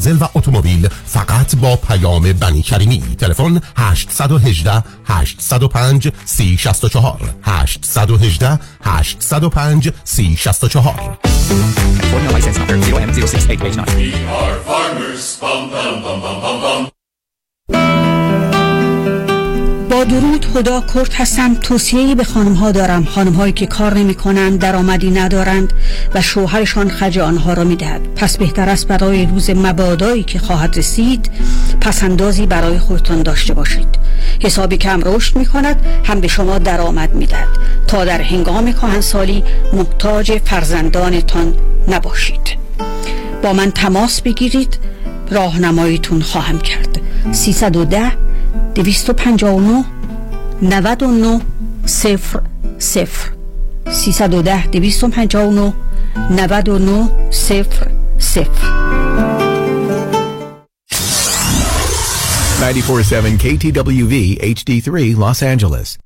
منزل و اتومبیل فقط با پیام بنی کریمی. تلفن 818 805 3064 818 805 3064. license number 0M06889. We are farmers. Bum, bum, bum, bum, bum, bum. با درود، هدا کرد هستم. توصیه‌ای به خانم‌ها دارم، خانم‌هایی که کار نمی‌کنند، درآمدی ندارند و شوهرشان خرج آنها را می‌دهد. پس بهتر است برای روز مبادایی که خواهد رسید پس‌اندازی برای خودتان داشته باشید. حسابی که هم رشد می‌کند، هم به شما درآمد می‌دهد تا در هنگام کهنسالی محتاج فرزندانتان نباشید. با من تماس بگیرید، راهنماییتون خواهم کرد. 310 259 99 00 310 259 99 00. 94.7 KTWV HD3 Los Angeles.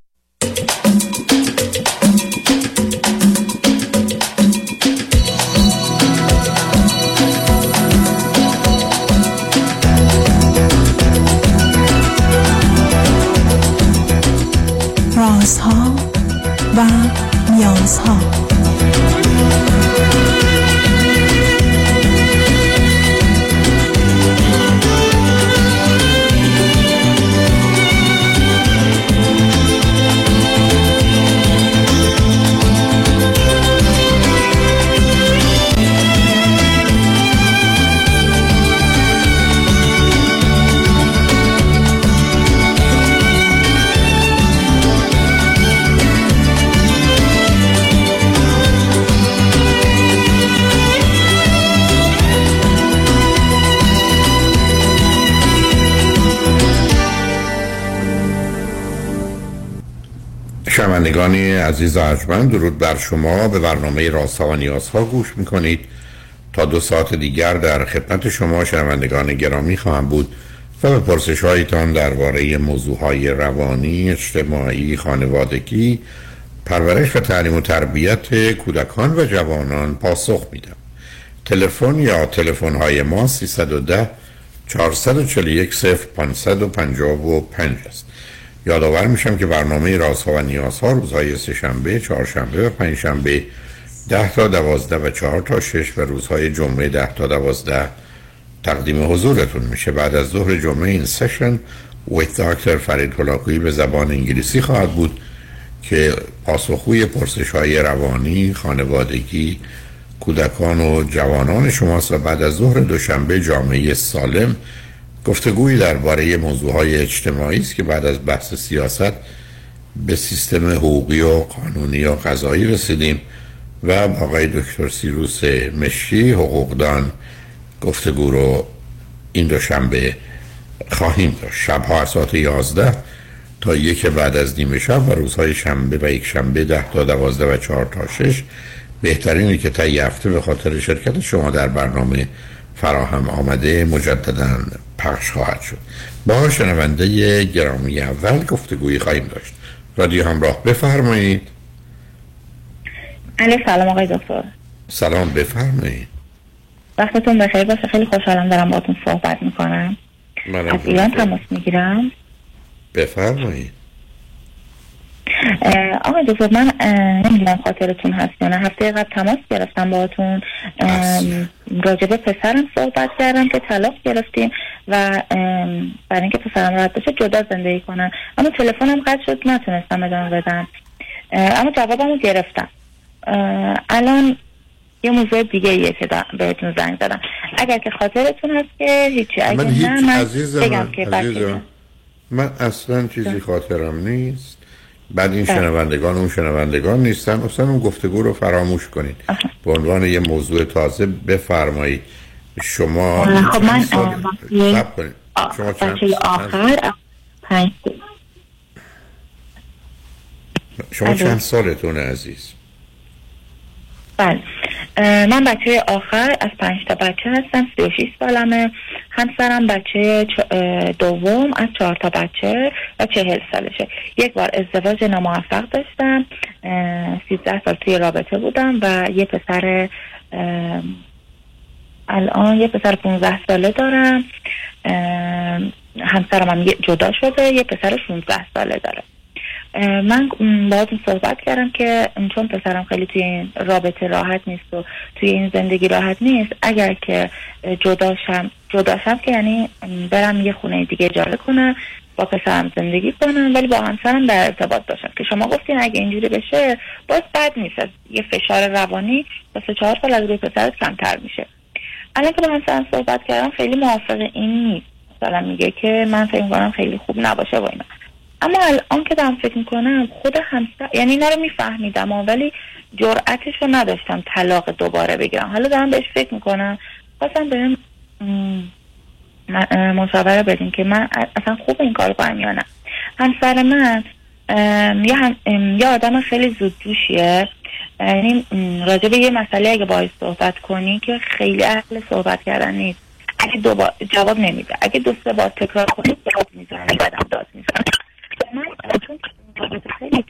رازها و نیازها. شنوندگان عزیز و ارجمند، درود بر شما. به برنامه رازها و نیازها گوش میکنید. تا 2 ساعت دیگر در خدمت شما شنوندگان گرامی خواهم بود و به پرسش هایتان درباره موضوعهای روانی، اجتماعی، خانوادگی، پرورش و تعلیم و تربیت کودکان و جوانان پاسخ میدم. تلفن یا تلفن های ما 310 441 0555 است. یادآور میشم که برنامه رازها و نیازها روزهای سه‌شنبه، چهارشنبه و پنجشنبه 10 تا 12 و 4 تا 6 و روزهای جمعه 10 تا 12 تقدیم حضورتون میشه. بعد از ظهر جمعه این سشن with دکتر فرید هلاکویی به زبان انگلیسی خواهد بود که پاسخگوی پرسش‌های روانی، خانوادگی، کودکان و جوانان شماست و بعد از ظهر دوشنبه جامعه سالم گفتگویی درباره موضوعهای اجتماعی است که بعد از بحث سیاست به سیستم حقوقی و قانونی و قضایی رسیدیم و آقای دکتر سیروس مشی حقوقدان گفتگو رو این دوشنبه خواهیم داشت. شب‌ها از ساعت 11 تا 1 بعد از نیمه شب و روزهای شنبه و یک شنبه 10 تا 12 و 4 تا 6 بهترینه که طی هفته به خاطر شرکت شما در برنامه فراهم آمده مجدداً پخش خواهد شد. با شنونده گرامی اول گفتگویی خواهیم داشت. رادیو همراه، بفرمایید. علیه سلام آقای دکتر. سلام، بفرمایید. وقتتون بخیر باشه. خیلی خوشحالم دارم باهاتون صحبت میکنم. از ایران تماس میگیرم. بفرمایید. آقای دکتر، من نمیدونم خاطرتون هست یا نه، هفته قبل تماس گرفتم باهاتون، راجع به پسرم صحبت کردم که طلاق گرفتیم و برای اینکه پسرم راحت بشه جدا زندگی کنم، اما تلفنم قطع شد، نتونستم ادامه بدم، اما جوابمو گرفتم. الان یه موضوع دیگه ایه که بهتون زنگ زدم. اگر که خاطرتون هست که هیچی، اگر نه من بگم که من اصلا چیزی خاطرم نیست. بعد این شنوندگان اون شنوندگان نیستن، اصلا اون گفتگو رو فراموش کنید. به عنوان یه موضوع تازه بفرمایید. شما خب من شما بچه آخر 5 شما چند سالتونه عزیز؟ بله، من بچه آخر از 5 تا بچه هستم. 36 سالمه. همسرم بچه دوم از 4 تا بچه و 40 سالشه. یک بار ازدواج ناموفق داشتم، 13 سال توی رابطه بودم و یه پسر الان یه پسر 15 ساله دارم، همسرم هم جدا شده، یه پسر 16 ساله داره. من باهاتون صحبت کردم که چون پسرم خیلی توی این رابطه راحت نیست و توی این زندگی راحت نیست، اگر که جداشم که یعنی برم یه خونه دیگه اجاره کنم، با پسرم زندگی کنم، ولی با همسرم در ارتباط باشم، که شما گفتین اگه اینجوری بشه باز بد نیست، یه فشار روانی تا 3-4 سال از روی پسرت کمتر میشه. الان که با همسرم صحبت کردم خیلی موافق این نیست، مثلا میگه که من فکر می‌کنم خیلی خوب نباشه و اینا. اما الان که دارم فکر میکنم خود همسر، یعنی اینا رو میفهمیدم ولی جرأتش رو نداشتم طلاق دوباره بگیرم. حالا دارم بهش فکر میکنم، خواستم بهم مشاوره بدین که من اصلا خوب این کار کنم یا نه. همسر من یه آدم خیلی زودجوشیه، یعنی راجع به یه مسئله اگه باهاش صحبت کنی که خیلی اهل صحبت کردن نیست، اگه دوبار جواب نمیده، اگه 2-3 بار تکرار کنی جواب میزنه، بعدم داد میزنه. من چون خیلی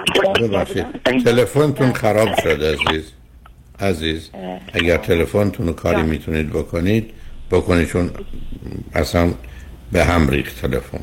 تلفنتون خراب شده عزیز اگر تلفنتون کاری میتونید بکنید چون اصلا به هم ریخت تلفن.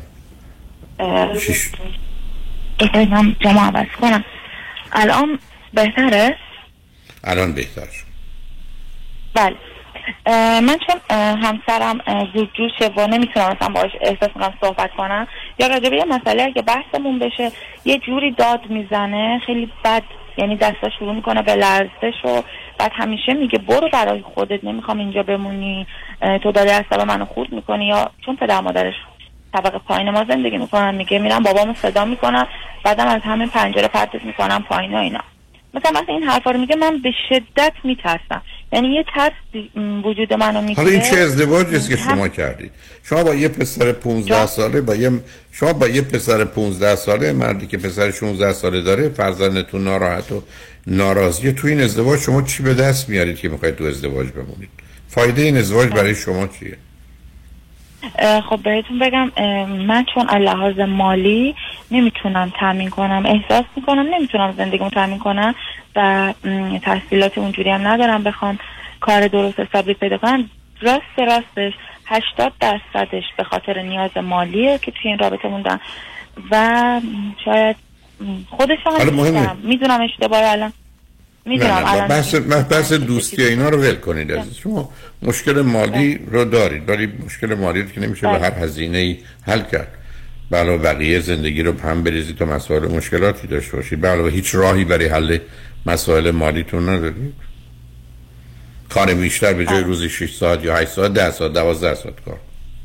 من جمع عوض کنم. الان بهتره؟ الان بهتر شد. بله. من چون همسرم زودجوشه و نمیتونم اصلا باهاش احساس کنم صحبت کنم یا راجع به یه مسئله اگه بحثمون بشه یه جوری داد میزنه خیلی بد، یعنی دستا شروع میکنه به لرزش و بعد همیشه میگه برو برای خودت، نمیخوام اینجا بمونی، تو داری اعصاب منو خورد میکنی. یا چون پدر مادرش طبقه پایین ما زندگی میکنن، میگه میرم بابامو صدا میکنم بعدم از همین پنجره پرتش میکنم پایین و اینا. مثلا این حرفا رو میگه، من به شدت میترسم، یعنی یه ترس وجود منو میگیره. حالا این چه ازدواجی است که شما کردید؟ شما با یه پسر 15 ساله شما با یه پسر 15 ساله، مردی که پسر 16 ساله داره، فرزندتون ناراحت و ناراضیه، تو این ازدواج شما چی به دست میارید که میخواید تو ازدواج بمونید؟ فایده این ازدواج برای شما چیه؟ خب بهتون بگم، من چون لحاظ مالی نمیتونم تامین کنم، احساس میکنم نمیتونم زندگیمو تامین کنم و تحصیلات اونجوری هم ندارم بخوام کار درست حسابی پیدا کنم. راستش 80% به خاطر نیاز مالیه که توی این رابطه موندم و شاید خودش هم میدونم اشتباهی الان میدونم. بحث دوستی اینا رو ول کنید عزیز. شما مشکل مالی رو دارید، ولی مشکل مالی رو که نمیشه به هر هزینه‌ای حل کرد. علاوه بقیه زندگی رو هم بریزید تا مسائل مشکلاتی داشته باشید. علاوه هیچ راهی برای حل مسائل مالیتون ندارید. کار بیشتر به جای روزی 6 ساعت یا 8 ساعت 10 ساعت 12 ساعت کار.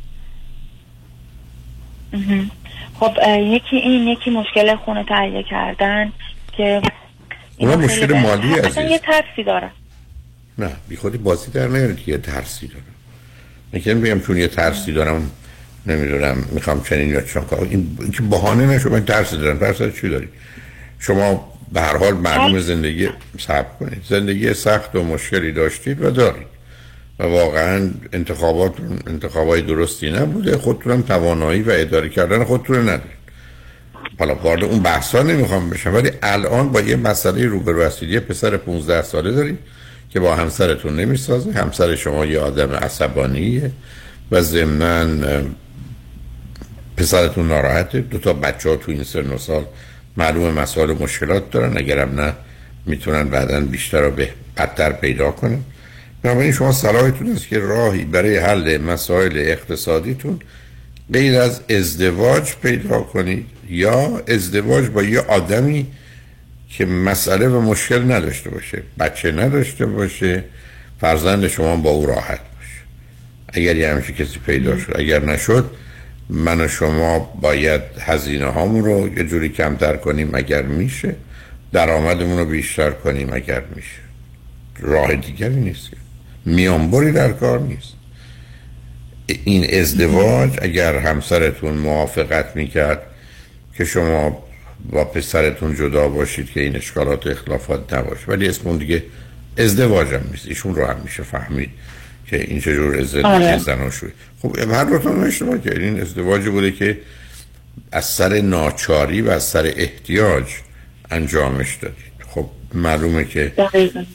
خب یکی مشکل خونه تهیه کردن که اونا مشکل مالی عزیز. اصلا یه ترسی داره. نه بی خودی بازی در نیارید که یه ترسی دارم. میگم بگم چون یه ترسی دارم نمیدونم میخوام چنین یا چون این که بهانه نشه من ترسی دارم. ترس چی داری؟ شما به هر حال معلوم زندگی صبر کنید، زندگی سخت و مشکلی داشتید و دارید و واقعا انتخابای درستی نبوده، خودتونم توانایی و اداره کردن خودتون ندارید. حالا وارد اون بحثا نمیخوام بشم، ولی الان با یه مسئله روبرو هستید. یه پسر 15 ساله دارید که با همسرتون نمیسازه، همسر شما یه آدم عصبانیه و ضمناً پسرتون ناراحته، 2 بچه‌ها تو این سن و سال معلومه مسائل و مشکلات دارن، اگرم نه میتونن بعداً بیشتر و بدتر پیدا کنن. بنابراین شما صلاحتون است که راهی برای حل مسائل اقتصادیتون غیر از ازدواج پیدا کنید یا ازدواج با یه آدمی که مسئله و مشکل نداشته باشه، بچه نداشته باشه، فرزند شما با او راحت باشه. اگر یه همچین کسی پیدا شد، اگر نشد من و شما باید هزینه هامون رو یه جوری کمتر کنیم اگر میشه، درآمدمون رو بیشتر کنیم اگر میشه. راه دیگری نیست، میانبری در کار نیست. این ازدواج اگر همسرتون موافقت میکرد که شما با پسرتون جدا باشید که این اشکالات و اختلافات نباشه، ولی اسم اون دیگه ازدواج هم نیست. ایشون رو هم میشه فهمید که این چجور ازدواج زناشویی. خب هر دوتون اشتباه کردید. این ازدواجی بوده که از سر ناچاری و از سر احتیاج انجامش دادید. خب معلومه که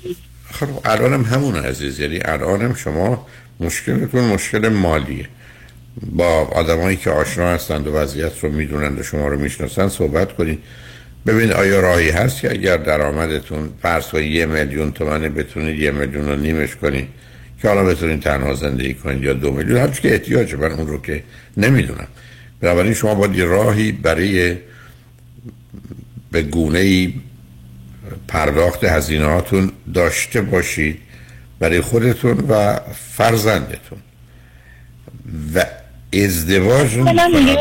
خب الانم همون عزیز، یعنی الانم شما مشکلتون مشکل مالیه. با آدمایی که آشنا هستند و وضعیت رو میدونند و شما رو میشناسن صحبت کنید. ببین آیا راهی هست که اگر درآمدتون فرض کنید 1 میلیون تومانه بتونید 1.5 میلیون کنید که حالا بتونید تنها زندگی کنید، یا 2 میلیون، هر چی که احتیاجه، من اون رو که نمیدونم. بنابراین شما باید یه راهی برای به گونه‌ای پرداخت هزینه‌هاتون داشته باشید برای خودتون و فرزندتون. و ازدواج رو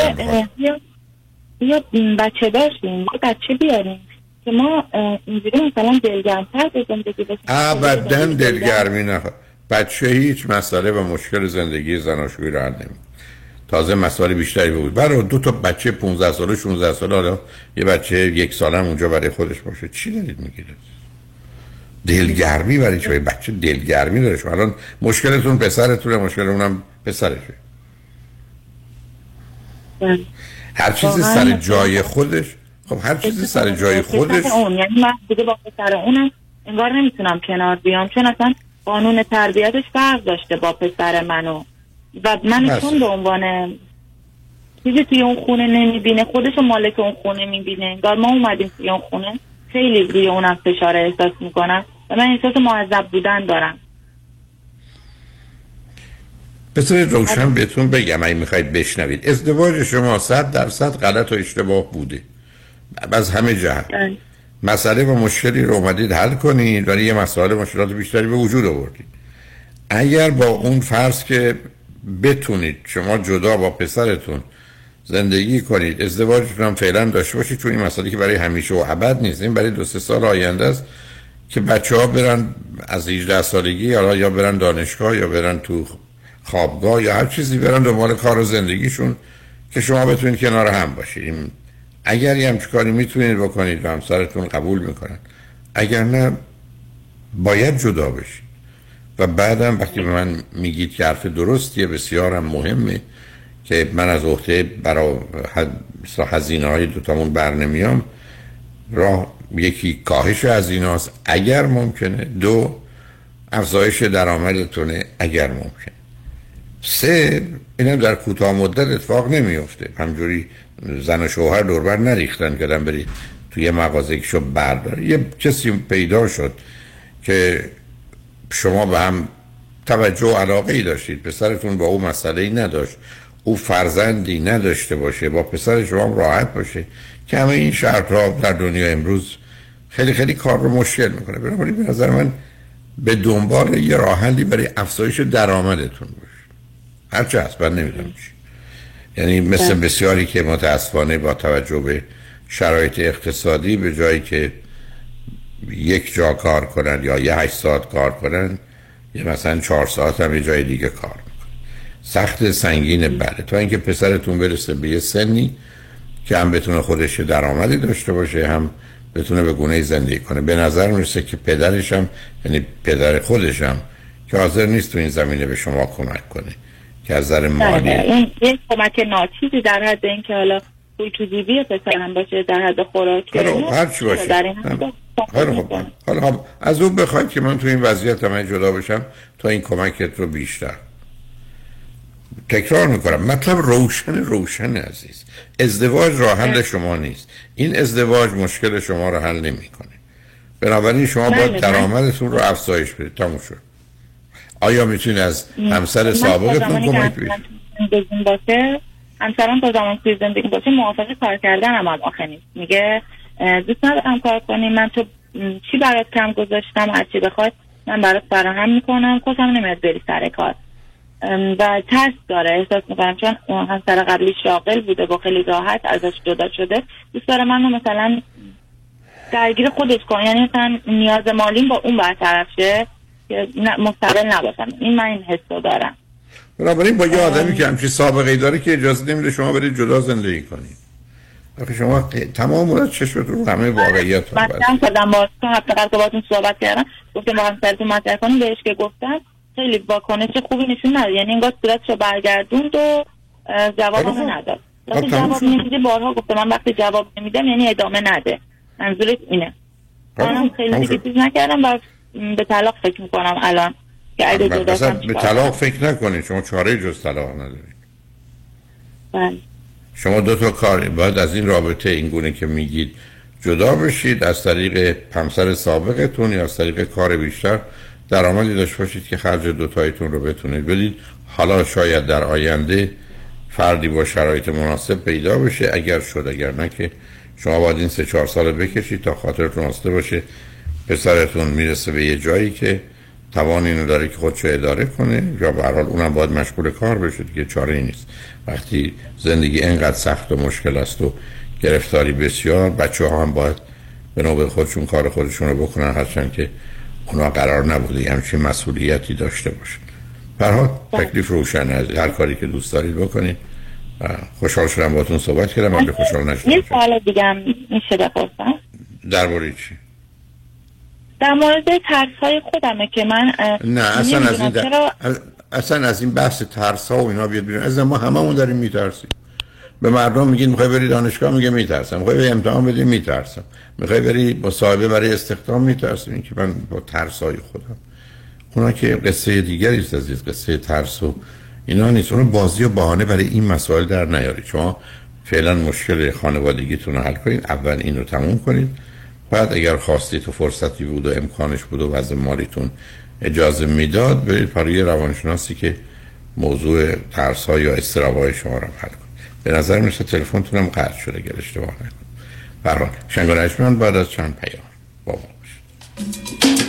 یا بچه داشتیم، بچه بیاریم که ما اینجوری مثلا دلگرم‌تر به زندگی بسیم. ابداً دلگرمی نخواه. بچه هیچ مسئله و مشکل زندگی زناشویی رو حل نمی‌کنه. تازه مسائل بیشتری بود. برای 2 تا بچه 15 ساله 16 ساله، حالا یه بچه 1 ساله هم اونجا برای خودش باشه، چی دارید میگید؟ دلگرمی برای چه؟ بچه دلگرمی داره. شما الان مشکلتون پسرتونه، مشکل اونم پسرشه. هر چیزی سر جای خودش. خب هر چیزی سر جای خودش. یعنی من دیگه با پسر اونم انگار نمیتونم کنار بیام، چون اصلا قانون تربیتش فرق داشته با پسر منو و من چون به عنوان چیزی توی اون خونه نمیبینه، خودشو مالک اون خونه میبینه، انگار ما اومدیم توی اون خونه، خیلی روی اونم فشار احساس میکنم و من احساس معذب بودن دارم. بذارید روشن بهتون بگم اگه میخواید بشنوید. ازدواج شما 100% غلط و اشتباه بوده از همه جهت. مسئله و مشکلی رو اومدید حل کنید ولی یه مسئله مشکلات بیشتری به وجود آوردید. اگر با اون فرض که بتونید شما جدا با پسرتون زندگی کنید، ازدواجتون هم فعلا داشته باشید، چون این مسئله که برای همیشه و ابد نیست، این برای 2-3 سال آینده است که بچه‌ها برن از 18 سالگی یا برن دانشگاه یا برن تو خوابگاه یا هر چیزی، برن دنبال کار و زندگیشون که شما بتونید کنار هم باشید. اگر یه همچین کاری میتونید بکنید و همسرتون قبول میکنن، اگر نه باید جدا بشید. و بعدم وقتی به من میگید که حرف درستیه، بسیارم مهمه که من از عهده برای هزینه‌های دوتامون بر نمیام، راه یکی کاهش هزینه‌هاست اگر ممکنه، 2 افزایش درآمدتونه اگر ممکنه، 3 اینم در کوتاه مدت اتفاق نمیفته. همجوری زن و شوهر دوربر نریختن که برید توی یه مغازه که شو برداره. یه کسی پیدا شد که شما به هم توجه و علاقه ای داشتید، پسرتون با او مسئله ای نداشت، او فرزندی نداشته باشه، با پسر شما هم راحت باشه، که همه این شرط‌ها در دنیا امروز خیلی خیلی کار رو مشکل میکنه. بنابراین به نظر من به دنبال یه راه حلی برای افزایش درآمدتون باشید، هرچه هست. من نمیدونم چی، یعنی مثل بسیاری که متاسفانه با توجه به شرایط اقتصادی به جایی که 1 جا کار کنن یا 8 ساعت کار کنن، یا مثلا 4 ساعت هم یه جای دیگه کار میکنن. سخت سنگین بله، تا اینکه پسرتون برسه به یه سنی که هم بتونه خودش درآمدی داشته باشه، هم بتونه به گونه‌ای زندگی کنه. به نظر میرسه که پدرش هم، یعنی پدر خودش هم، که حاضر نیست تو این زمینه به شما کمک کنه که از نظر مالی این یک کمک ناچیزی در حد این که حالا پول تو جیبی پسرم باشه، در حد خوراک هر چی باشه. حالا از اون بخواید که من تو این وضعیت من جدا بشم تا این کمکت رو بیشتر. تکرار میکنم مطلب روشن عزیز. ازدواج راه حل شما نیست. این ازدواج مشکل شما رو حل نمیکنه. بنابراین شما باید درآمدتون رو افزایش بدید. تموم شد. آیا میتونید از همسر سابقتون کمک بگیرید؟ همسرم تا زمان که زندگی باشه موافق کار کردن هم آخه نیست. میگه دوست ندارم کار کنیم، من تو چی برات کم گذاشتم، هر چی بخواد من برات فراهم میکنم، خوشم نمیاد بری سر کار و ترس داره. احساس میکنم چون همسر قبلی شاغل بوده با خیلی راحت ازش جدا شده، دوست داره منو مثلا درگیر خودش کنه، یعنی مثلا نیاز مالیم با اون برطرف شه که مستقل نباشم. من این حسو دارم. بنابراین با یه آدمی که همچین سابقه ای داره که اجازه نمیده شما برید جدا زندگی کنید. آخه شما تمام مورد چشمتون رو همه واقعیت رو من خودم با هفته قبل که باهاتون صحبت کردم گفتم با همسرتون مطرح کنیم، بهش که گفتم خیلی واکنش خوبی نشون نداد، یعنی انگار صورتشو برگردوند و جوابمو نداد. وقتی جواب نمیده بارها گفتم من وقتی جواب نمیدم یعنی ادامه نده، منظورت اینه. منم خیلی دیگه چیز نکردم و به طلاق فکر میکنم الان که اگه جدا مثلا کنم به طلاق فکر نکنید، شما چاره جز طلاق ندارید. بله. شما دو تا کار باید از این رابطه این گونه که میگید جدا بشید، از طریق همسر سابقتون یا از طریق کار بیشتر درآمدی داشته باشید که خرج دوتایتون رو بتونید بدید. حالا شاید در آینده فردی با شرایط مناسب پیدا بشه، اگر شد، اگر نه که شما باید این 3-4 سال بکشید تا خاطرتون آسوده باشه پسرتون میرسه به یه جایی که توان اینو داره که خودشو اداره کنه، یا به هر حال اونم باید مشغول کار بشه دیگه، چاره‌ای نیست. وقتی زندگی اینقدر سخت و مشکل است و گرفتاری بسیار، بچه‌ها هم باید به نوبه خودشون کار خودشون رو بکنن، هرچند که اونا قرار نبوده همچین مسئولیتی داشته باشن. به هر حال تکلیف روشن است، هر کاری که دوست دارید بکنید. خوشحال شدم باهاتون صحبت کردم. من خوشحال نشدم. یه سوال دیگه هم میشه بپرسم؟ درباره چی؟ در مورد ترس‌های خودمه که من نه اصلا از این بحث ترس‌ها و اینا بیاد بیرون. از ما هممون داریم میترسیم. به مردم میگین میخوای بری دانشگاه، میگه میترسم. میخوای بری امتحان بدی، میترسم. میخوای بری مصاحبه برای استخدام، میترسم. این که من با ترس‌های خودم، اونا که قصه دیگری است عزیز، قصه ترس و اینا نیست. اون بازی و بهانه برای این مسائل در نیارید. شما فعلا مشکل خانوادگیتون رو حل کنید، اول این رو تموم کنید، بعد اگر خواستید و فرصتی بود و امکانش بود و وضع مالیتون اجازه میداد، برید برای روانشناسی که موضوع ترس‌ها یا اضطراب‌های شما رو حل کنه. به نظر میاد تلفنتون هم قطع شده اگر اشتباه نکنم. برای شنگ و نجمن بعد از چند پیام با ما باشید.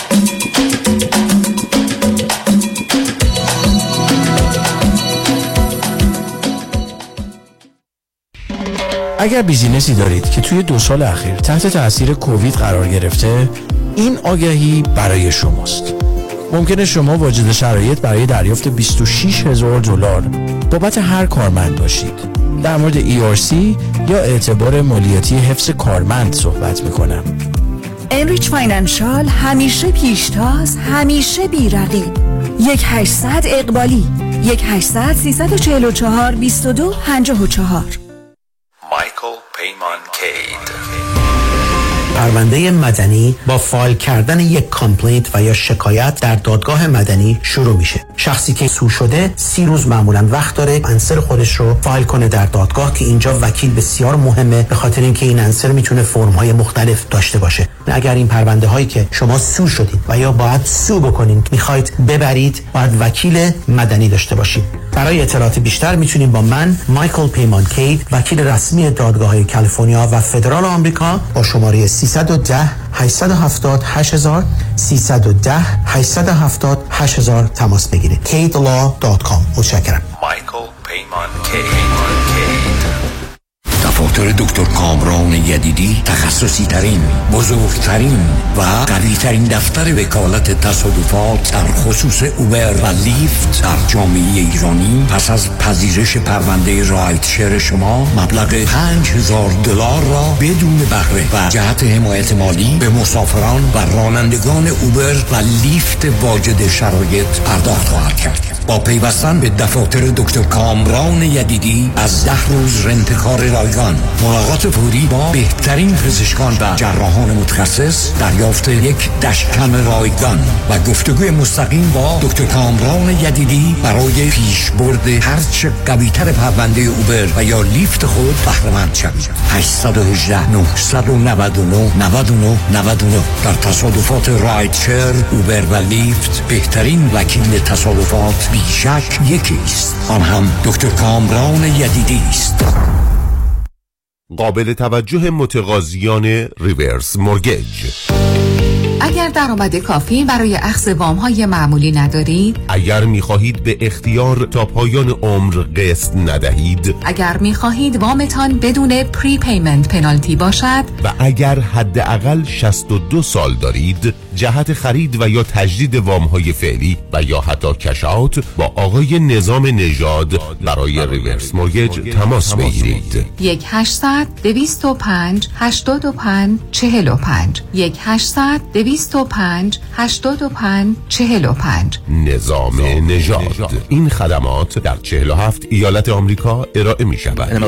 اگر بیزینسی دارید که توی 2 سال اخیر تحت تاثیر کووید قرار گرفته، این آگهی برای شماست. ممکنه شما واجد شرایط برای دریافت $26,000 بابت هر کارمند باشید. در مورد ERC یا اعتبار مالیاتی حفظ کارمند صحبت میکنم. انریچ فاینانشال همیشه پیشتاز، همیشه بی‌رقیب. 1-800 اقبالی 1-800-344-2254. مایکل پیمان کید. پرونده مدنی با فایل کردن یک کامپلینت و یا شکایت در دادگاه مدنی شروع میشه. شخصی که سو شده 30 روز معمولا وقت داره انسر خودش رو فایل کنه در دادگاه، که اینجا وکیل بسیار مهمه، به خاطر اینکه این انسر میتونه فرم‌های مختلف داشته باشه. اگر این پرونده هایی که شما سو شدید و یا باید سو بکنید میخواید ببرید، باید وکیل مدنی داشته باشید. برای اطلاعات بیشتر میتونید با من مایکل پیمان کید، وکیل رسمی دادگاه‌های کالیفرنیا و فدرال آمریکا، با شماره 310-870-8000 310-870-8000 تماس بگیرید. kidlaw.com. متشکرم. مایکل پیمان کید. دفاتر دکتر کامران یدیدی تخصصی ترین، بزرگترین و قوی ترین دفتر وکالت تصادفات در خصوص اوبر و لیفت در جامعه ایرانی پس از پذیرش پرونده رایت شیر شما مبلغ $5,000 را بدون بهره و جهت حمایت مالی به مسافران و رانندگان اوبر و لیفت واجد شرایط پرداخت خواهد کرد. با پیوستن به دفاتر دکتر کامران یدیدی از 10 روز رنتکار رایگان، ملاقات فوری با بهترین پزشکان و جراحان متخصص، دریافت یک دشکم رایگان و گفتگوی مستقیم با دکتر کامران یدیدی برای پیشبرد هرچه قوی‌تر پرونده اوبر و یا لیفت خود بهره‌مند شوید. 818-999-9999 در تصادفات رایدشر، اوبر و لیفت بهترین وکیل تصادفات بیشک یکی است، آن هم دکتر کامران یدیدی است. قابل توجه متقاضیان ریورس مورگیج. اگر درآمد کافی برای اخذ وام‌های معمولی ندارید، اگر می‌خواهید به اختیار تا پایان عمر قسط ندهید، اگر می‌خواهید وامتان بدون پری پیمنت پنالتی باشد و اگر حداقل 62 سال دارید، جهت خرید و یا تجدید وام‌های فعلی و یا حتی کش‌آوت با آقای نظام نژاد برای ریورس مورگیج تماس بگیرید. 1-800-205-85-45 1-800-205-85-45 نظام نژاد. این خدمات در 47 ایالت آمریکا ارائه می شود.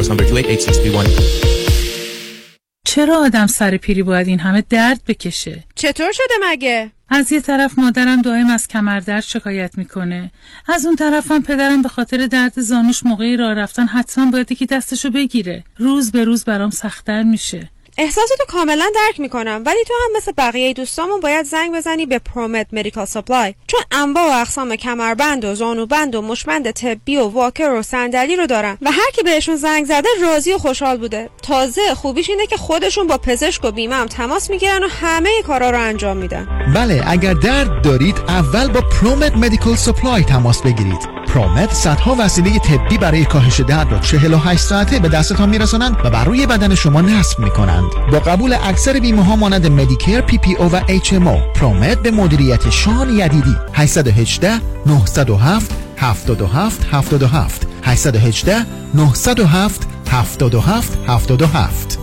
چرا آدم سر پیری باید این همه درد بکشه؟ چطور شده مگه؟ از یه طرف مادرم دائم از کمردرد شکایت میکنه، از اون طرفم پدرم به خاطر درد زانوش موقعی راه رفتن حتما باید یکی دستشو بگیره. روز به روز برام سخت‌تر میشه. احساساتو کاملا درک میکنم، ولی تو هم مثل بقیه دوستامون باید زنگ بزنی به پرومت مدیکال سپلای، چون انواع و اقسام کمربند و زانوبند و مشمند طبی و واکر و صندلی رو دارن و هر کی بهشون زنگ زده راضی و خوشحال بوده. تازه خوبیش اینه که خودشون با پزشک و بیمه هم تماس میگیرن و همه کارا رو انجام میدن. بله، اگر درد دارید اول با پرومت مدیکال سپلای تماس بگیرید. پرومت صدها وسیله طبی برای کاهش درد را 48 ساعته به دستتان میرسانند و بر روی بدن شما نصب میکنند. با قبول اکثر بیمه ها مانند مدیکر، پی پی او و اچ ام او. پرومت به مدیریت شان یدیدی. 818 907 77 77 818 907 77 77.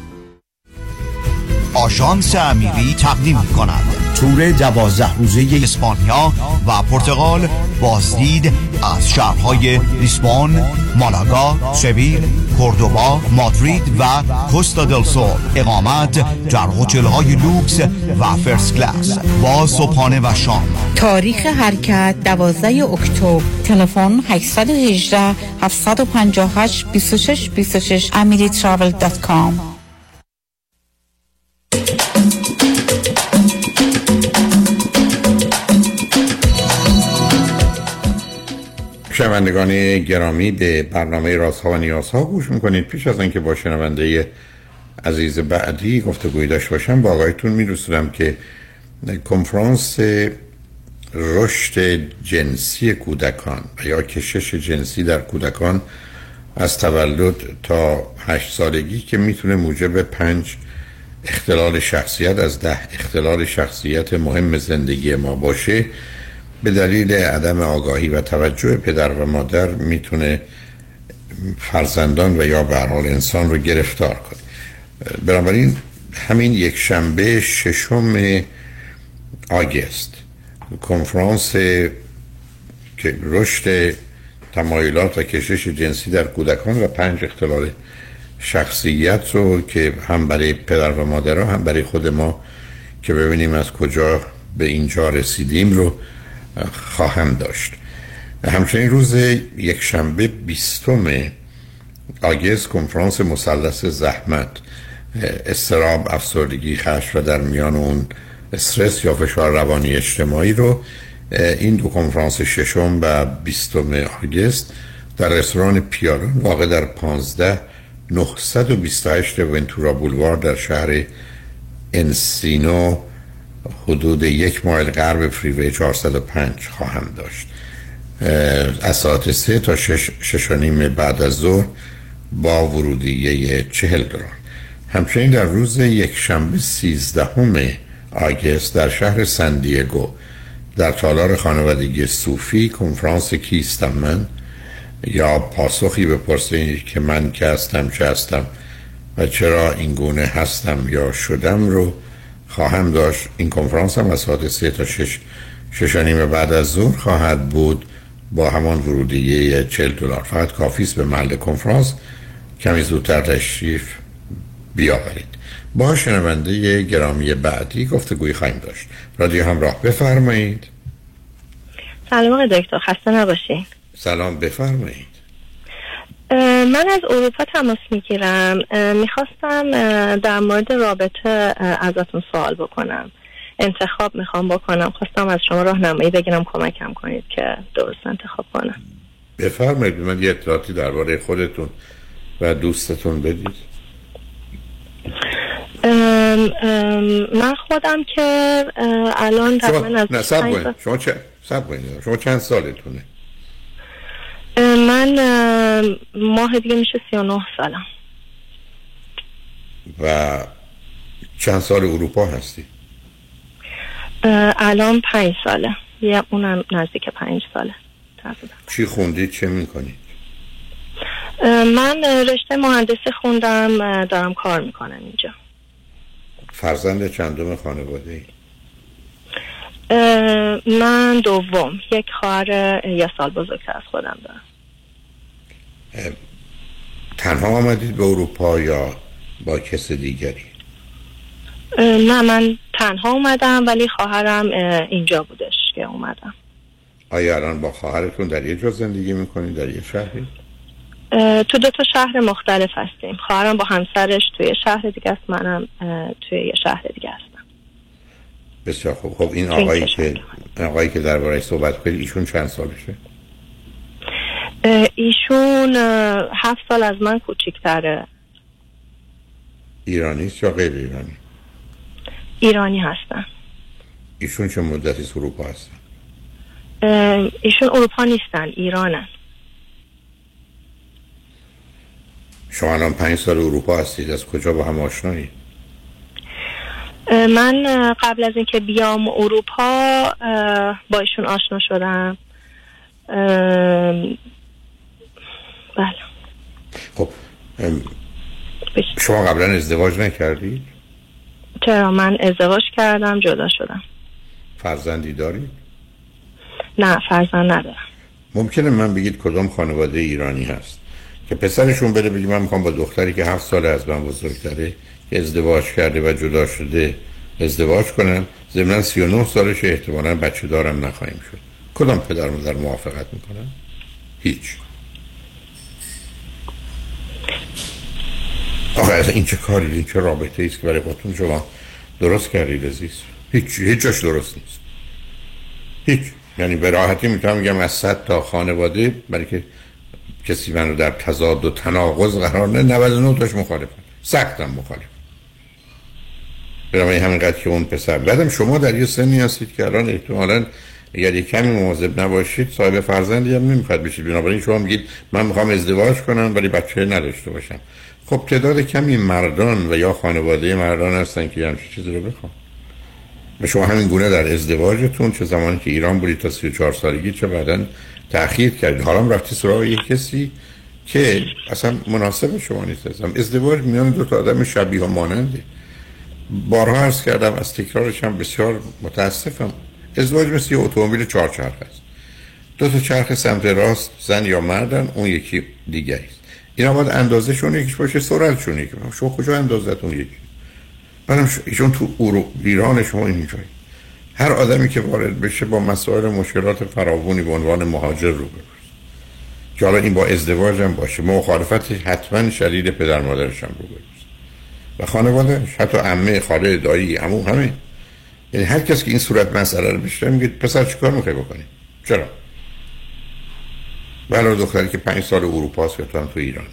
آژانس امیری تقدیم می‌کند تور 12 روزه اسپانیا و پرتغال، بازدید از شهرهای لیسبون، مالاگا، سویل، کوردوبا، مادرید و کوستا دل سول. اقامت در هتل‌های لوکس و فرست کلاس با صبحانه و شام. تاریخ حرکت 12 اکتبر. تلفن 818 758 26 26 amiritravel.com. شنوندگان گرامی، به برنامه رازها و نیازها گوش میکنید. پیش از اینکه با شنونده عزیز بعدی گفتگوی داشته باشم، با آقایتون میرسونم که کنفرانس رشد جنسی کودکان و یا کشش جنسی در کودکان از تولد تا 8 سالگی که میتونه موجب 5 اختلال شخصیت از 10 اختلال شخصیت مهم زندگی ما باشه، به دلیل عدم آگاهی و توجه پدر و مادر میتونه فرزندان و یا به هر حال انسان رو گرفتار کنه. بنابراین همین یک شنبه 6 آگوست کنفرانس که رشد تمایلات و کشش جنسی در کودکان و 5 اختلال شخصیت رو که هم برای پدر و مادرها هم برای خود ما که ببینیم از کجا به اینجا رسیدیم رو خواهم داشت. همچنین روز یک شنبه 20 آگوست کنفرانس مثلث زحمت، اضطراب، افسردگی، خشم و در میان اون استرس یا فشار روانی اجتماعی رو، این دو کنفرانس 6 و 20 آگوست در رستوران پیارون واقع در 15928 ونتورا بولوار در شهر انسینو حدود 1 مایل غرب فریوی 405 خواهم داشت. از ساعت 3 تا 6 و نیم بعد از ظهر با ورودیه $40. همچنین در روز یک شنبه 13 آگوست در شهر سندیگو در تالار خانوادگی صوفی کنفرانس کیستم من یا پاسخی به پرسشی که من که هستم چه هستم و چرا این گونه هستم یا شدم رو خواهم داشت. این کنفرانس هم از ساعت 3 تا 6 و نیم بعد از ظهر خواهد بود با همان ورودیه $40. فقط کافی است به محل کنفرانس کمی زودتر تشریف بیاورید. با شنونده گرامی بعدی گفتگوی خواهیم داشت. رادیو همراه، بفرمایید. سلام آقای دکتر، خسته نباشید. سلام، بفرمایید. من از اروپا تماس میگیرم. میخواستم در مورد رابطه ازتون سوال بکنم. انتخاب میخوام بکنم. خواستم از شما راهنمایی بگیرم، کمکم کنید که درست انتخاب کنم. بفرمایید. من یه اطلاعاتی درباره خودتون و دوستتون بدید. من خودم که الان تقریبا از شما چند سالتونه؟ من ماه دیگه میشه 39 سالم. و چند سال اروپا هستی؟ الان 5 ساله، یا اونم نزدیک 5 ساله تقریبا. چی خوندید، چه میکنید؟ من رشته مهندسی خوندم، دارم کار میکنم اینجا. فرزند چندم خانواده ای؟ من دوم. یک خواهر 1 سال بزرگتر از خودم دارم. تنها آمدید به اروپا یا با کس دیگری؟ نه، من تنها اومدم، ولی خواهرم اینجا بودش که اومدم. آیا الان با خواهرتون در یه جا زندگی میکنید، در یه شهری؟ تو 2 شهر مختلف هستیم. خواهرم با همسرش توی شهر دیگه است، منم توی یه شهر دیگه هستم. بسیار خوب. خب این آقایی که درباره‌اش صحبت کنید ایشون چند سالشه؟ ایشون 7 سال از من کوچیک‌تره. ایرانی است یا غیر ایرانی؟ ایرانی هستن. ایشون چه مدتی اروپا هستن؟ ایشون اروپا نیستن، ایرانن. شما الان 5 سال اروپا هستید، از کجا با هم آشنایید؟ من قبل از اینکه بیام اروپا با ایشون آشنا شدم. بله. خب شما قبلا ازدواج نکردید؟ چرا؟ من ازدواج کردم، جدا شدم. فرزندی دارید؟ نه، فرزند ندارم. ممکنه من بگید کدام خانواده ایرانی هست که پسرشون بره بگید من میخوام با دختری که 7 سال از من بزرگتره که ازدواج کرده و جدا شده ازدواج کنم، ضمن 39 سالش احتمالاً بچه دارم نخواهیم شد. کدام پدر مادر موافقت میکنن؟ هیچ. آخه این چه کاری، این چه رابطه ایست که برای خودتون شما درست کردید عزیز؟ هیچ جاش درست نیست. هیچ. یعنی به راحتی میتونم بگم از 100 تا خانواده برای که کسی من رو در تضاد و تناقض قرار نه 99 تاش مخالفن، سختم مخالف. برای همینقدر که اون پسر بعدم شما در یه سنی هستید که الان احتمالاً اگر یک کمی مواظب نباشید صاحب فرزندی هم نمیخواد بشید. بنابراین شما میگید من میخوام ازدواج کنم ولی بچه نداشته باشم. خب تعداد کمی مردان و یا خانواده مردان هستن که همچین چیزی رو بخوام. و شما همین گونه در ازدواجتون چه زمانی که ایران بودید تا 34 سالگی چه بعدن تأخیر کردید، حالا رفتی سراغ یک کسی که اصلا مناسب شما نیست. ازدواج میان 2 آدم شبیه و ماننده. بارها عرض کردم، از تکرارش هم بسیار متاسفم. ازدواج مثل یه اتومبیل 4 چرخ است. 2 چرخ سمت راست زن یا مردن، اون یکی دیگه است. اینا باید اندازه‌شون یکیش باشه، سرعتشون یکی باشه. شما کجا اندازتون یکی؟ بعدم ایشون تو ایران، شما اینجایی. هر آدمی که وارد بشه با مسائل مشکلات فراوانی به عنوان مهاجر رو ببره. که حالا این با ازدواج هم باشه، مخالفت حتما شدید پدر مادرش هم رو ببره. و خانوادهش، حتی عمه، خاله، دایی، عمو، همه. یعنی هر کس که این صورت مسئله رو بشه میگه پسر چیکار میخوای بکنی؟ چرا؟ برای دختری که 5 سال اروپا است و تو هم تو ایرانی.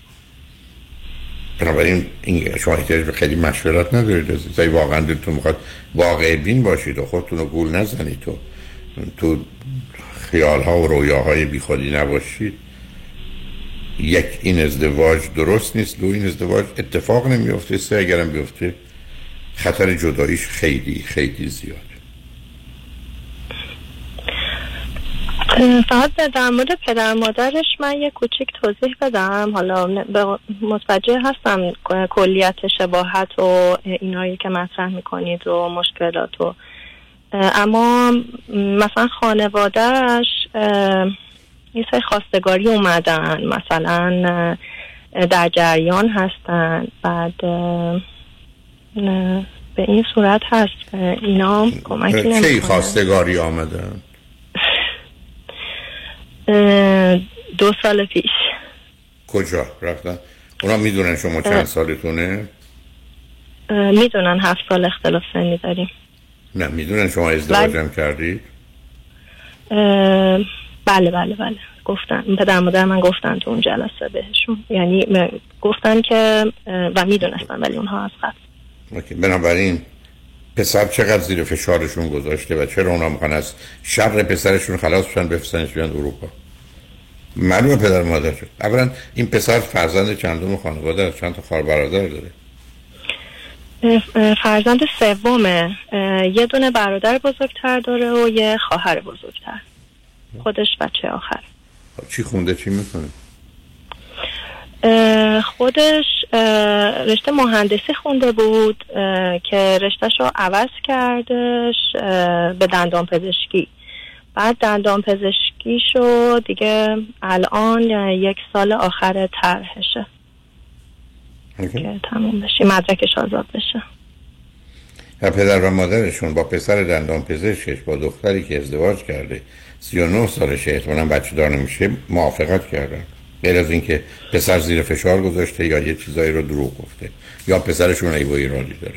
بنابراین این شما احتیاج به خیلی مشورت ندارید عزیز. اگه واقعا دلتون میخواد واقع بین باشید و خودتون رو گول نزنید تو خیالها و رویاهای بیخودی نباشید. یک، این ازدواج درست نیست. 2، این ازدواج اتفاق نمیفته. 3، اگرم بیفته خطر جداییش خیلی خیلی زیاده. فقط در مورد پدر مادرش من یه کوچیک توضیح بدم. حالا متوجه هستم کلیت شباهت و اینایی که مطرح میکنید و مشکلات و اما مثلا خانوادهش یه سری خواستگاری اومدن، مثلا در جریان هستن، بعد به این صورت هست اینا کمکی نمیکنن. کی خواستگاری آمدن؟ 2 سال پیش. کجا رفتن؟ اونا میدونن شما چند سالتونه؟ میدونن 7 سال اختلاف سنی داریم. نه میدونن شما ازدواج هم کردید؟ بله گفتن، پدر مادر من گفتن تو اون جلسه بهشون، یعنی گفتن که و میدونستن ولی اونها از قبل. بنابراین پسر چقدر زیر فشارشون گذاشته و چرا اونا میخوان از شر پسرشون خلاص بشن بفرستنش بیان اروپا؟ معلومه پدر مادر شد. اولا این پسر فرزند چندم خانواده، چند تا خواهر برادر داره؟ فرزند سومه. یه دونه برادر بزرگتر داره و یه خواهر بزرگتر. خودش بچه آخر. چی خونده، چی میکنه؟ خودش رشته مهندسی خونده بود که رشتهش رو عوض کردش به دندان پزشکی. بعد دندان پزشکی شو دیگه الان 1 سال آخر طرحشه که تموم بشه، مدرکش آزاد بشه. و پدر و مادرشون با پسر دندان پزشکش با دختری که ازدواج کرده 39 سالشه احتمالاً بچه دار نمیشه موافقت کردن، غیر از اینکه پسر زیر فشار گذاشته یا یه چیزایی رو دروغ گفته یا پسرشون عیب و ایرادی داره.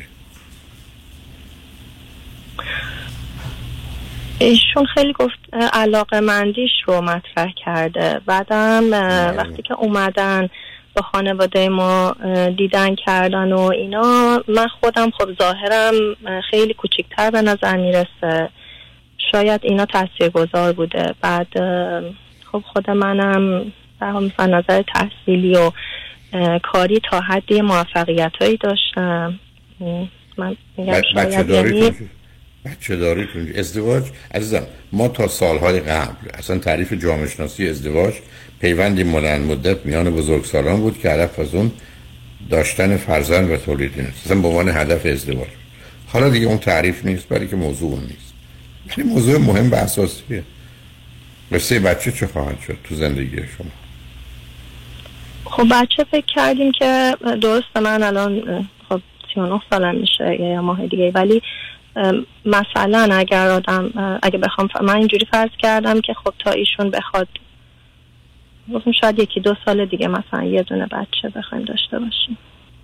ایشون خیلی گفت علاقه‌مندیش رو مطرح کرده. بعدم وقتی که اومدن با خانواده ما دیدن کردن و اینا، من خودم خب ظاهرم خیلی کوچیک‌تر به نظر میرسه، شاید اینا تاثیرگذار بوده. بعد خب خود منم مثلا نظر تحصیلی و کاری تا حدی موفقیتایی داشتم. من میگم بچه داری ازدواج عزیزم، ما تا سالهای قبل اصلا تعریف جامعه شناسی ازدواج پیوندی بلند مدت میان بزرگسالان بود که هدف از اون داشتن فرزند و تولید نیست، اصلا به عنوان هدف ازدواج. حالا دیگه اون تعریف نیست، برای که موضوع اون نیست. یعنی موضوع مهم و اساسیه. قصه بچه چه خواهد شد تو زندگی شما؟ خب بچه فکر کردیم که درسته من الان خب 39 سالم میشه یا ماه دیگه، ولی مثلا اگه بخوام من اینجوری فرض کردم که خب تا ایشون بخواد گفتم شاید 1-2 سال دیگه مثلا یه دونه بچه بخوایم داشته باشیم.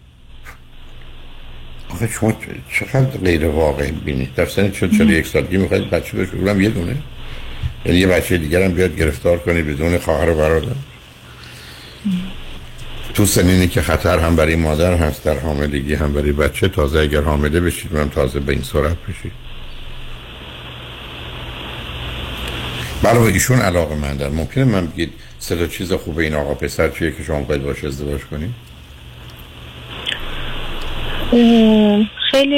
آخه شما چقدر غیر واقعی بینید. در سن 41 سالگی میخواید بچه داشته باشید، یه دونه؟ یعنی یه بچه دیگر هم بیاد گرفتار کنید بدون خواهر و برادر؟ تو سنینی که خطر هم برای مادر هست در حاملگی هم برای بچه، تازه اگر حامله بشید هم تازه به این صورت بشید. برای ایشون علاقه مندن. ممکنه من بگید 3 چیز خوبه این آقا پسر چیه که شما باید باشه ازدواج کنید؟ خیلی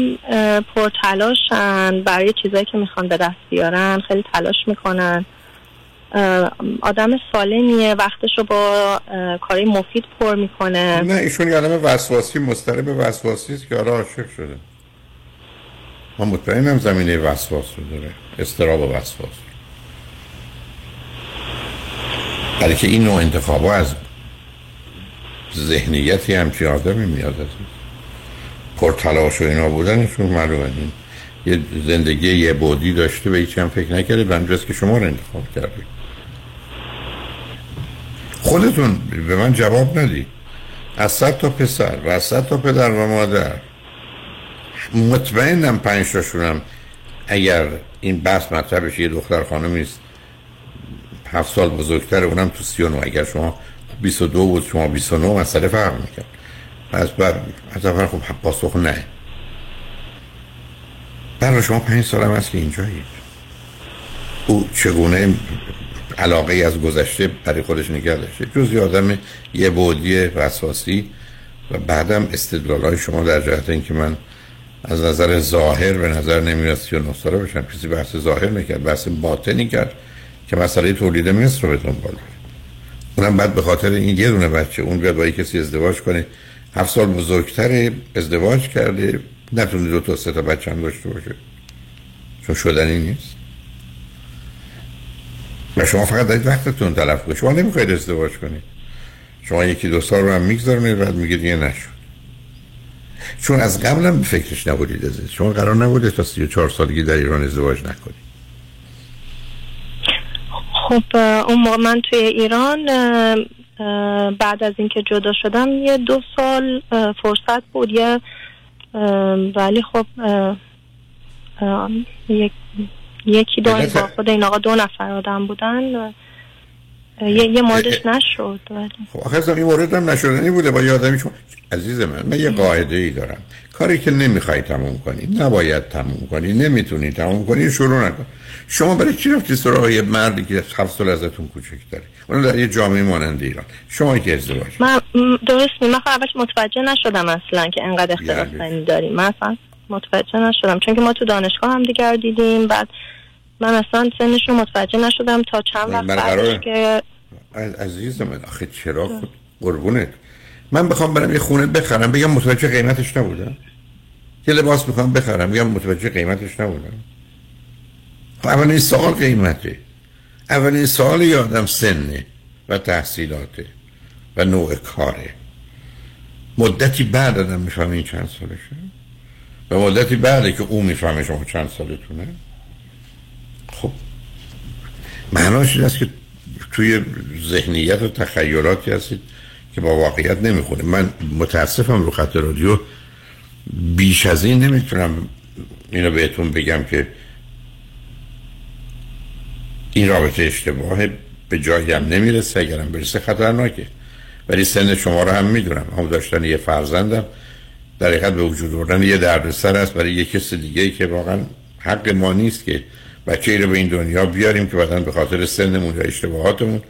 پرتلاشن برای چیزایی که میخوان به دست بیارن، خیلی تلاش میکنن. آدم سالمیه، وقتشو با کاری مفید پر میکنه. نه ایشون یه آدم وسواسی، مضطرب وسواسی است که آره عاشق شده. من مطمئنم زمینه وسواس رو داره، اضطراب و وسواس. برای که این نوع انتخابا از ذهنیتی همچی آدمی میاد، از پرتلاش و اینا بودنشون معلومه. یه زندگی یه بعدی داشته و هیچی هم فکر نکرده، بنجاست که شما رو انتخاب کردید. خودتون به من جواب ندید. از 100 تا پسر و از 100 تا پدر و مادر مطمئنم 5 تاشونم اگر این بحث مطرح بشه، یه دختر خانمی است 7 سال بزرگتر، اونم تو 39، اگر شما 22 بود شما 29 مسئله فرق میکرد. پس از اول خب پاسخ نه. برای شما 5 سال هم هست که اینجایید. او چگونه علاقه از گذشته برای خودش نگه داشته، جز یه آدم یه بعدی وسواسی. و بعدم استدلالای شما در جهت این که من از نظر ظاهر به نظر نمیاد 39 ساله باشم. کسی بحث ظاهر نکرد، بحث باطنی کرد که مسئله تولید مثل رو به دنبال داره. اونم بعد به خاطر این یه دونه بچه اون بیاد با یه کسی ازدواج کنه 7 سال بزرگتر، ازدواج کرده، نتونه 2 تا 3 تا بچه هم داشته باشه، چون شدنی نیست. و شما فقط دارید وقتتون تلف کنید. شما نمیخواید ازدواج کنید، شما 1-2 سال رو هم میگذارونید بعد میگید یه نشد. چون از قبل هم فکرش نبودید ازش. شما قرار نبوده تا 34 سالگی در ایران ازدواج نکنید. خب اون موقع من توی ایران بعد از اینکه جدا شدم 1-2 سال فرصت بود، ولی خب 1-2 با خود این آقا 2 نفر آدم بودن، یه موردش نشد. خب آخه این مورد هم نشدنی بوده با یه آدمی. شما عزیز من یه قاعده ای دارم، کاری که نمیخوای تموم کنی نباید تموم کنی، نمیتونی تموم کنی شروع نکن. شما برای چی رفتی سراغ یه مردی که 7 سال ازتون کوچکتره، اون در یه جامعه مانند ایران؟ شما که ازدواج من درست من اولش متوجه نشدم اصلا که انقدر اختلاف سنی داریم. من اصلا متوجه نشدم، چون که ما تو دانشگاه هم دیگر دیدیم. بعد من اصلا سنش رو متوجه نشدم تا چند وقت بعدش که عزیز من آخه چرا خود قربونت من بخوام برم یه خونه بخرم بگم متوجه قیمتش نبودم، یه لباس میخوام بخرم بگم متوجه قیمتش نبودم. اولین سوال قیمته، اولین سوال یه آدم سنه و تحصیلاته و نوع کاره. مدتی بعد آدم میفهمه این چند سالشه. به مدتی بعده که او میفهمه شما چند سالتونه. خب معناش این است که توی ذهنیت و تخیلاتی هستید که با واقعیت نمیخونه. من متاسفم رو خط رادیو بیش از این نمیتونم اینو بهتون بگم که این رابطه اشتباهه، به جایی هم نمیرسه، اگرم برسه خطرناکه. ولی سن شما رو هم میدونم، هم داشتن یه فرزندم در حقیقت به وجود آوردن یه دردسر است برای یه کس دیگه‌ای که واقعا حق ما نیست که بچه‌ای رو به این دنیا بیاریم که بعداً به خاطر سنمون یا اشتباهاتمون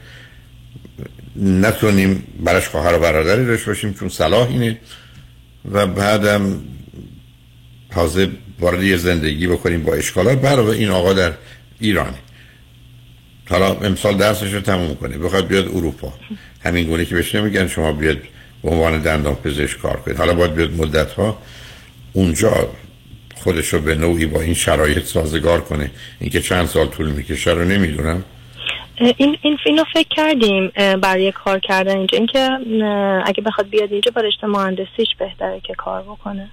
نتونیم براش خواهر و برادری داشته باشیم چون صلاح اینه و بعدم تازه وارد یه زندگی بکنیم با اشکالات. برای این آقا در ایرانه، حالا امسال درسش رو تموم کنه، بخواد بیاد اروپا، همین گونه که بهش نمیگن شما بیاد به عنوان دندان پزشک کار کنید، حالا باید بیاد مدت‌ها اونجا خودش رو به نوعی با این شرایط سازگار کنه. اینکه چند سال طول میکشه رو نمیدونم. اینو فکر کردیم برای کار کردن اینجا، اینکه اگه بخواد بیاد اینجا با رشته مهندسیش بهتره که کار بکنه.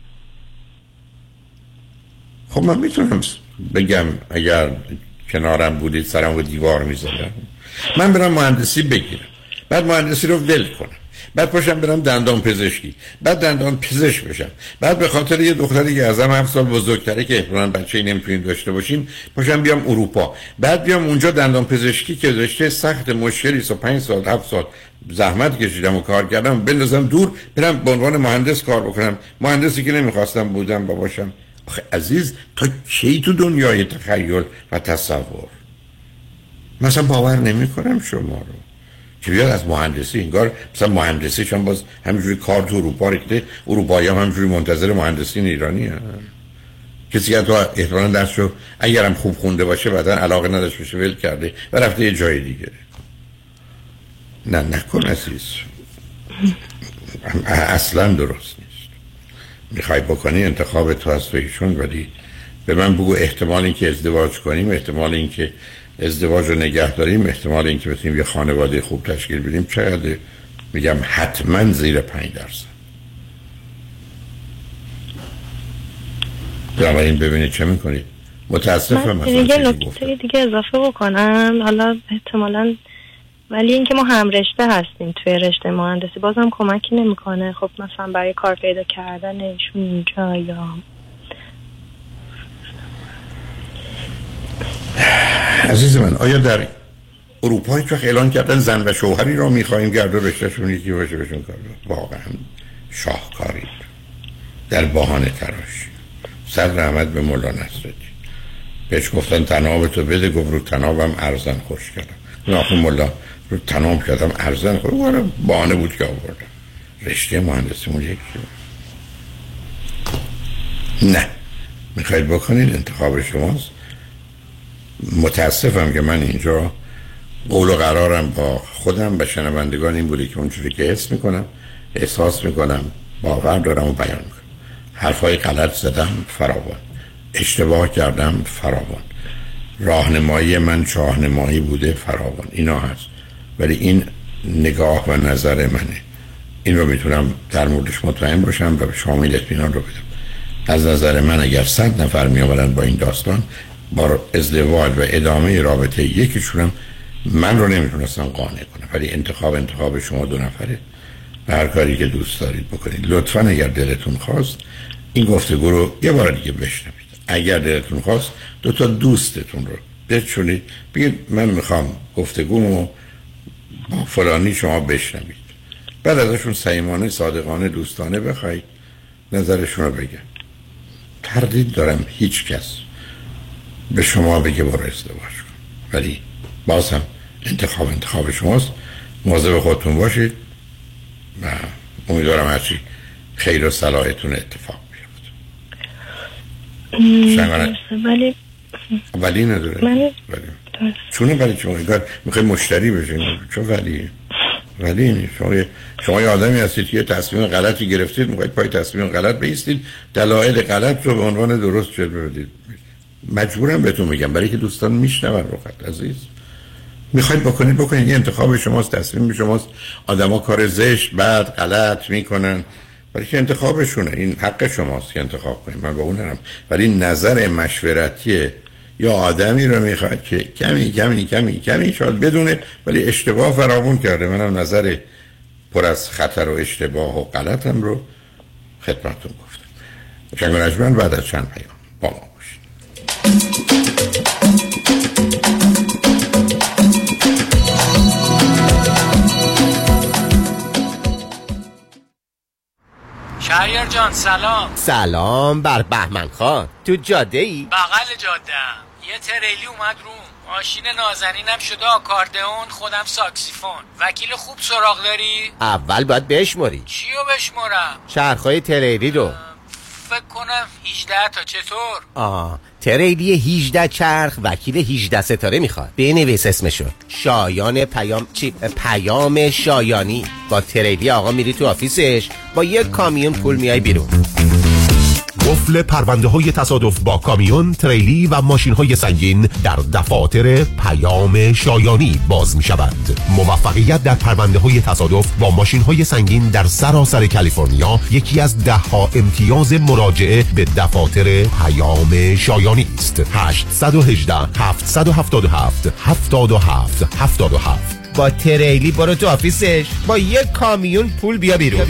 خب من میتونم بگم اگر کنارم بودید سرم و دیوار میزدم، من برم مهندسی بگیرم، بعد مهندسی رو ول کنم، بعد پاشم برم دندان پزشکی، بعد دندان پزشک بشم، بعد به خاطر یه دختری که ازم 7 سال بزرگتره که احتمالاً بچه‌ای نمیتونیم داشته باشیم پاشم بیام اروپا، بعد بیام اونجا دندان پزشکی که رشته سخت مشکلی 5 سال 7 سال زحمت کشیدم و کار کردم بندازم دور، برم به عنوان مهندس کار بکنم، مهندسی که نمیخواستم بودم باشم. آخه عزیز تا کی تو دنیای تخیل و تصور؟ مثلا باور نمی‌کنم شما رو که بیاد از مهندسی انگار مثلا مهندسی چون باز همینجوری کار تو اروپا ریخته، اروپایی هم همینجوری منتظر مهندسین ایرانی هست. کسی که تو احتمالاً درسشو اگرم خوب خونده باشه بعدا علاقه نداشته باشه ول کرده و رفته یه جای دیگه. نه نکن عزیز، اصلا درست نیست. میخوای بکنی انتخاب تو هست و ایشون، ولی به من بگو احتمال اینکه ازدواج کنیم، احتمال اینکه ازدواج رو نگه داریم، احتمال اینکه بتونیم یه خانواده خوب تشکیل بدیم چقدر؟ میگم حتما زیر 5%. بنابراین ببینید چه میکنید. متاسفم. من یه نکته دیگه اضافه بکنم، حالا احتمالاً ولی اینکه ما هم رشته هستیم توی رشته مهندسی بازم کمکی نمیکنه. خب مثلا برای کار پیدا کردن ایشون اینجا یا عزیز من، آیا در اروپا هیچ وقت اعلان کردن زن و شوهری را میخواهیم گرد و رشتهشون یکی باشه بهشون کار؟ واقعا شاهکاری در بهانه تراشی. صد رحمت به مولا نصرالدین، بهش گفتن تنابتو بده، گفت رو تنابم ارزن خوش کردم. آخه مولا رو تناب کردم ارزن خوش کردم، بهانه بود که آوردم. رشته مهندسیمون یکی نه میخواید بکنید انتخاب شماست. متاسفم که من اینجا قول و قرارم با خودم و شنوندگان این بوده که اونجوری که حس میکنم، احساس میکنم، باور دارم و بیان میکنم. حرفای غلط زدم فراوان، اشتباه کردم فراوان، راهنمایی من شاهنمایی بوده فراوان، اینا هست. ولی این نگاه و نظر منه، این رو میتونم در موردش مطمئن باشم و شامل اطمینان رو بدم. از نظر من اگر 100 نفر میآمدن با این داستان، با ازدواج و ادامه رابطه یکیشونم من رو نمیتونستم قانع کنم. ولی انتخاب شما 2 نفره و هر کاری که دوست دارید بکنید. لطفاً اگر دلتون خواست این گفتگو رو یه بار دیگه بشنوید. اگر دلتون خواست 2 تا دوستتون رو بچونید، بگید من میخوام گفتگومو با فلانی شما بشنوید، بعد ازشون صمیمانه، صادقانه، دوستانه بخواید نظرشون رو بگن. تردید دارم هیچ کس به شما بگه برو ازدواج کن، ولی باز هم انتخاب شماست. مواظب خودتون باشید و امیدوارم هرچی خیر و صلاحتون اتفاق بیفته. ولی نداره. چونه ولی شما میخوای مشتری بشین؟ چون ولی نیست. شما یه آدمی هستید که تصمیم غلطی گرفتید، میخواید پای تصمیم غلط بایستید، دلایل غلط رو به عنوان درست جلوه بدید. مجبورم بهتون میگم برای که دوستان میشنون رو خط عزیز، میخواید بکنید. این انتخاب شماست، تصمیم شماست. آدما کار زشت بعد غلط میکنن ولی که انتخابشونه، این حق شماست که انتخاب کنید، من با اون نرم. ولی نظر مشورتی یا آدمی رو میخواد که کمی شاید بدونه ولی اشتباه فراوون کرده. منم نظر پر از خطر و اشتباه و غلطم رو خدمتتون گفتم. شنگ و نجمن بعد از چند پیام با ما باشید. شهریار جان سلام. سلام بر بهمن خان. تو جاده ای؟ بغل جاده‌ام. یه تریلی اومد روم، ماشین نازنینم شده آکاردئون، خودم ساکسیفون. وکیل خوب سراغ داری؟ اول باید بشماری. چیو بشمارم؟ چرخهای تریلی رو. فکر کنم 18 تا. چطور؟ تریلی 18 چرخ وکیل 18 ستاره میخواد. بنویس اسمشو. شایان پیام شایانی. با تریلی آقا میری تو آفیسش، با یک کامیون پول میای بیرون. قفل پرونده های تصادف با کامیون، تریلی و ماشین های سنگین در دفاتر پیام شایانی باز می شود. موفقیت در پرونده های تصادف با ماشین های سنگین در سراسر کالیفرنیا یکی از 10 امتیاز مراجعه به دفاتر پیام شایانی است. 818 777 77. با تریلی برو تو آفیسش، با یک کامیون پول بیا بیرون.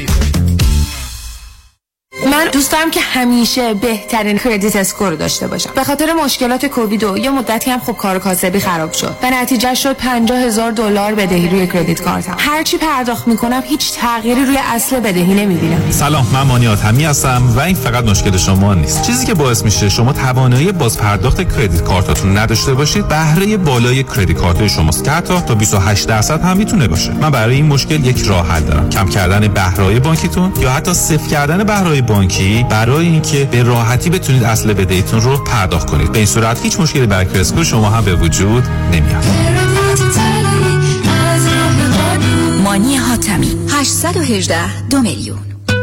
من دوست دارم که همیشه بهترین کردیت اسکور داشته باشم. به خاطر مشکلات کووید و یه مدتی هم خب کار کاسبی خراب شد. به نتیجه شد $50,000 بدهی روی کردیت کارتم. هرچی پرداخت میکنم هیچ تغییری روی اصل بدهی نمیبینم. سلام، من مانیات همی هستم و این فقط مشکل شما نیست. چیزی که باعث میشه شما توانایی باز پرداخت کردیت کارتاتون نداشته باشید، بهره بالای کردیت کارت شماست که حتی تا 28% هم میتونه باشه. من برای این مشکل یک راه حل دارم. کم کردن بهره بانکیتون یا حتی صفر کردن بهره بانکی برای اینکه به راحتی بتونید اصل بدهیتون رو پرداخت کنید. به این صورت هیچ مشکلی برای کردیت اسکور شما هم به وجود نمیاد. مانی حاتمی 818 2 میلیون.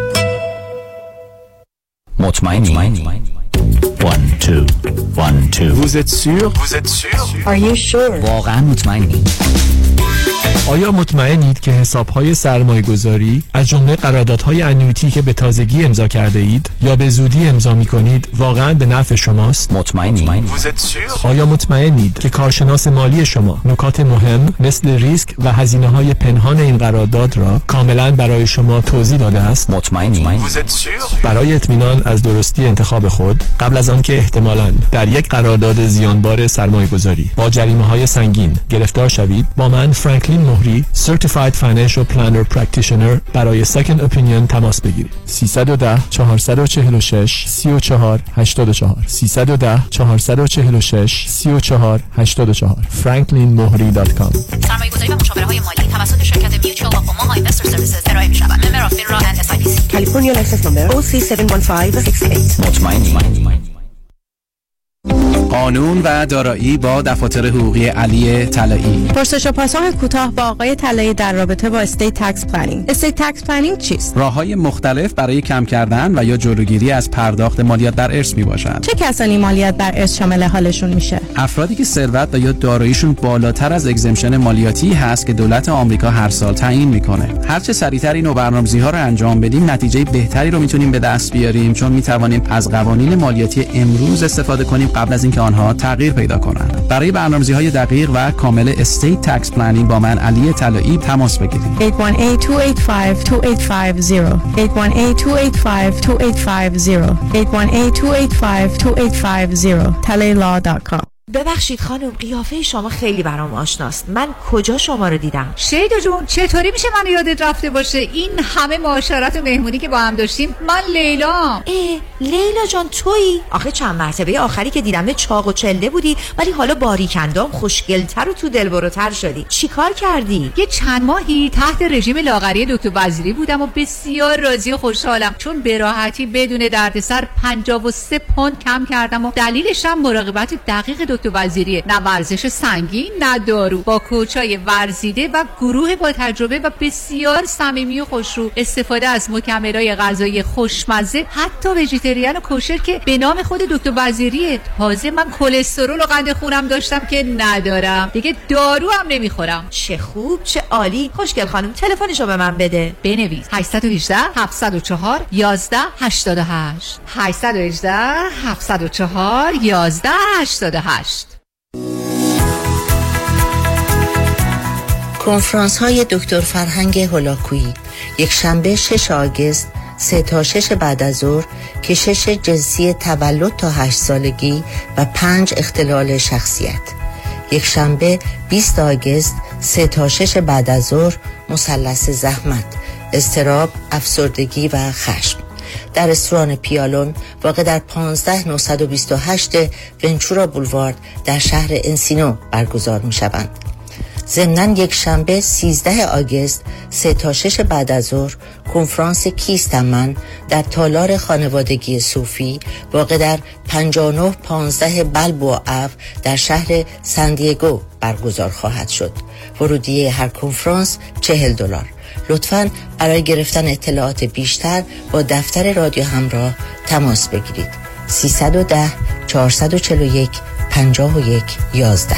مطمئنی؟ 1 2 Vous êtes sûr? Are you sure? واقعا مطمئنی؟ آیا مطمئنید که حساب‌های سرمایه‌گذاری از جمله قراردادهای انویتی که به تازگی امضا کرده اید یا به زودی امضا می‌کنید واقعاً به نفع شماست؟ مطمئنی؟ آیا مطمئنید که کارشناس مالی شما نکات مهم مثل ریسک و هزینه‌های پنهان این قرارداد را کاملاً برای شما توضیح داده است؟ مطمئنی؟ برای اطمینان از درستی انتخاب خود قبل از آنکه احتمالاً در یک قرارداد زیانبار سرمایه‌گذاری با جریمه‌های سنگین گرفتار شوید، با من فرانکلین مهری Certified Financial Planner Practitioner برای Second Opinion تماس بگیرید. 310 446 34 84 310 446 34 84 franklinmohri.com. سرمایه‌گذاری و مشاوره های مالی توسط شرکت میوچوال و اوماها اینوستر سرویسز ارائه می‌شود. ممبر اف فینرا اند SIPC. کالیفرنیا لایسنس نمبر OC71568. مطمئنی؟ قانون و دارایی با دفاتر حقوقی علی طلایی. پرسش و پاسخ کوتاه با آقای طلایی در رابطه با استیت تکس پلنینگ. استیت تکس پلنینگ چیست؟ راه‌های مختلف برای کم کردن و یا جلوگیری از پرداخت مالیات بر ارث میباشد. چه کسانی مالیات بر ارث شامل حالشون میشه؟ افرادی که ثروت و یا داراییشون بالاتر از اگزمشن مالیاتی هست که دولت آمریکا هر سال تعیین میکنه. هر چه سریعتر این برنامه‌ریزی‌ها رو انجام بدیم، نتیجه بهتری رو میتونیم به دست بیاریم، چون میتوانیم از قوانین مالیاتی امروز استفاده کنیم قبل از اینکه آنها تغییر پیدا کنند. برای برنامه‌ریزی‌های دقیق و کامل استیت تکس پلنینگ با من علی طلایی تماس بگیرید. 818-285-2850 818-285-2850 talaylaw.com. ببخشید خانم، قیافه شما خیلی برام آشناست. من کجا شما رو دیدم؟ شیدا جون، چطوری میشه منو یادت رفته باشه؟ این همه معاشرت و مهمونی که با هم داشتیم. من لیلام. لیلا جان تویی؟ آخه چند مرتبه آخری که دیدم چاق و چله بودی، ولی حالا باریکندام خوشگلتر و تو دلبروتر شدی. چیکار کردی؟ یه چند ماهی تحت رژیم لاغری دکتر وزیری بودم و بسیار راضی و خوشحالم، چون به راحتی بدون دردسر 53 پوند کم کردم و دلیلش هم مراقبت دقیق دکتر وزیری. نه ورزش سنگین نه دارو، با کوچای ورزیده و گروه با تجربه و بسیار صمیمی و خوشرو. استفاده از مکمل‌های غذایی خوشمزه، حتی ویژیتریان و کوشر که به نام خود دکتر وزیریه. تازه من کلسترول و قند خونم داشتم که ندارم، دیگه دارو هم نمیخورم. چه خوب، چه عالی. خوشگل خانم تلفنشو به من بده. بنویس 818 704 1188 818 704 1188. کنفرانس های دکتر فرهنگ هولاکویی، یک شنبه 6 آگوست 3 تا 6 بعد از ظهر، کشش جنسی تولد تا 8 سالگی و 5 اختلال شخصیت. یک شنبه 20 آگوست 3 تا 6 بعد از ظهر، مثلث زحمت، اضطراب، افسردگی و خشم، در رستوران پیالون واقع در 15928 ونچورا بولوارد در شهر انسینو برگزار می شوند. ضمناً یک شنبه 13 آگوست 3 تا 6 بعد از ظهر، کنفرانس کیستم من در تالار خانوادگی صوفی واقع در 5915 بلبوآ او در شهر سندیگو برگزار خواهد شد. ورودیه هر کنفرانس $40. لطفاً برای گرفتن اطلاعات بیشتر با دفتر رادیو همراه تماس بگیرید. 310 441 51 11.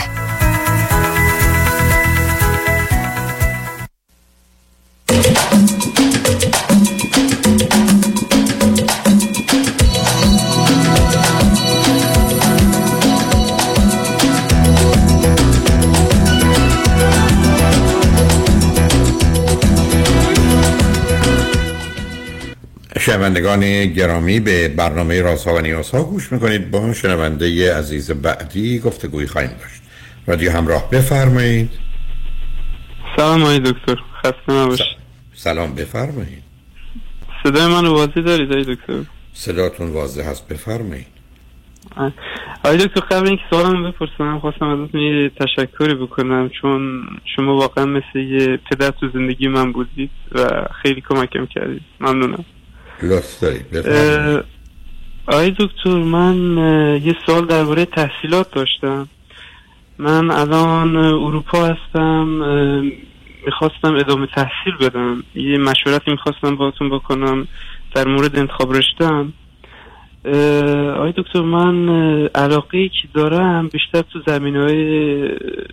شنوندگان گرامی، به برنامه رازها و نیازها گوش میکنید. با شنونده عزیز بعدی گفتگوی خواهیم داشت. رادیو همراه، بفرمایید. سلام آقای دکتر، خسته نباشید. سلام، بفرمایید. صدای من واضح دارید آقای دکتر؟ صداتون واضح هست، بفرمایید. آقای دکتر، قبل اینکه سوالم بپرسم خواستم ازتون یه تشکری بکنم، چون شما واقعا مثل یه پدر تو زندگی من بودید و خیلی کمکم کردید. ممنونم. لطف دارید، بفرمایید. آقای دکتر، من یه سوال درباره تحصیلات داشتم. من الان اروپا هستم، میخواستم ادامه تحصیل بدم. یه مشورتی میخواستم باهاتون بکنم در مورد انتخاب رشته‌ام. آقای دکتر، من علاقه‌ای که دارم بیشتر تو زمینه‌های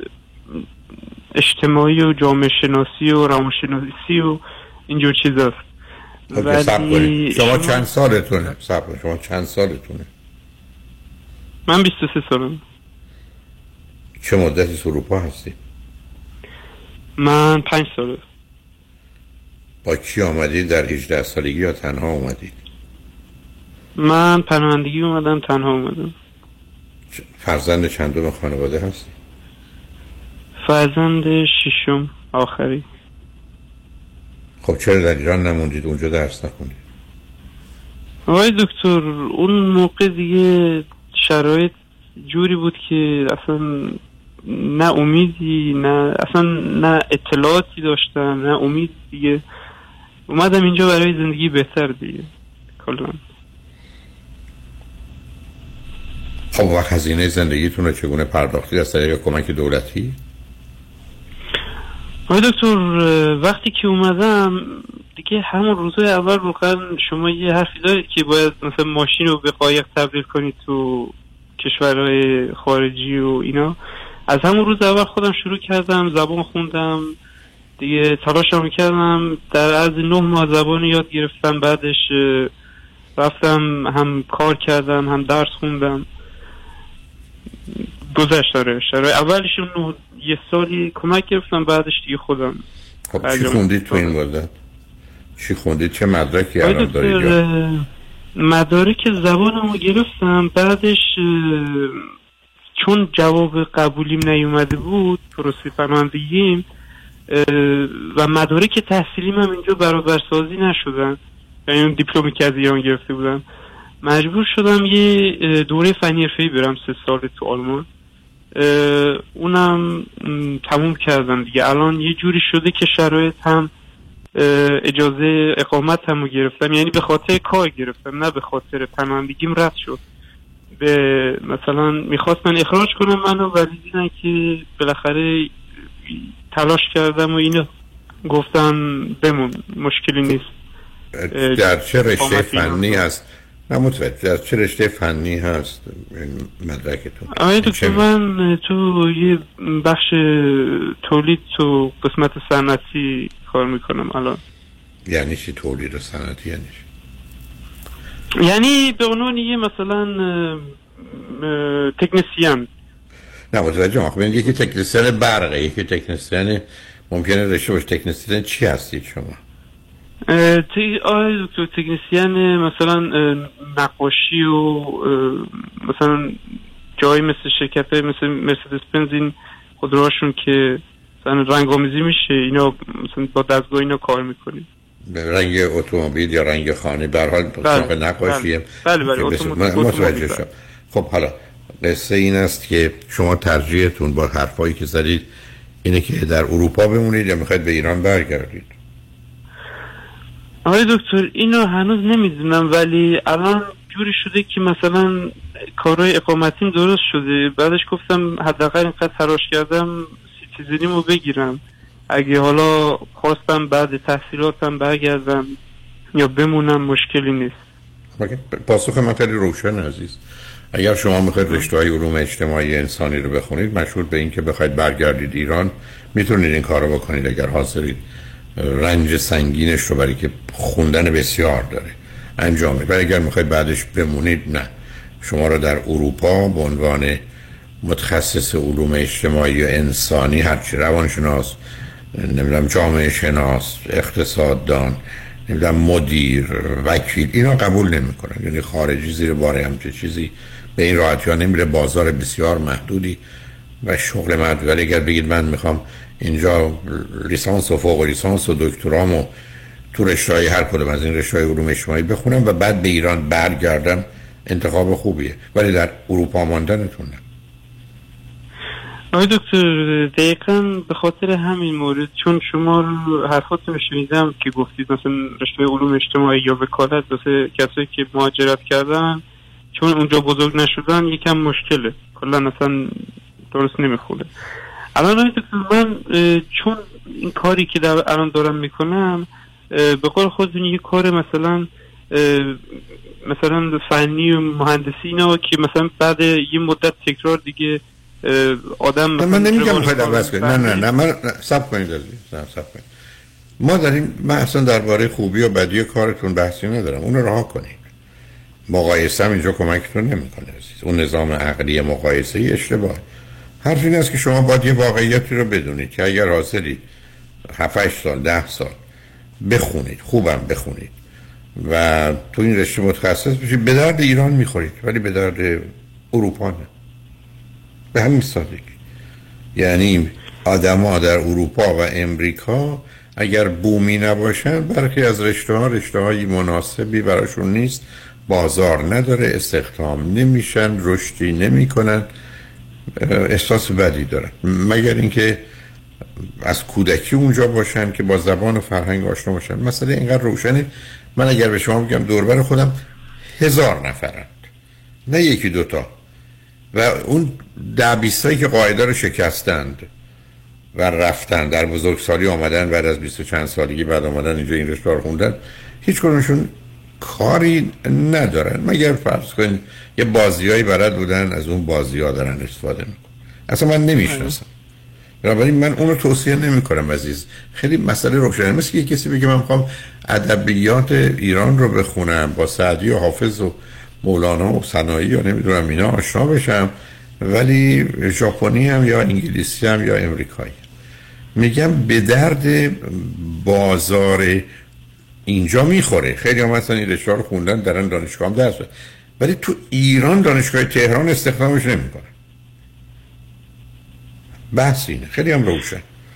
اجتماعی و جامعه شناسی و روانشناسی و اینجور چیزاست. ولی شما چند سالتونه؟ شما چند سالتونه؟ من 23 سالم. چه مدتی تو اروپا هستی؟ من 5 ساله. با کی آمدید؟ در 18 سالگی یا تنها اومدید؟ من پناهندگی اومدم، تنها اومدم. فرزند چندم خانواده هستی؟ فرزند ششم، آخری. خب چرا در ایران نموندید، اونجا درس نخوندید؟ آقای دکتر، اون موقع دیگه شرایط جوری بود که اصلا نه امیدی، نه اصلا نه اطلاعاتی داشتم، نه امید. دیگه اومدم اینجا برای زندگی بهتر دیگه کلا. خب وقت هزینه زندگیتون رو چگونه پرداختید؟ از طریق کمک دولتی؟ آقای دکتر، وقتی که اومدم دیگه همون روزهای اول واقعا شما یه حرفی دارید که باید مثلا ماشین رو به قایق تبدیل کنید تو کشورهای خارجی و اینا. از همون روز اول خودم شروع کردم، زبان خوندم دیگه، تلاشم کردم. در عرض 9 ماه زبان یاد گرفتم. بعدش رفتم هم کار کردم هم درس خوندم. گذشت داره اولشون یه سالی کمک گرفتم، بعدش دیگه خودم. خب چی خوندید تو این مدت؟ چی خوندید؟ چه مدرکی الان دارید؟ مدارک زبانمو گرفتم. بعدش چون جواب قبولیم نیومده بود پروسه پناهندگیم و مدارک تحصیلیم هم اینجا برابرسازی نشدن، یعنی اون دیپلمی که از ایران گرفته بودم، مجبور شدم یه دوره فنی حرفه‌ای برم 3 سال تو آلمان. اونم تموم کردم دیگه. الان یه جوری شده که شرایط هم اجازه اقامت همو گرفتم، یعنی به خاطر کار گرفتم نه به خاطر پناهندگیم رد شد. به مثلا میخواستن اخراج کنم منو، ولی دیدن که بالاخره تلاش کردم و اینو گفتم بمون، مشکلی نیست. در چه رشته فنی هست؟ متوجه در چه رشته فنی هست مدرکتون؟ آقای دکتر من تو یه بخش تولید تو قسمت صنعتی کار میکنم الان. یعنی چی تولید صنعتی؟ یعنی چی؟ یعنی به عنوان یه مثلا تکنسین. نه متوجه خب یکی تکنسین برقه، یکی تکنسین ممکنه رشته باشه. تکنسین چی هستید شما؟ آره دکتر تکنسین مثلا نقاشی و مثلا جایی مثل شرکت مثل مرسدس بنز این خودروهاشون که مثلا رنگ‌آمیزی میشه اینا مثلا با دستگاه اینا کار میکنیم. رنگ اتومبیل یا رنگ خانه به هر حال سراغ نقاشیه. بله متوجه شدم. خب حالا قصه این است که شما ترجیحتون با حرفایی که زدید اینه که در اروپا بمونید یا میخواید به ایران برگردید؟ آقای دکتر اینو هنوز نمیدونم، ولی الان جوری شده که مثلا کارهای اقامتیم درست شده، بعدش گفتم حداقل اینقدر تلاش کردم سیتیزنیمو بگیرم، اگه حالا خواستم بعد تحصیلاتم برگردم یا بمونم مشکلی نیست. پاسخ من خیلی روشن عزیز. اگر شما میخواید رشته‌های علوم اجتماعی انسانی رو بخونید، مشروط به این که بخواید برگردید ایران میتونید این کارو بکنید اگر حاضرید رنج سنگینش رو برای که خوندن بسیار داره انجام بدید. ولی اگر میخواید بعدش بمونید نه، شما رو در اروپا به عنوان متخصص علوم اجتماعی و انسانی، هرچی روانشناس، نمیدونم جامعه شناس، اقتصاددان، نمیدونم مدیر، وکیل، اینا قبول نمیکنن. یعنی خارجی زیر بار همچه چیزی به این راحتی ها نمیره. بازار بسیار محدودی و شغل محدود. ولی اگر بگید من میخوام اینجا لیسانس و فوق لیسانس و دکترامو تو رشته‌های هر کدوم از این رشته‌های علوم اجتماعی بخونم و بعد به ایران برگردم، انتخاب خوبیه. ولی در اروپا ماندنتون نه. آقای دکتر دقیقاً به خاطر همین مورد، چون شما رو حرفاتون شنیدم که گفتید مثلا رشته علوم اجتماعی یا وکالت واسه کسایی که مهاجرت کردن چون اونجا بزرگ نشدن یکم مشکله، کلا اصلا درست نمیخوره. الان آقای دکتر من چون این کاری که الان دارم میکنم به قول خودتون یه کار مثلا فنی و مهندسی اینا که مثلا بعد یه مدت تکرار دیگه آدم من نمیگم میخواید عوض کنید. نه من صبر کنید عزیز، صبر کنید. ما داریم، من اصلا درباره خوبی و بدی کارتون بحثی ندارم، اون رو رها کنید. مقایسه هم اینجا کمکتون نمیکنه عزیز. اون نظام عقلی مقایسه‌ای اشتباهه. حرف این است که شما باید یه واقعیتی رو بدونید که اگر حاضرید 7-8 سال 10 سال بخونید، خوبم بخونید و تو این رشته متخصص بشید، به درد ایران میخورید ولی به درد اروپا نه. به همین سادگی. یعنی آدم‌ها در اروپا و امریکا اگر بومی نباشن، برخی از رشته‌های مناسبی براشون نیست، بازار نداره، استخدام نمیشن، رشدی نمیکنن، احساس بدی دارن، مگر اینکه از کودکی اونجا باشن که با زبان و فرهنگ آشنا باشن. مسئله اینقدر روشنه. من اگر به شما بگم دور بر خودم 1000 نفرند، نه یکی دوتا، و اون 10-20 که قاعده رو شکستند و رفتن در بزرگسالی آمدن بعد از 20 و چند سالگی بعد آمدن اینجا این رشته رو خوندن، هیچ کدومشون کاری ندارن مگر فرض کنید یه بازیایی بلد بودن، از اون بازی‌ها دارن استفاده میکنن. اصلا من نمیشناسم، بنابراین من اونو توصیه نمیکنم عزیز. خیلی مسئله روشنه. مثل که کسی بگه من میخوام ادبیات ایران رو بخونم، با سعدی و حافظ و مولانا و سنایی و نمیدونم اینا آشنا بشم، ولی ژاپنی هم یا انگلیسی هم یا امریکایی. میگم به درد بازار اینجا میخوره. خیلی هم مثلا این رشته رو خوندن درن دانشگاه هم درس، ولی تو ایران دانشگاه تهران استخدامش نمیکنن. بحث اینه. خیلی هم روشن.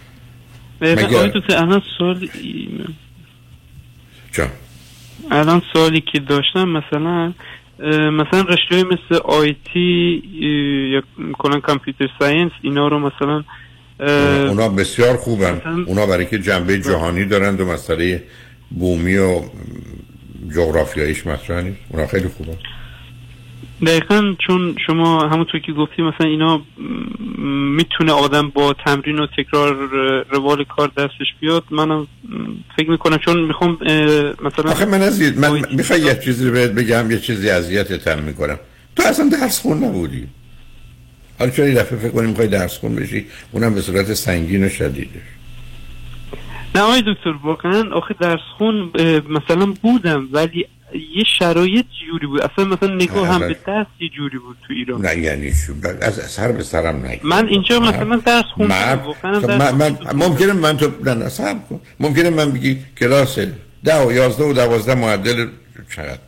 الان سوالی که داشتم مثلا رشته مثل آیتی یا کلا کامپیوتر ساینس اینا رو مثلا اونا بسیار خوبن. اونا برای که جنبه جهانی دارند و مسئله بومی و جغرافیاییش مطرح نیست. اونا خیلی خوبن. دقیقاً، چون شما همونطور که گفتی مثلا اینا میتونه آدم با تمرین و تکرار روال کار دستش بیاد. منم فکر میکنم چون میخوام مثلا آخه من میخوای یه چیزی رو بهت بگم، یه چیزی اذیتت میکنم. تو اصلا درس خون نبودی. حالا چرا یه دفعه فکر کنی میخوای درس خون بشی، اونم به صورت سنگین و شدیدش؟ نه آقای دکتر، واقعا آخه درس خون مثلا بودم، ولی یه شرایط جوری بود، اصلا مثلا نگاه هم به درس یه جوری بود تو ایران. نه یعنی شو از سر به سرم نگید. من اینجا مثلا درس خوندم، من ممکنه من تو نه صبر کن، ممکنه من بگی کلاس 10 و 11 و 12 معدل چقدر؟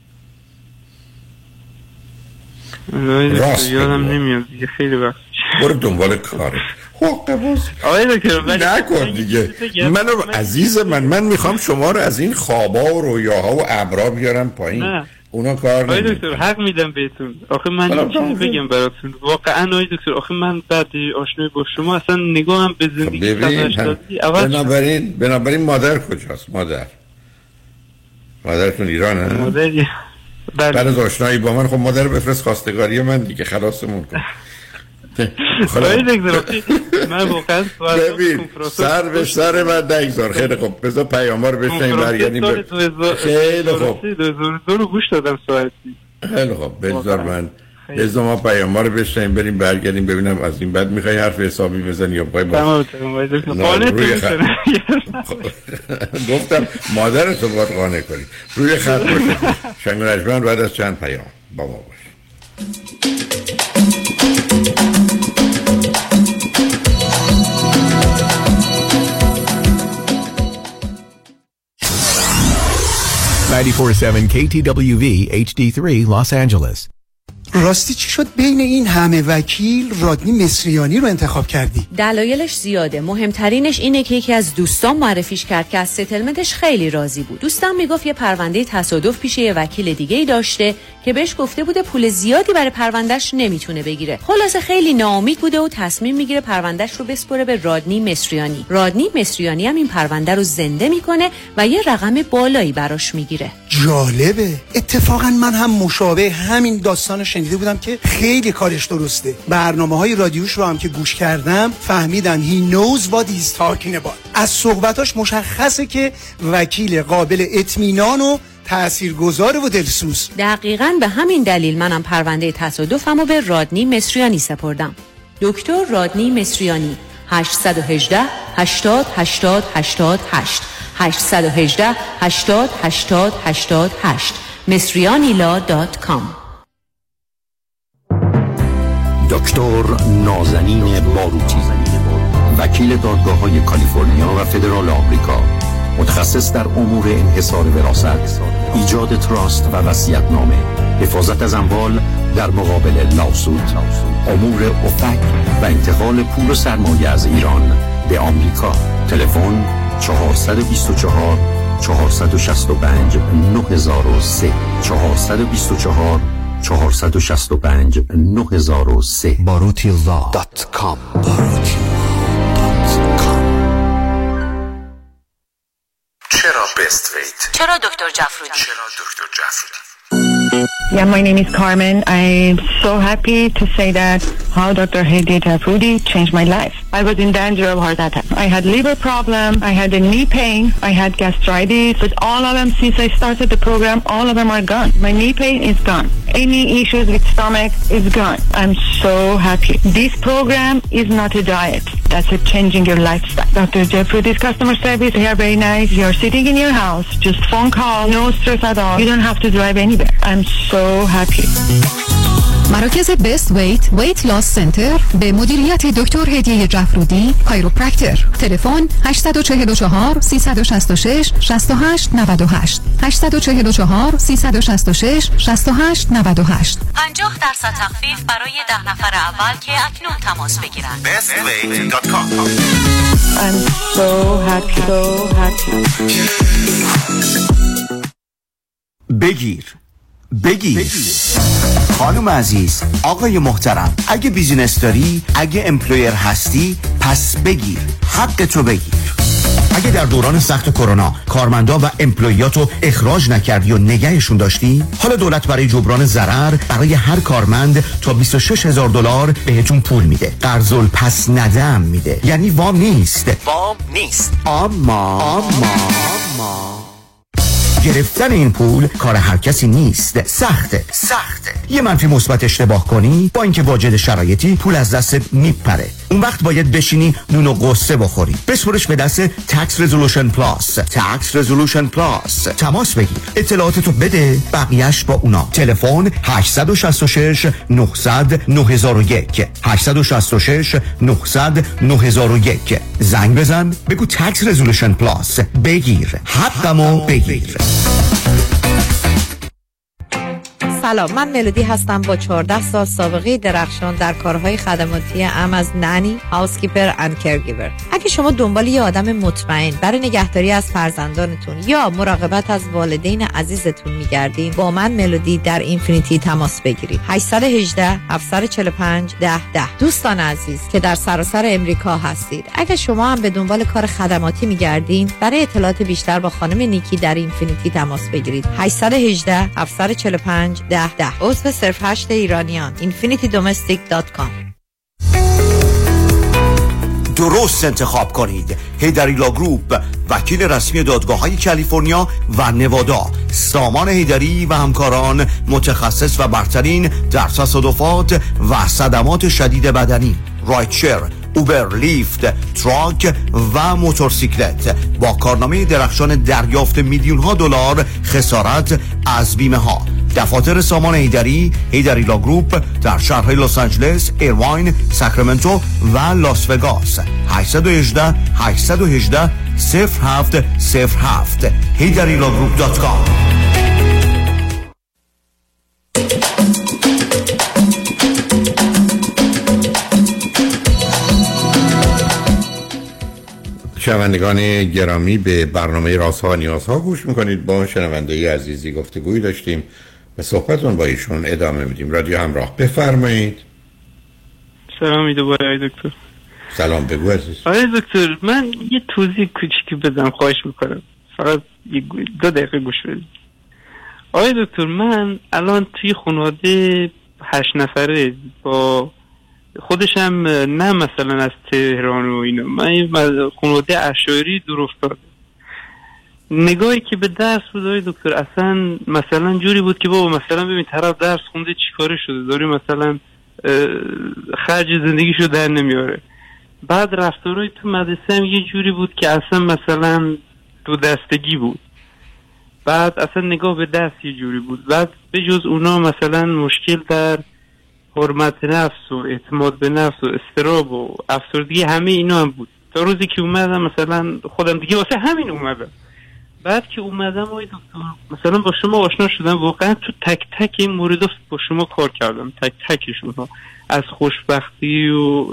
راست یادم نمیاد دیگه، خیلی وقت. برو دنبال کارت. حقه باز آقای دکتر نکن دیگه. منو عزیز من میخوام شما رو از این خوابا و رویاها و ابرا بیارم پایین. نه. اونا کار نمیکنه. آقای دکتر حق میدم بهتون. آخه من چیزی بگم براتون، واقعا آقای دکتر، آخه من بعد آشنایی با شما اصلا نگاهم به زندگی بنابراین مادر کجاست؟ مادرتون ایرانه؟ مادری بعد از آشنایی با من خب مادر بفرست خواستگاری من دیگه، خلاصمون کن. من واقعا ببین سر به سر من نگذار. خیلی خوب بذار پیام‌ها رو بشنیم برگردیم. خیلی خوب 2002 رو گوش دادم ساعتی. خیلی خوب بذار ما پیام‌ها رو بشنیم بریم برگردیم ببینم از این بعد میخوای حرف حسابی بزنی یا پای ما گفتم مادرتو باید قانع کنی. روی خط باشه. شنگ رجمن بعد از چند پیام با ما باشه. KTWV HD3 Los Angeles. راستی چی شد بین این همه وکیل رادنی مصریانی رو انتخاب کردی؟ دلایلش زیاده. مهمترینش اینه که یکی از دوستان معرفیش کرد که از ستلمنتش خیلی راضی بود. دوستم میگفت یه پرونده تصادف پیش یه وکیل دیگه‌ای داشته که بهش گفته بوده پول زیادی برای پروندهش نمیتونه بگیره. خلاصه خیلی ناامید بوده و تصمیم میگیره پروندهش رو بسپره به رادنی مصریانی. رادنی مصریانی هم این پرونده رو زنده میکنه و یه رقم بالایی براش میگیره. جالبه. اتفاقا من هم مشابه همین داستان شنیده بودم که خیلی کارش درسته. برنامه‌های رادیوش رو هم که گوش کردم فهمیدم he knows what he's talking about. از صحبتاش مشخصه که وکیل قابل اطمینان و تاثیرگذار و دلسوز. دقیقاً به همین دلیل منم پرونده تصادفمو به رادنی مصریانی سپردم. دکتر رادنی مصریانی 818 80 80 88 818 80 80 88 مصریانیلا.com. دکتر نازنین باروتی، وکیل دادگاه‌های کالیفرنیا و فدرال آمریکا، متخصص در امور انحصار وراثت، ایجاد تراست و وصیت‌نامه، حفاظت از اموال در مقابل لاسود، امور افک و انتقال پول و سرمایه از ایران به آمریکا. تلفن 424 465 9003 424 465 9003 barutilaw.com. چرا بست ویت؟ چرا دکتر جعفرودی؟ Yeah, my name is Carmen. I'm so happy to say that how Dr. Hedi Jafroudi changed my life. I was in danger of heart attack. I had liver problem. I had a knee pain. I had gastritis. But all of them, since I started the program, all of them are gone. My knee pain is gone. Any issues with stomach is gone. I'm so happy. This program is not a diet. That's a changing your lifestyle. Dr. Jafroudi's customer service, they are very nice. You're sitting in your house, just phone call, no stress at all. You don't have to drive anywhere. I'm so happy. مراکز بست ویت لاس سنتر به مدیریت دکتر هدیه جعفرودی، کایروپرکتر. تلفن 844 366 68 98 844 366 68 98. 50% تخفیف برای 10 نفر اول که اکنون تماس بگیرند. bestweight.com. I'm so happy. بگیر خانم عزیز، آقای محترم، اگه بیزینس داری، اگه امپلویر هستی، پس بگیر، حق تو بگیر. اگه در دوران سخت کرونا کارمندا و امپلویاتو اخراج نکردی و نگهشون داشتی، حالا دولت برای جبران ضرر برای هر کارمند تا $26,000 بهتون پول میده. قرض الپس ندم میده. یعنی وام نیست. اما گرفتن این پول کار هر کسی نیست. سخته. یه منفی مثبت اشتباه کنی، با اینکه واجد شرایطی، پول از دستت میپره. اون وقت باید بشینی نون و قصه بخوری. بسپرش به دست Tax Resolution Plus. تماس بگیر، اطلاعاتتو بده، بقیهش با اونا. تلفن 866 900 9001 866 900 9001. زنگ بزن بگو Tax Resolution Plus. بگیر حقمو بگیر. سلام، من ملودی هستم با 14 سال سابقه درخشان در کارهای خدماتی ام از نانی، هاوسکیپر اند کرگیور. اگه شما دنبال یه آدم مطمئن برای نگهداری از فرزندانتون یا مراقبت از والدین عزیزتون میگردین، با من ملودی در اینفینیتی تماس بگیرید. 818 745 1010. دوستان عزیز که در سراسر امریکا هستید، اگه شما هم به دنبال کار خدماتی میگردین، برای اطلاعات بیشتر با خانم نیکی در اینفینیتی تماس بگیرید. 818 745 1010. عضو صرف 8 ایرانیان. infinitydomestic.com. درست انتخاب کنید. هیدری لا گروپ، وکیل رسمی دادگاه‌های کالیفرنیا و نوادا. سامان هیدری و همکاران، متخصص و برترین در تصادفات و صدمات شدید بدنی، رایتشر، اوبر، لیفت، تراک و موتورسیکلت، با کارنامه درخشان دریافت میلیون‌ها دلار خسارت از بیمه ها. دفاتر سامان هیدری لا گروپ در شهرهای لس آنجلس، ایرواین، ساکرامنتو و لاس وگاس. 818 0707 HeyDaddyLawGroup.com. شنوندگان گرامی، به برنامه رازها و نیازها گوش میکنید. با شنونده عزیزی گفتگویی داشتیم، به صحبتون با ایشون ادامه میدیم. رادیو همراه، بفرمایید. سلامی دوباره آقای دکتر. سلام، بگو عزیز. آقای دکتر، من یه توضیح کوچیکی بدم، خواهش میکنم، فقط 2 دقیقه گوش بدید. آقای دکتر، من الان توی خانواده 8 نفره، با خودشم نه مثلا از تهران و اینا، من خانواده اشعری دور افتاده. نگاهی که به درس بود آقای دکتر، اصلا مثلا جوری بود که بابا مثلا ببین طرف درس خونده چیکاره شده، داری مثلا خرج زندگیشو در نمیاره. بعد رفتارهای تو مدرسه هم یه جوری بود که اصلا مثلا 2 دستگی بود. بعد اصلا نگاه به درس یه جوری بود. بعد به جز اونا مثلا مشکل در حرمت نفس و اعتماد به نفس و اضطراب و افسردگی، همه اینا هم بود. تا روزی که اومدم مثلا خودم دیگه واسه همین اومدم. بعد که اومدم آقای دکتر مثلا با شما آشنا شدم، واقعا تو تک تک این موردها با شما کار کردم، تک تکشون ها، از خوشبختی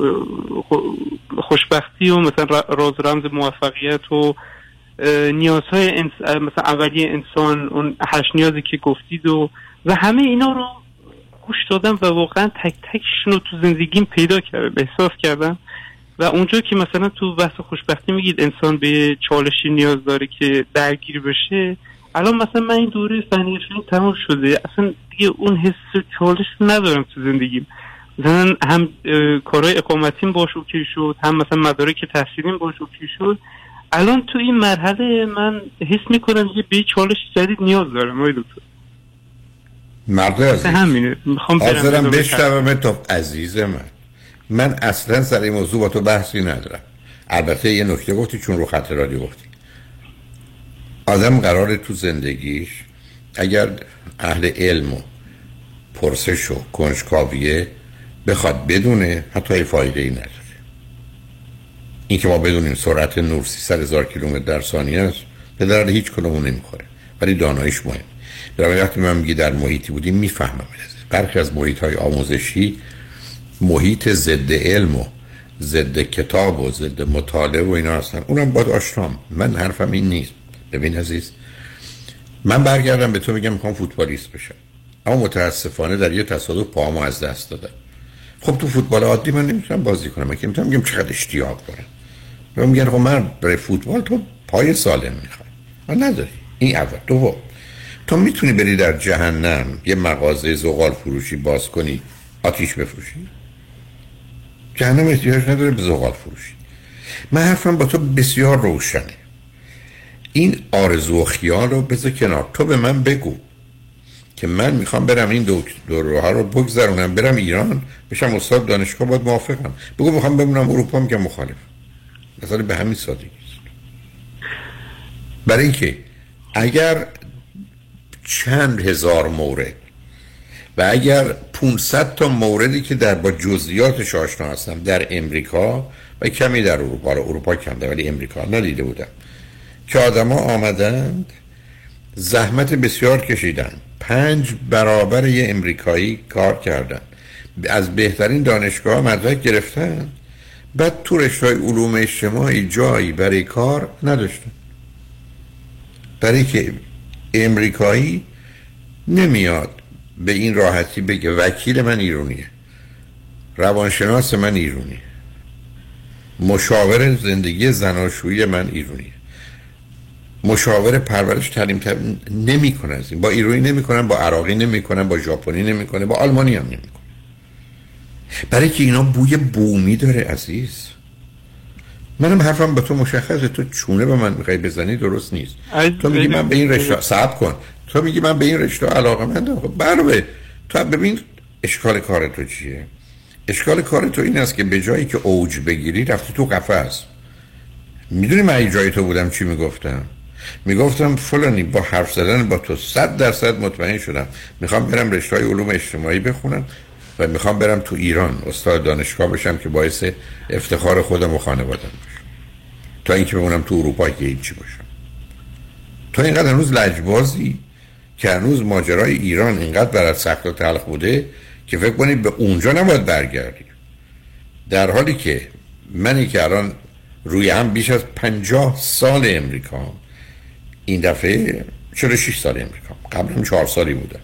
و مثلا راز رمز موفقیت و نیازهای مثلا اولیه انسان، اون 8 نیازی که گفتید و همه اینا رو گوش دادم و واقعا تک تکشون رو تو زندگیم پیدا کردم، احساس کردم. و اونجا که مثلا تو بحث خوشبختی میگید انسان به چالشی نیاز داره که درگیر بشه، الان مثلا من این دوره فنیشنی تمام شده، اصلا دیگه اون حس چالش ندارم تو زندگیم. مثلا هم کارهای اقامتیم باش اوکی شد، هم مثلا مدارک تحصیلیم باش اوکی شد. الان تو این مرحله من حس میکنم که به چالش جدید نیاز دارم آقای دکتر. مرد عزیز، همینه میخوام حاضرم بشنوم تو عزیز من اصلا سر این موضوع با تو بحثی ندارم. البته یه نکته گفتی، چون رو خط رادیو گفتی، آدم قراره تو زندگیش اگر اهل علم و پرسش و کنجکاویه بخواد بدونه، حتی فایده ای نداره. این که ما بدونیم سرعت نور 300,000 کیلومتر در ثانیه است، به درد هیچ کدومون نمیخوره، ولی داناییش مهم. برای وقتی من میگی در محیطی بودیم میفهمم. برخی از محیط‌های آموزشی محیط ضد علم و ضد کتاب و ضد مطالعه و اینا هستن، اونم باید آشنام. من حرفم این نیست. ببین عزیز، من برگردم به تو میگم میخوام فوتبالیست بشم، اما متاسفانه در یه تصادف پاهامو از دست دادم. خب تو فوتبال عادی من نمیتونم بازی کنم، من که میتونم بگم چقدر اشتیاق دارم. و میگن خب من برای فوتبال تو پای سالم میخوای، من نداری. این اول. دوم، تو میتونی بری در جهنم یه مغازه زغال فروشی باز کنی آتیش بفروشی؟ جهنم احتیاج نداره به زغال فروشی. من حرفم با تو بسیار روشنه. این آرزو و خیال رو بذار کنار. تو به من بگو که من میخوام برم این دوره رو بگذرونم برم ایران بشم استاد دانشگاه، باید موافقم. بگو میخوام بمونم اروپا، میگم مخالف. مثلا به همین سادگی است. برای اینکه اگر چند هزار مورد و اگر 500 تا موردی که در با جزئیاتش آشنا هستم در امریکا و کمی در اروپا کنده ولی امریکا ندیده بودم، که آدم ها آمدند زحمت بسیار کشیدن، 5 برابر یه امریکایی کار کردن، از بهترین دانشگاه مدرک گرفتن، بعد تو رشته‌های علوم اجتماعی جایی برای کار نداشتن. برای که امریکایی نمیاد به این راحتی بگه وکیل من ایرانیه، روانشناس من ایرانیه، مشاور زندگی زناشویی من ایرانیه، مشاور پرورش تعلیم نمی کنه. از این با ایرانی نمی کنن، با عراقی نمی کنن، با ژاپنی نمی کنه، با آلمانی هم نمی کنه. برای که اینا بوی بومی داره عزیز. منم حرفم با تو مشخصه. تو چونه به من میخوای بزنی درست نیست. تو میگی من به این رشته صبر کن، تو میگی من به این رشته علاقه‌مندم. خب برو تو ببین اشکال کار تو چیه. اشکال کار تو این است که به جایی که اوج بگیری رفتی تو قفس. میدونی من این جای تو بودم چی میگفتم؟ میگفتم فلانی با حرف زدن با تو 100% مطمئن شدم میخوام برم رشته‌های علوم اجتماعی بخونم و میخوام برم تو ایران استاد دانشگاه بشم که باعث افتخار خودم و خانواده‌ام بشه، تا اینکه بمونم تو اروپا که هیچی باشم. تو اینقدر هنوز لجبازی که هنوز ماجرای ایران اینقدر برات سخت و تلخ بوده که فکر کنی به اونجا نباید برگردی، در حالی که منی که الان روی هم بیش از 50 سال امریکا، این دفعه 46 سال امریکا، قبلا 4 سالی بودم.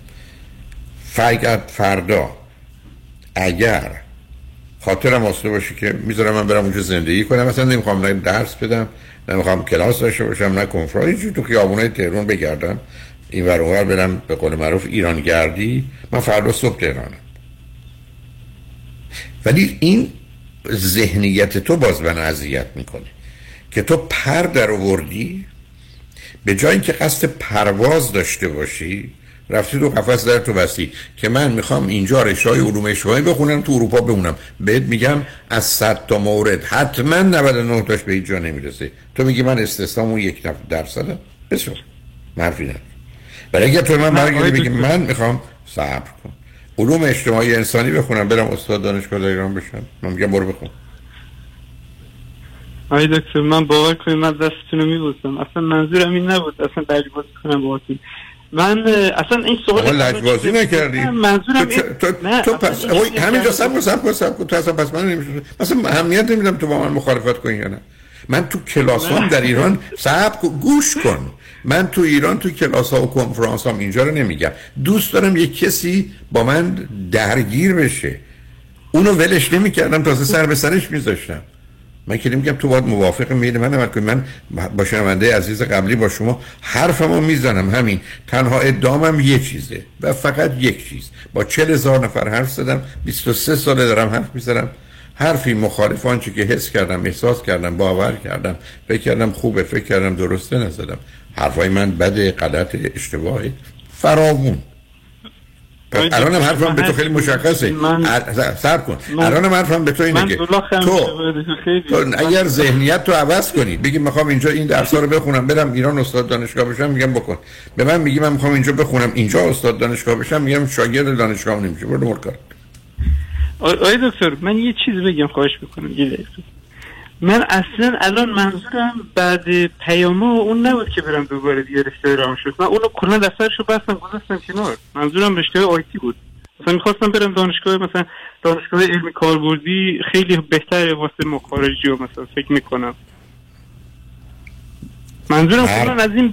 فردا اگر خاطرم واسه باشه که میذارم من برم اونجا زندگی کنم، مثلا نمیخوام نه درس بدم، نمیخوام کلاس داشته باشم، نه کنفرانسی تو خیابونای تهران بگردم این ور اونور برم، به قول معروف ایران گردی، من فردا صبح تهرانم. ولی این ذهنیت تو باز من اذیت میکنه که تو پر در آوردی، به جای اینکه قصد پرواز داشته باشی رفتی تو قفس در تو بستی که من میخوام اینجا رشته‌های علوم اجتماعی بخونم تو اروپا بمونم. بهت میگم از 100 تا مورد حتما 99 تاش به هیچ جا نمیرسه. تو میگی من استثنامون 1% بسیار حرفی نداره. برای اگه تو من برگردی بگی من میخوام صبر کن علوم اجتماعی انسانی بخونم برم استاد دانشگاه در ایران بشم، من میگم برو بخون. آقای دکتر من باور کنید من دستتون رو میبوسم، اصلا منظورم این نبود اصلا لجبازی کنم باهاتون. من اصلا این سوال لجبازی نکردی. منظورم تو پس همینجا سب کن تو اصلا پس من نمیشه مثلا اهمیت نمیدم تو با من مخالفت کنی یا نه. من تو کلاسام در ایران گوش کن، من تو ایران تو کلاس‌ها و کنفرانس‌هام اینجا رو نمیگم. دوست دارم یک کسی با من درگیر بشه، اونو ولش نمی‌کردم، تازه سر به سرش میذاشتم. من که نمیگم تو باید موافق میل من عمل کنی. من با شنونده عزیز قبلی با شما حرفمو میزنم، همین تنها ادعامم یه چیزه و فقط یک چیز. با 40,000 نفر حرف زدم، 23 ساله دارم حرف میزنم، حرفی مخالف آنچه که حس کردم، احساس کردم، باور کردم، فکر کردم خوبه، فکر کردم درسته نزدم. حرفای من بده، غلط، اشتباهه، فراوون. الانم حرفم به تو خیلی مشخصه. صبر کن. الانم حرفم به تو اینه که تو اگر ذهنیت تو عوض کنی بگی میخوام اینجا این درس‌ها رو بخونم برم ایران استاد دانشگاه بشم، میگم بکن. به من میگی من میخوام اینجا بخونم اینجا استاد دانشگاه بشم، میگم شاگرد دانشگاه نمیشه، برو مرکار. آقای دکتر من یه چیز بگم خواهش میکنم. من اصلا الان منظورم بعد پیاما اون نبود که برم دوباره دیگه رشته روانشناسی، من اونو کلا دفترشو بستم گذاشتم کنار. منظورم رشته آیتی بود. مثلا می‌خواستم برم دانشگاه، مثلا دانشگاه علمی کاربردی خیلی بهتره واسه ما خارجی ها مثلا فکر میکنم. منظورم کلا از این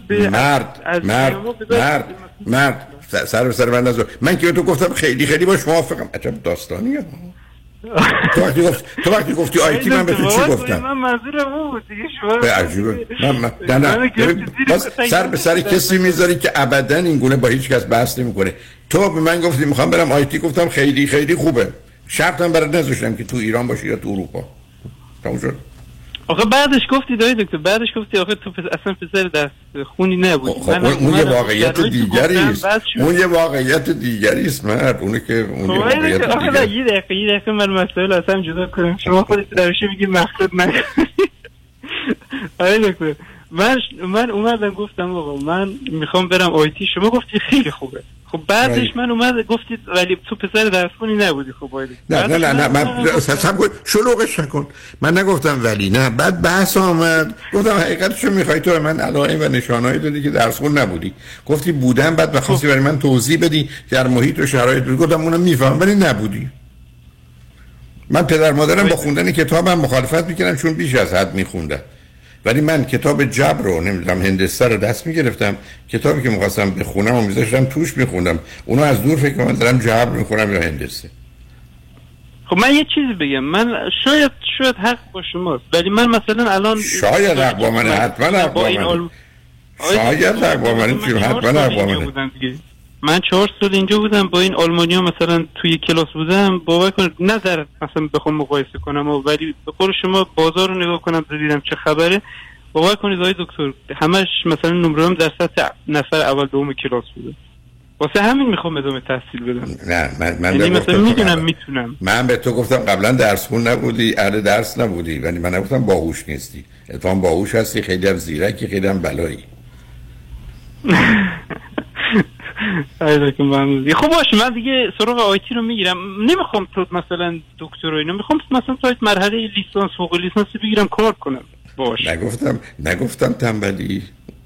مرد سر من نذار. من که تو گفتم خیلی باش موافقم. عجب داستانیه. تو وقتی گفتی آیتی من به تو چی گفتم؟ من منظورم بود دیگه شما به عجیبه. نه سر به سر کسی میذاری که ابدا این گونه با هیچ کس بحث نمیکنه. تو به من گفتی میخوام برم آیتی، گفتم خیلی خیلی خوبه، شرطم برات نذاشتم که تو ایران باشی یا تو اروپا. تموم شد. آخه بعدش گفتی دکتر، بعدش گفتی آخه تو اصلا پسر دست خونی نبودی. اون یه واقعیت دیگری است. اون یه واقعیت دیگری است مرد. اونه که اون یه واقعیت دیگری. آخه یه دقیقه من مسائل اصلا جدا کنم. شما خودت درش میگی مقصد نکنی. آره دکتر، من اومدم گفتم آقا من میخوام برم آیتی، شما گفتی خیلی خوبه. خب بعدش من گفتید ولی تو پسر درسخونی نبودی. خب ولی نه من شلوغش نکن. من نگفتم ولی نه، بعد بحث آمد گفتم حقیقتشو میخوای تو من علائم و نشانه‌ای دادی که درسخون نبودی، گفتی بودم، بعد بخواستی برای من توضیح بدی در محیط و شرایط بود، گفتم اونم میفهمم ولی نبودی. من پدر مادرم با خوندن کتابم مخالفت میکردن چون بیش از حد میخوندن، ولی من کتاب جبر رو نمیدونم هندسه رو دست میگرفتم، کتابی که میخواستم بخونم و میذاشتم توش میخوندم، اونا از دور فکر من دارم جبر میخونم یا هندسه. خب من یه چیزی بگم، من شاید حق با شماست، ولی من مثلا الان شاید حق با من، حتما حق با من، شاید حق با من، حتما حق با من. من 4 سال اینجا بودم، با این آلمانیا مثلا توی کلاس بودم، باور کنید نظر مثلا بخوام مقایسه کنم ولی به قول شما بازار رو نگاه کنم دیدم چه خبره، باور کنید آقای دکتر همش مثلا نمره‌ام در سطح نفر اول دوم کلاس بوده. واسه همین میخوام ادامه تحصیل بدم. نه من یعنی مثلا میتونم. من به تو گفتم قبلا درس خون نبودی، اهل درس نبودی، ولی من نگفتم باهوش نیستی. اتفاقا باهوش هستی، خیلی هم زیرکی، خیلی هم بلایی. خب باشه، من دیگه سراغ آیتی رو میگیرم. نمیخوام تو مثلا دکتر و اینا، میخوام مثلا تا مرحله لیسانس فوق لیسانس بگیرم کار کنم. باشه نگفتم تنبلی.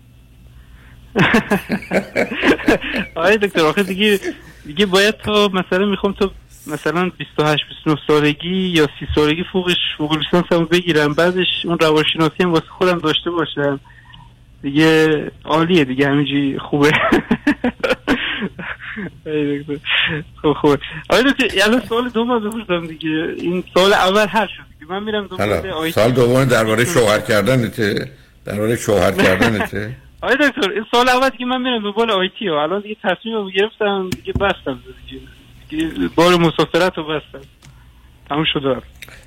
آره دکتر، آخه دیگه باید تا مثلا میخوام تو مثلا 28 29 سالگی یا 30 سالگی فوق لیسانسمو بگیرم، بعدش اون روانشناسی هم واسه خودم داشته باشم دیگه. عالیه دیگه، همینجوری خوبه. خوبه. آره دکتر، الان سوال دوم بپرسم دیگه. این سوال اول حل شد دیگه. من میرم دنبال آیتی. سوال دوم درباره شوهر کردنته. آره دکتر، این سوال اول که من میرم دنبال آیتی و الان دیگه تصمیمم گرفتم دیگه، بستم دیگه بار مسافرت رو بستم، تموم شده.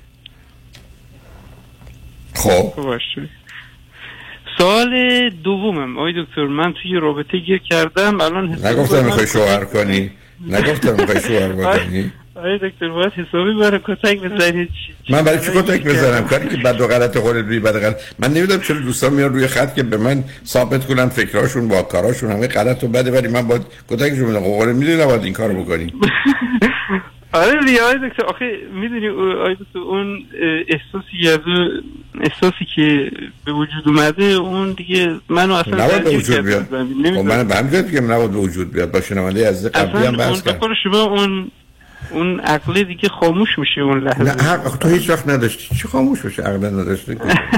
خب باشه. سوال دومم آقای دکتر، من توی رابطه گیر کردم الان. نگفتم میخوای شوهر کنی؟ نگفتم میخوای شوهر بکنی؟ آقای دکتر باید حسابی برای کتک بزنید. من برای چی کتک بزنم؟ کاری که بد و غلط خودت بی بد غلط. من نمیدونم چرا دوستان میان روی خط که به من ثابت کنن فکراشون با کاراشون همه غلط و بده، ولی من باید کتکشون بدم. قوقل میدونی نباید این کارو بکنی. آره دیگه آقای دکتر، آخه میدونی آقای دکتر اون احساسی که به وجود اومده اون دیگه منو اصلا نباید به وجود بیاد. من به همین دیگه نباید به وجود بیاد. با شنونده عزیز قبلی هم بحث کردم. اصلا شما اون عقل دیگه خاموش میشه اون لحظه. نه تو هیچ وقت نداشتی. چی خاموش بشه؟ عقل نداشتی.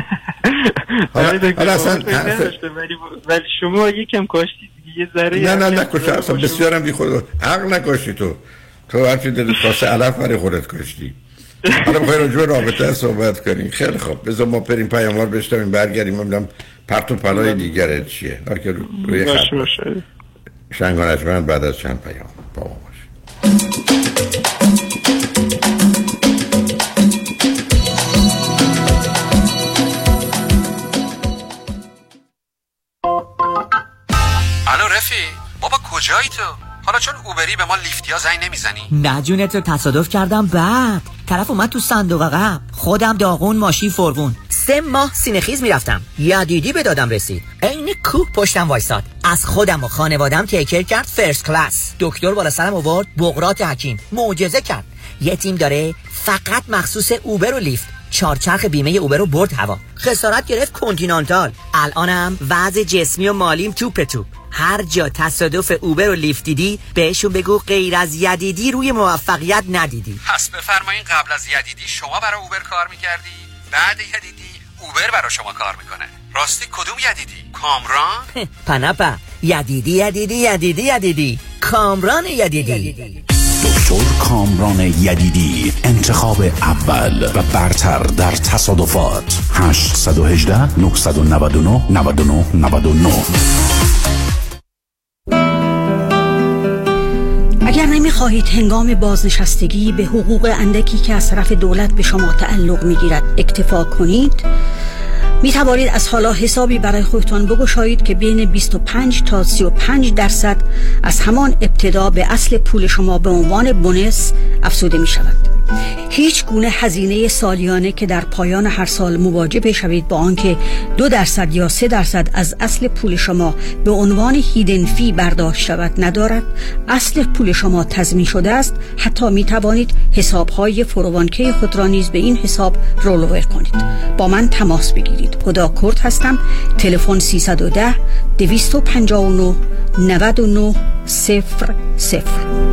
حالا اصلا ولی شما یکم کاشتی یه ذره. نه نکاشتی، اصلا بسیارم بی خود. عقل نکاشتی تو هرچی دلت خواسته علف برای خودت کاشتی. حالا بخوای راجع به رابطه صحبت کنیم. خیلی خوب، بذار ما بریم پیاموار بشنویم، برگردیم ببینم پرت و پلای دیگره چیه. که روی خط شنگ و نجمن بعد از چند پیام با ما باشه. الو رفی، بابا کجایی تو؟ حالا چون اوبری به ما لیفتیا زنگ نمیزنی؟ نه جونت رو تصادف کردم، بعد طرف اومد تو صندوق عقب، خودم داغون ماشین فرغون. 3 ماه سینه‌خیز میرفتم، یدیدی به دادم رسید، عین کوه پشتم وایساد. از خودم و خانوادم تیکر کرد فرست کلاس. دکتر بالا سرم آورد، بقرات حکیم معجزه کرد. یه تیم داره فقط مخصوص اوبر و لیفت، 4 چرخ بیمه اوبر رو برد هوا. خسارت گرفت کنتینانتال. الانم وضع جسمی و مالیم توپ. هر جا تصادف اوبر و لیفت دیدی بهشون بگو غیر از یدیدی روی موفقیت ندیدی. پس بفرمایین قبل از یدیدی شما برای اوبر کار میکردی، بعد یدیدی اوبر برای شما کار میکنه. راستی کدوم یدیدی؟ کامران؟ پنپا یدیدی کامران یدیدی. دکتر کامران یدیدی، انتخاب اول و برتر در تصادفات. 818 999 99 99. اگر نمی‌خواهید هنگام بازنشستگی به حقوق اندکی که از طرف دولت به شما تعلق می‌گیرد اکتفا کنید، می توانید از حالا حسابی برای خودتان بگشایید که بین 25 تا 35% از همان ابتدا به اصل پول شما به عنوان بونس افزوده می شود. هیچ گونه هزینه سالیانه که در پایان هر سال مواجه بشوید با آنکه 2% یا 3% از اصل پول شما به عنوان هیدن فی برداشت شود ندارد. اصل پول شما تضمین شده است. حتی می توانید حسابهای فروانکه خود را نیز به این حساب رولوور کنید. با من تماس بگیرید. هدا کرد هستم. تلفن 310 259 99 00.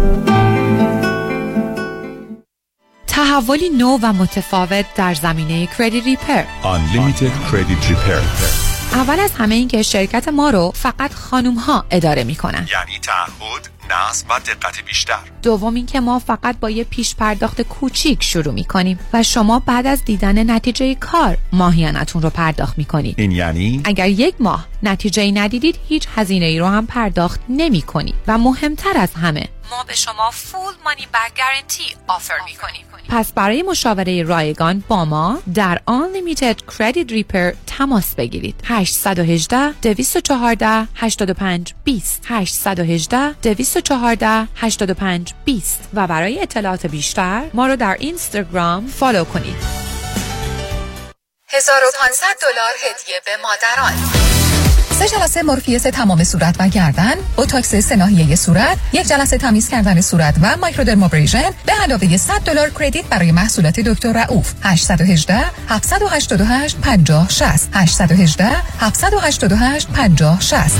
تحولی نو و متفاوت در زمینه کردیت ریپر. Unlimited Credit Repair. اول از همه این که شرکت ما رو فقط خانوم ها اداره می کنن. یعنی تعهد، نظم و دقت بیشتر. دوم این که ما فقط با یه پیش پرداخت کوچیک شروع می کنیم و شما بعد از دیدن نتیجه کار ماهیانتون رو پرداخت می کنید. این یعنی اگر یک ماه نتیجه ندیدید هیچ هزینه ای رو هم پرداخت نمی کنید و مهمتر از همه ما به شما فول مانی بک گارانتی آفر می کنیم. پس برای مشاوره رایگان با ما در Unlimited Credit Repair تماس بگیرید. 818 214 85 20 818 214 85 20 و برای اطلاعات بیشتر ما رو در اینستاگرام فالو کنید. $1500 هدیه به مادران. 3 جلسه مورفیس تمام صورت و گردن، بوتاکس 3 ناحیه صورت، 1 جلسه تمیز کردن صورت و مایکرودرمابریژن به علاوه $100 کردیت برای محصولات دکتر رؤوف. 818 788 50 60 818 788 50 60.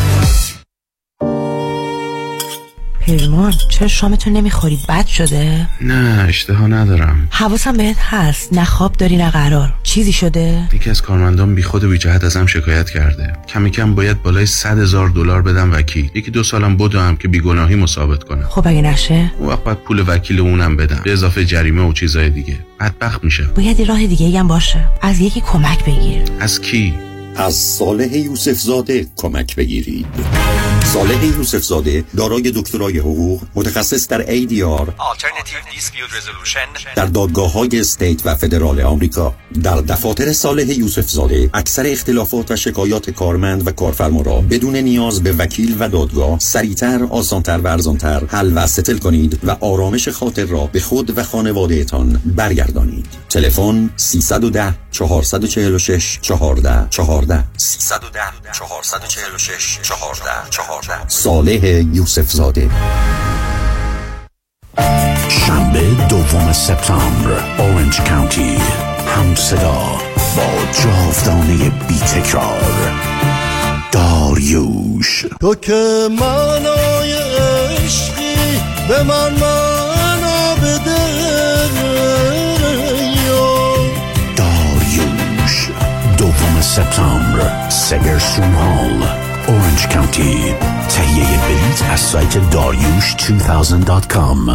پیمان چرا شامتون نمیخورید؟ بد شده؟ نه اشتها ندارم. حواسم بهت هست، نه خواب داری نه قرار. چیزی شده؟ یکی از کارمندان بی خود و بی جهت ازم شکایت کرده. کمی کم باید بالای $100,000 بدم وکیل. 1-2 سالم بدم که بیگناهی ثابت کنم. خب اگه نشه؟ اون وقت باید پول وکیل اونم بدم به اضافه جریمه و چیزای دیگه. بدبخت میشه. باید راه دیگه هم باشه. از یکی کمک بگیر. از کی؟ از صالح یوسف زاده کمک بگیرید. صالح یوسف زاده دارای دکترای حقوق، متخصص در ADR Alternative Dispute Resolution در دادگاه‌های استیت و فدرال آمریکا. در دفاتر صالح یوسف زاده اکثر اختلافات و شکایات کارمند و کارفرما را بدون نیاز به وکیل و دادگاه سریعتر، آسانتر و ارزانتر حل و ستل کنید و آرامش خاطر را به خود و خانواده‌تان برگردانید. تلفن 310 446 14 14 310 446 14 14. صالح یوسف زاده. شنبه 2 سپتامبر، اورنج کانتی، هم صدا با جاودانه بی تکرار داریوش. تو که معنای عشقی به من معنا بده داریوش. 2 سپتامبر، سگرسون هال، اورنج کانتی. تهیه بلیط از سایت daryush2000.com.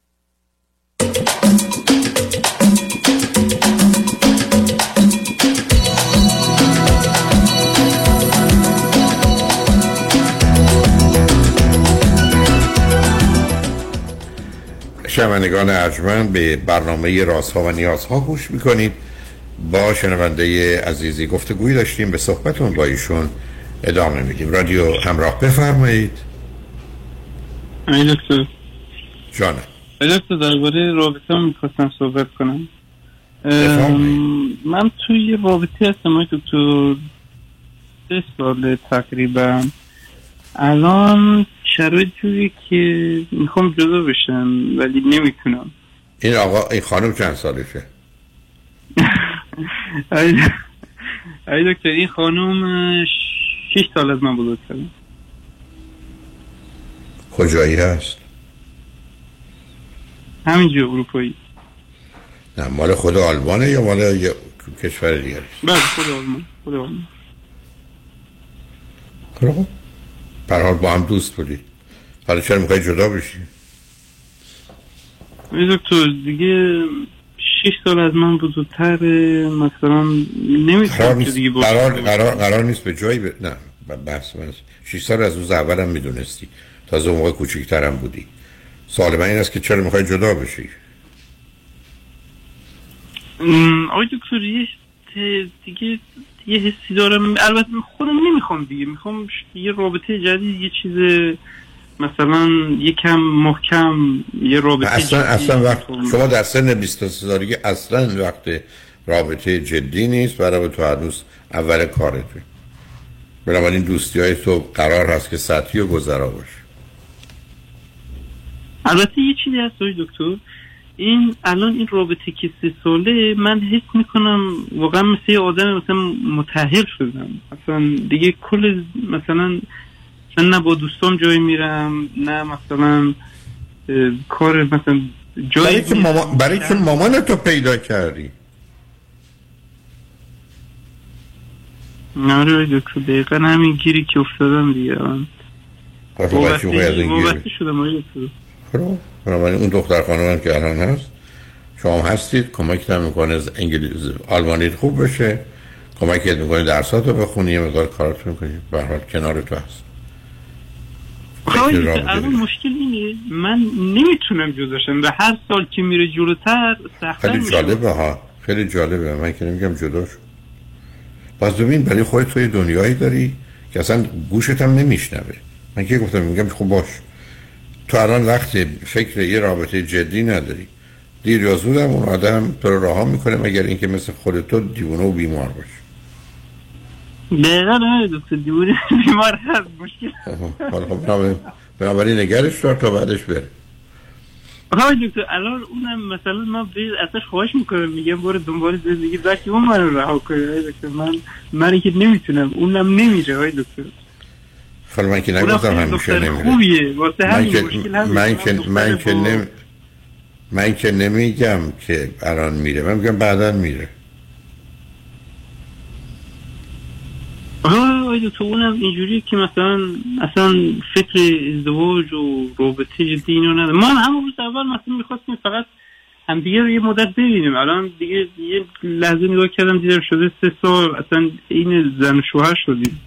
شنوندگان ارجمند به برنامه رازها و نیازها گوش میکنید. با شنونده عزیزی گفتگویی داشتیم، به صحبتون با ایشون ادامه میدیم. رادیو همراه، بفرمایید. ای دکتر جانم. دکتر درباره رابطه هم میخواستم صحبت کنم. من توی یه رابطه هستم دکتر 3 سال تقریبا. الان شرایط جوری که میخوام جدا بشم ولی نمیتونم. این خانم چند سالشه؟ ای دکتر این خانم 6 سال از من بزرگتره. کجایی هست؟ همینجا اروپایی. نه مال خود آلمانه یا مال یه کشور دیگه؟ بله خود آلمان. خب پر حال با هم دوست بودید، حالا چرا میخوایی جدا بشی؟ دکتر دیگه 6 سال از من بزرگتر، مثلا نمیتونم دیگه قرار نیست به جایی نه بحث من 6 سال از روز اولم میدونستی، تازه اون موقع کوچیک‌ترم بودی. سوال من این است که چرا میخوای جدا بشی؟ آقای دکتر دیگه یه حسی دارم، البته خودم نمیخوام دیگه، میخوام یه رابطه جدید، یه چیز مثلا یکم محکم، یه رابطه اصلا وقت شما در سن 23 سالگی اصلا وقت رابطه جدی نیست، برای تو هنوز اول کارته. بنابراین دوستی‌های تو قرار هست که سطحی و گذرا باشه. البته یه چیزی هست آقای دکتر، این الان این رابطه که 3 ساله من حس میکنم واقعا مثل یه آدم مثلا متأهل شدم، مثلا دیگه کل مثلا نه با دوستام جایی میرم، نه مثلا کار مثلا جایی برای که مامانتو پیدا کردی. نه دکتر دقیقا همین گیری که افتادم دیگه من وابسته شدم آقای دکتر. اون دختر خانم که الان هست شما هستید، کمکت هم میکنه انگلیسی آلمانی خوب بشه، کمکت میکنه درساتو بخونی، یه مقدار کاراتو میکنی، به هر حال کنار تو هست. الان مشکل اینه من نمیتونم جداشم و هر سال که میره جلوتر سخت‌تر میشه. خیلی جالبه ها، خیلی جالبه. من که نمیگم جدا شو، پس ببین برای خودت توی دنیایی داری که اصلا گوشت هم نمیشنوه. من که گفتم میگم خب باش، تو الان وقت فکر یه رابطه جدی نداری، دیر یا زود هم اون آدم تو رو رها میکنه، مگر اینکه مثل خودت تو دیوونه و بیمار باشه. دقیقا نه دکتر، دیوونه بیمار هست مشکل. خب بنابراین نگرش دار تا بعدش بره. آقای دکتر الان اونم مثلا من ازش خواهش میکنم، میگم برو دنبال زندگی بلکه اون منو رها کنه. دکتر من که نمیتونم، اونم نمیره آقای دکتر. حالا من که نگفتم همیشه نمیره. خوبیه واسه همین مشکل من که نمیگم که الان میره، من میگم بعداً میره. آقای دکتر اونم اینجوری که مثلا اصلا فکر ازدواج و رابطه جدی اینو نداره. ما همون روز اول مثلا میخواستیم فقط همدیگه رو یه مدت ببینیم، الان دیگه یه لحظه نگاه کردم دیدم شده 3 سال اصلا این زن و شوهر شدیم.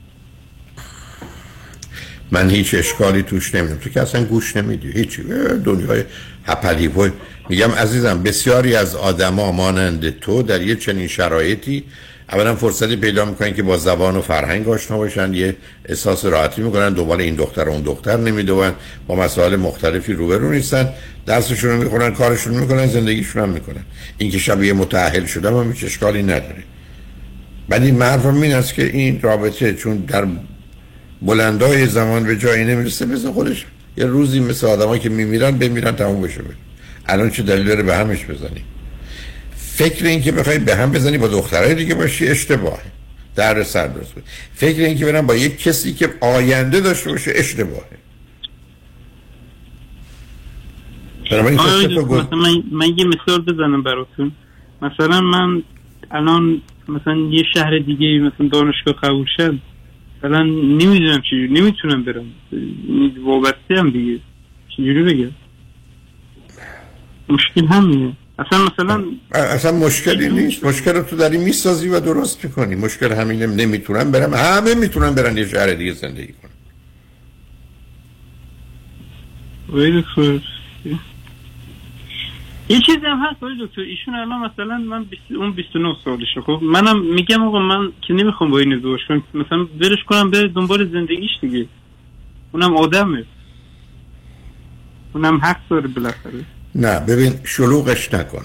من هیچ اشکالی توش نمیدونم، تو که اصلا گوش نمیدی هیچی، دنیای هپلی پوی. میگم عزیزم بسیاری از آدما مانند تو در یه چنین شرایطی اولا فرصتی پیدا میکنن که با زبان و فرهنگ آشنا باشن، یه احساس راحتی میکنن، دنبال این دختر و اون دختر نمیدونن، با مسائل مختلفی روبرو نیستن، درسشون رو میخونن، کارشون میکنن، زندگیشون هم میکنن. این که شبیه متأهل شدن هم هیچ اشکالی نداره. ولی معرفم این است که این رابطه چون در بلندای زمان به جایی نمیرسه، مثل خودش یه روزی مثل آدمایی که میمیرن بمیرن تموم بشه. الان چه دلیل داره به همش بزنی؟ فکر این که بخوای به هم بزنی با دخترای دیگه باشی اشتباهه، در سر درست بود. فکر این که برم با یک کسی که آینده داشته باشه اشتباهه. من یه مثال بزنم براتون. مثلا من الان مثلا یه شهر دیگه مثلا دانشگاه قبول شدم، مثلا نمیدونم چجوری، نمیتونم برم، وابسته هم دیگه، چجوری بگم؟ مشکل همینه. اصلا مشکلی نیست، مشکل رو تو داری میسازی و درست میکنی. مشکل همینه، نمیتونم برم، همه میتونن برن یه شهر دیگه زندگی کنن. یه چیزی هم هست آقای دکتر، ایشون الان مثلا من اون 29 سالشه، خب منم میگم آقا من که نمیخوام با این ازدواج کنم، مثلا برش کنم بره دنبال زندگیش دیگه، اونم آدمه، اونم حق داره بالاخره. نه ببین، شلوغش نکن.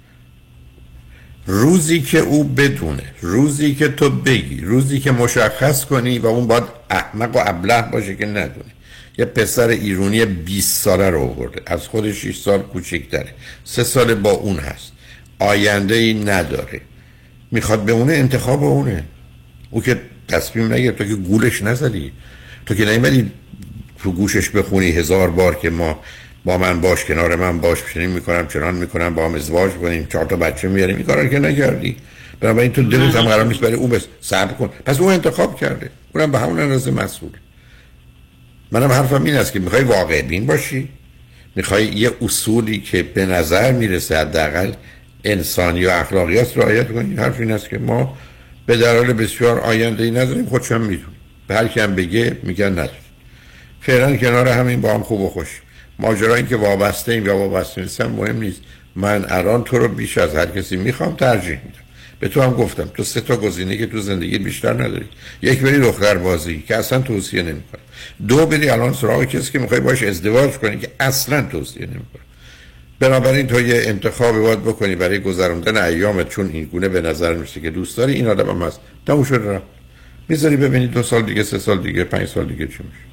روزی که او بدونه، روزی که تو بگی، روزی که مشخص کنی، و اون باید احمق و ابله باشه که ندونه. یه پسر ایرانی 20 ساله رو آورده، از خودش 6 سال کوچکتره، 3 سال با اون هست، آینده ای نداره، میخواد بمونه، انتخاب اونه. او که تصمیم نگرفت، تو که گولش نزدی، تو که نمیدی تو گوشش بخونی 1000 بار که ما با من باش، کنار من باش، چنین میکنم، چنان میکنم، با هم ازدواج کنیم، 4 تا بچه میاریم، این کارا که نکردی. بنابراین تو دلت هم قرار نیست برای او صبر کن. پس او انتخاب کرده، اونم به همون اندازه مسئول. منم حرفم این است که میخوای واقع بین باشی، میخوای یه اصولی که به نظر میرسه حداقل انسانی و اخلاقیات رعایت کنی. حرف این است که ما به دلایل بسیار آینده‌ای نداریم، خودشم میدونیم، به هر کیم بگه میگن نداریم. فعلا کنار همین با هم خوب و خوش. ماجرا این که وابسته ایم یا وابسته نیستم مهم نیست. من الان تو رو بیش از هر کسی میخوام، ترجیح میدم. به تو هم گفتم تو 3 تا گزینه که تو زندگی بیشتر نداری. یک، بری دختر بازی که اصلا توصیه نمیکنم. 2، بری الان سراغ کسی که میخوای باش ازدواج کنی که اصلا توصیه نمیکنم. بنابراین تو یه انتخابی باید بکنی برای گذروندن ایامت، چون این گونه به نظر میشه که دوست داری. این آدم هم هست، تموم شد رفت. میذاری ببینی 2 سال دیگه، 3 سال دیگه، 5 سال دیگه چی میشه.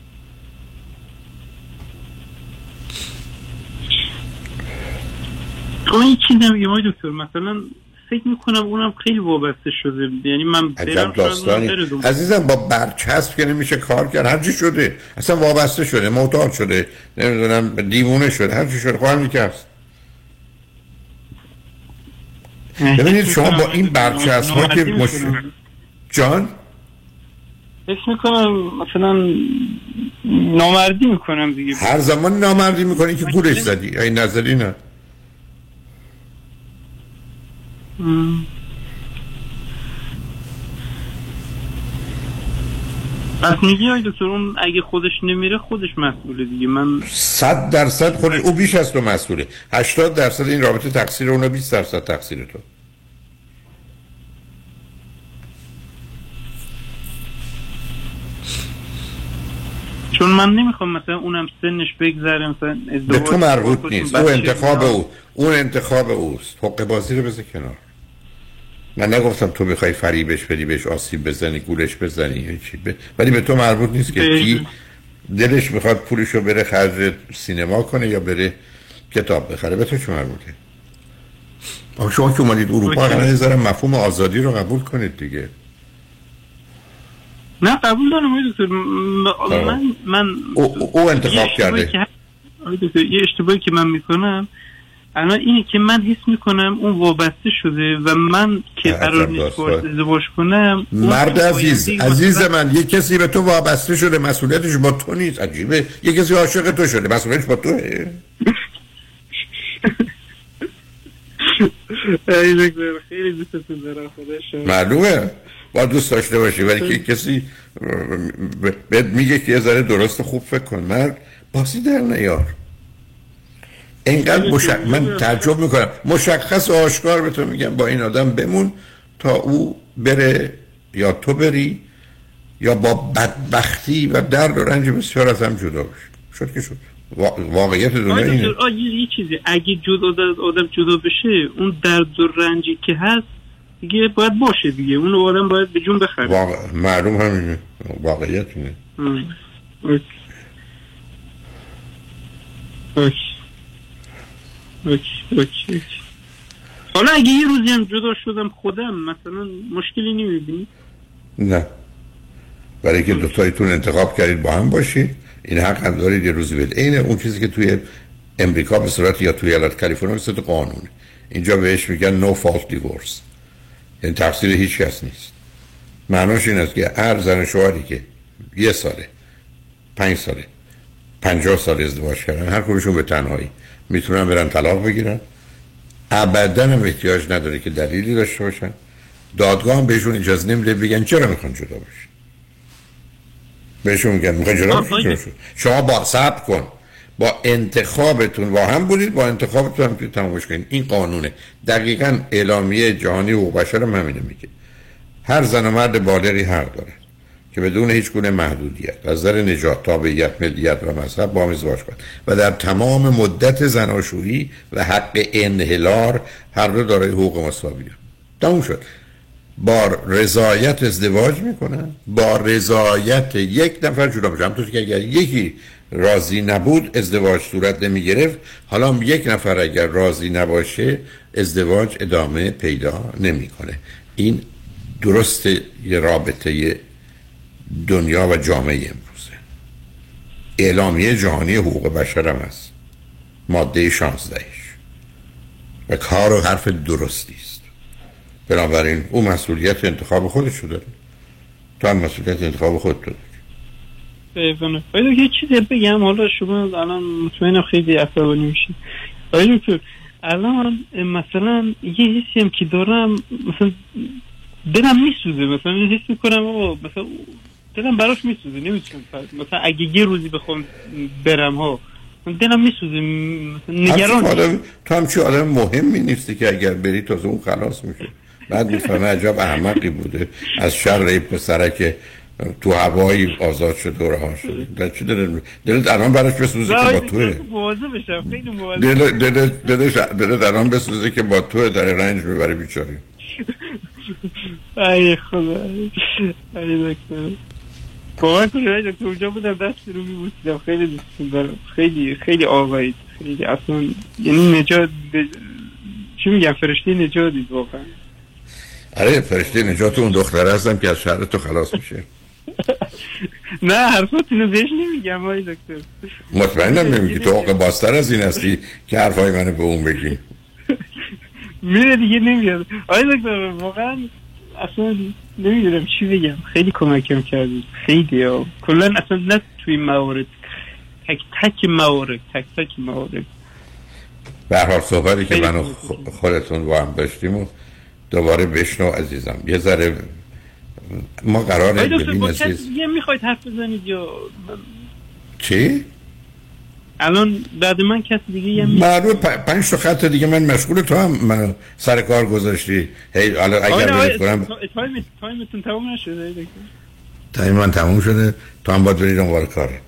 این چیزی میگم آقای دکتر، مثلا فکر میکنم اونم خیلی وابسته شده، یعنی من عجب داستانی عزیزم. با برچسب که نمیشه کار کرد، هر چی شده اصلا وابسته شده، معتاد شده، نمیدونم دیوونه شده، هر چی شده خواهم میکرد. ببینید شما با این برچسب ها که جان فکر میکنم مثلا نامردی میکنم دیگه. هر زمان نامردی میکنی که گولش زدی. این نظری نه. پس میگی آی دکتر اون اگه خودش نمیره خودش مسئوله دیگه. من 100% خودش، او بیش از تو مسئوله. 80% این رابطه تقصیر اونه، 20% تقصیر تو. چون من نمیخوام مثلا اونم سنش بگذره، مثلا به تو مربوط نیست. او انتخاب اون انتخاب اوست. حق بازی رو بذار کنار. من نگفتم تو میخوای فریبش بدی، بهش آسیب بزنی، گولش بزنی، ولی به تو مربوط نیست که کی دلش میخواد پولشو بره خرج سینما کنه یا بره کتاب بخره. به تو چه مربوطه؟ شما که اومدید اروپا قراره یه مفهوم آزادی رو قبول کنید دیگه. نه قبول دارم آقای دکتر. من او انتخاب کرده. یه اشتباهی که من میکنم الان اینه که من حس میکنم اون وابسته شده و من که قرار نیست باید ازدواج کنم. مرد عزیز من، یه کسی به تو وابسته شده، مسئولیتش با تو نیست. عجیبه. یه کسی عاشق تو شده، مسئولیتش با توه. خیلی دوستتون دارم. معلومه با دوست داشته باشی، ولی که کسی بهت میگه که یه ذره درست خوب فکر کن. مرد باسی در نیار. اینقدر من تعجب میکنم. مشخص و آشکار به تو میگم با این آدم بمون تا او بره یا تو بری یا با بدبختی و درد و رنج بسیار از هم جدا بشی. شد که شد. واقعیت دنیا اینه. یه چیزی اگه آدم جدا بشه، اون درد و رنجی که هست دیگه باید باشه دیگه. اون آدم باید به جون بخره. معلوم همینه. واقعیت اینه. اوکی. حالا اگه یه روزی هم جدا شدم خودم مثلا مشکلی نمیبینی؟ نه، برای که دوتایتون انتخاب کردید با هم باشید، این حق هم دارید یه روزی بید. اینه اون چیزی که توی امریکا به صورت یا توی ایالت کالیفرنیا به صورت قانونه. اینجا بهش میگن no fault divorce، یعنی تقصیر هیچ کس نیست. معناش این است که هر زن شوهری که 1 ساله، 5 ساله، 50 سال ازدواج کردن، هر کدومشون به تنهایی میتونن برن طلاق بگیرن. ابداً هم احتیاج نداره که دلیلی داشته باشن. دادگاه هم بهشون اجازه نمیده بگن چرا میخوان جدا بشن. بهشون میگن میخوان جدا بشن. شما با صبر کن، با انتخابتون با هم بودید، با انتخابتون هم که تمامش کنید. این قانونه. دقیقاً اعلامیه جهانی حقوق بشر هم همینه میگه. هر زن و مرد بالغی حق داره که بدون هیچ گونه محدودیت از نظر نژاد، تابعیت، ملیت و مذهب با هم ازدواج کنند و در تمام مدت زناشویی و حق انحلار هر دو دارای حقوق مساوی. تموم شد. با رضایت ازدواج میکنن، با رضایت یک نفر جدا میشن. همونطور که اگر یکی راضی نبود ازدواج صورت نمیگرفت، حالا هم یک نفر اگر راضی نباشه ازدواج ادامه پیدا نمیکنه. این درسته یه رابطه دنیا و جامعه امروزه. اعلامیه جهانی حقوق بشر هم هست، ماده 16 و کار و حرف درستی است. بنابراین او مسئولیت انتخاب خودش رو داره، تو هم مسئولیت انتخاب خودت رو داری. دقیقاً. ولی یه چیزی بگم، حالا شما الان مطمئنم خیلی عصبانی میشید. ولی که الان مثلا یه حسی هم که دارم، مثلا دلم میسوزه، مثلا حس میکنم آقا مثلا دلم براش میسوزه، نمیتونم مثلا اگه یه روزی بخوام برم ها دلم میسوزه، مثلا نگران. تو هم چه آدم مهمی نیستی که اگر بری تازه اون خلاص میشه. بعد میفهمه عجب احمقی بوده از شر این پسره که تو هوایی آزاد شد و رها شد. در چی دلت الان براش بسوزه که با توه؟ دلت الان بسوزه که با توه در رنج ببره بیچاره. ای خدا، ای دکتر کمک کنید دکتر. اونجا بودم دست رو میبوسیدم، خیلی دوست دارم، خیلی خیلی آقایید، خیلی اصلا یعنی نجات چی میگم، فرشته نجاتید واقعا. آره فرشته نجات اون دختره هستم که از شر تو خلاص میشه. نه حرفاتونو بهش نمیگم آقای دکتر. مطمئنم نمیگی، تو واقعا باستر از این هستی که حرفای منو به اون بگی. میره دیگه نمیاد آقای دکتر، واقعا اصلا نمیدونم چی بگم، خیلی کمکم کردید، خیلی ها کلن، اصلا نه توی موارد، تک موارد. به هر حال صحبتی که من و خودتون با هم داشتیم و دوباره بشنو عزیزم. یه ذره ما قراره ببینیم با کسی دیگه میخواید حرف بزنید یا چی؟ الان بعد من کسی دیگه یه معلومه 5 تا خط دیگه من مشغول، تو هم من سر کار گذاشتی. هی حالا اگر برید کنم تایمتون تموم نشده؟ تایم من تموم شده، تو هم باید برید دنبال کارت.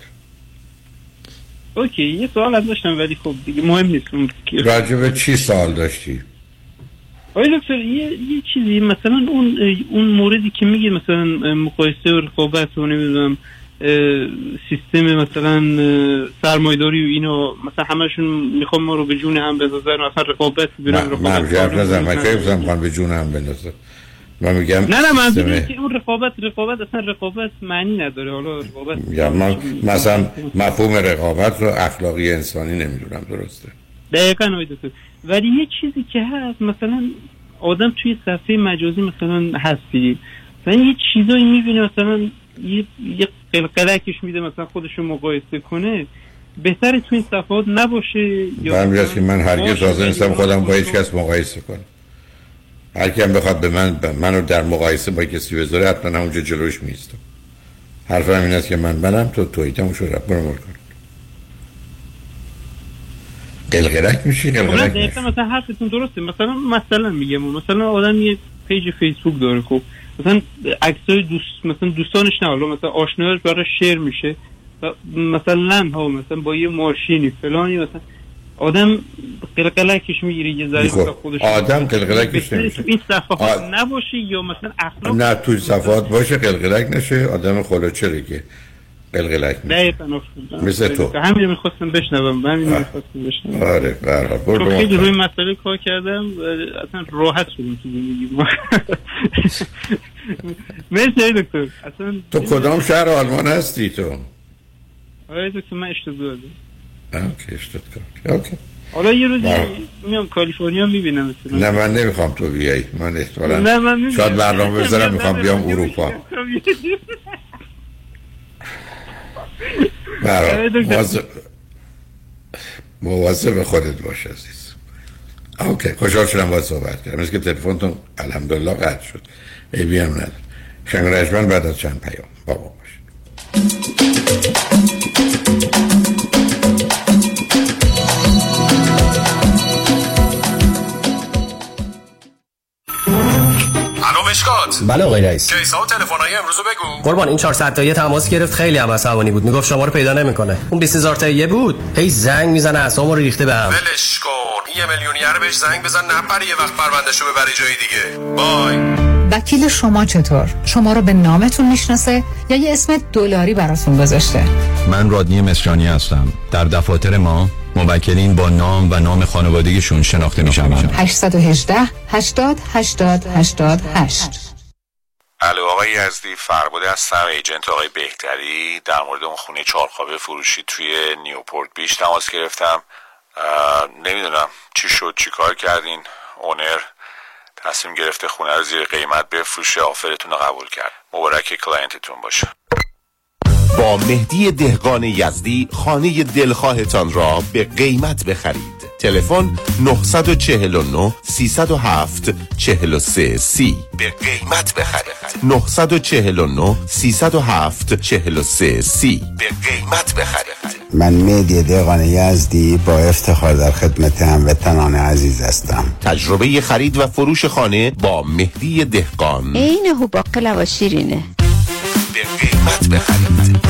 اوکی یه سوال از داشتم ولی خب دیگه مهم نیست. راجع به چی سوال داشتی؟ آقای دکتر یه چیزی مثلا اون موردی که میگه مثلا مقایسه و رقابت و نمیدونم سیستم مثلا سرمایه‌داری و اینو مثلا همشون میخوام ما رو به جون هم بندازن و مثلا رقابت برام من جواب نزدم، من که گفتم به جون هم بندازن. من میگم نه منظورم که اون رقابت اصلا رقابت معنی نداره. حالا رقابت من مثلا مفهوم رقابت رو اخلاقی انسانی نمیدونم درسته. دقیقاً آقای دکتر. ولی یه چیزی که هست مثلا آدم توی صفحه مجازی مثلا هستی مثلا یه چیزایی میبینه، مثلا یه قلقلکش میده مثلا خودشو مقایسه کنه، بهتره توی این صفحات نباشه. یا من هرگز حاضر نیستم خودم با هیچ کس مقایسه کنم. هر کی هم بخواد به منو در مقایسه با کسی بذاره حتما اونجا جلوش میستم. حرفم این است که من برم تو توییتمو شو رب برم کن. قلقلک میشی قلقلک میشی. مثلا حرفتون درسته. مثلا میگم مثلا آدم یه پیج فیسبوک داره، خب مثلا عکسای مثلا دوستانش نه، حالا مثلا آشنایاش براش شیر میشه مثلا ها مثلا با یه ماشینی فلانی، مثلا آدم قلقلکش میگیره یه ذره خودش. آدم قلقلکش نمیشه. این صفحات نباشه یا مثلا اخلاق نه توی صفحات باشه قلقلک نشه. آدم خلوچه که قلقلک میشه مثل تو. همین میخواستم بشنوم. آره برای خیلی روی مسئله کار کردم، اصلا راحت شدم تو زندگی. مرسی دکتر. اصلا تو کدام شهر آلمان هستی تو؟ آره دکتر من اشتباه اوکی اشتباه. اوکی حالا یه روزی میام کالیفرنیا میبینم مثلا. نه من نمیخوام تو بیایی، من احتمالاً شاید برنامه بذارم میخوام بیام اروپا. مواظب خودت باش عزیز. اوکی خوشحال شدم باید صحبت کردم. مثل که تلفنتون الحمدلله قطع شد، ایبی هم نداره. شنگ بعد از چند پیام با ما باشید. مشکات. بله آقای رئیس. کیسا و تلفن‌های امروزو بگو. قربان این 400 تایی تماس گرفت، خیلی هم عصبانی بود، میگفت شما رو پیدا نمیکنه. اون 20000 تایی بود، هی زنگ میزنه اعصابمو رو ریخته بهم. ولش کن. یه میلیونیر بهش زنگ بزن نپره یه وقت پروندهشو ببری جای دیگه. بای. وکیل شما چطور؟ شما رو به نامتون میشناسه یا یه اسم دلاری براتون گذاشته؟ من رادنی مصریانی هستم. در دفاتر ما موکلین با نام و نام خانوادگیشون شناخته میشن. 818 80 80 88. الو آقای یزدی، فرباده هستم، ایجنت آقای بهتری. در مورد اون خونه 4 خوابه فروشی توی نیوپورت بیش تماس گرفتم. نمیدونم چی شد، چی کار کردین. اونر تصمیم گرفته خونه رو زیر قیمت بفروشه، آفرتون رو قبول کرد. مبارک کلاینتتون باشه. با مهدی دهقان یزدی خانه دلخواهتان را به قیمت بخرید. تلفن 949 307 4330. به قیمت بخرید. 949 307 4330. به قیمت بخرید. من مهدی دهقان یزدی با افتخار در خدمت هموطنان عزیز هستم. تجربه خرید و فروش خانه با مهدی دهقان. این هو باقلا و شیرینه. به قیمت بخرید.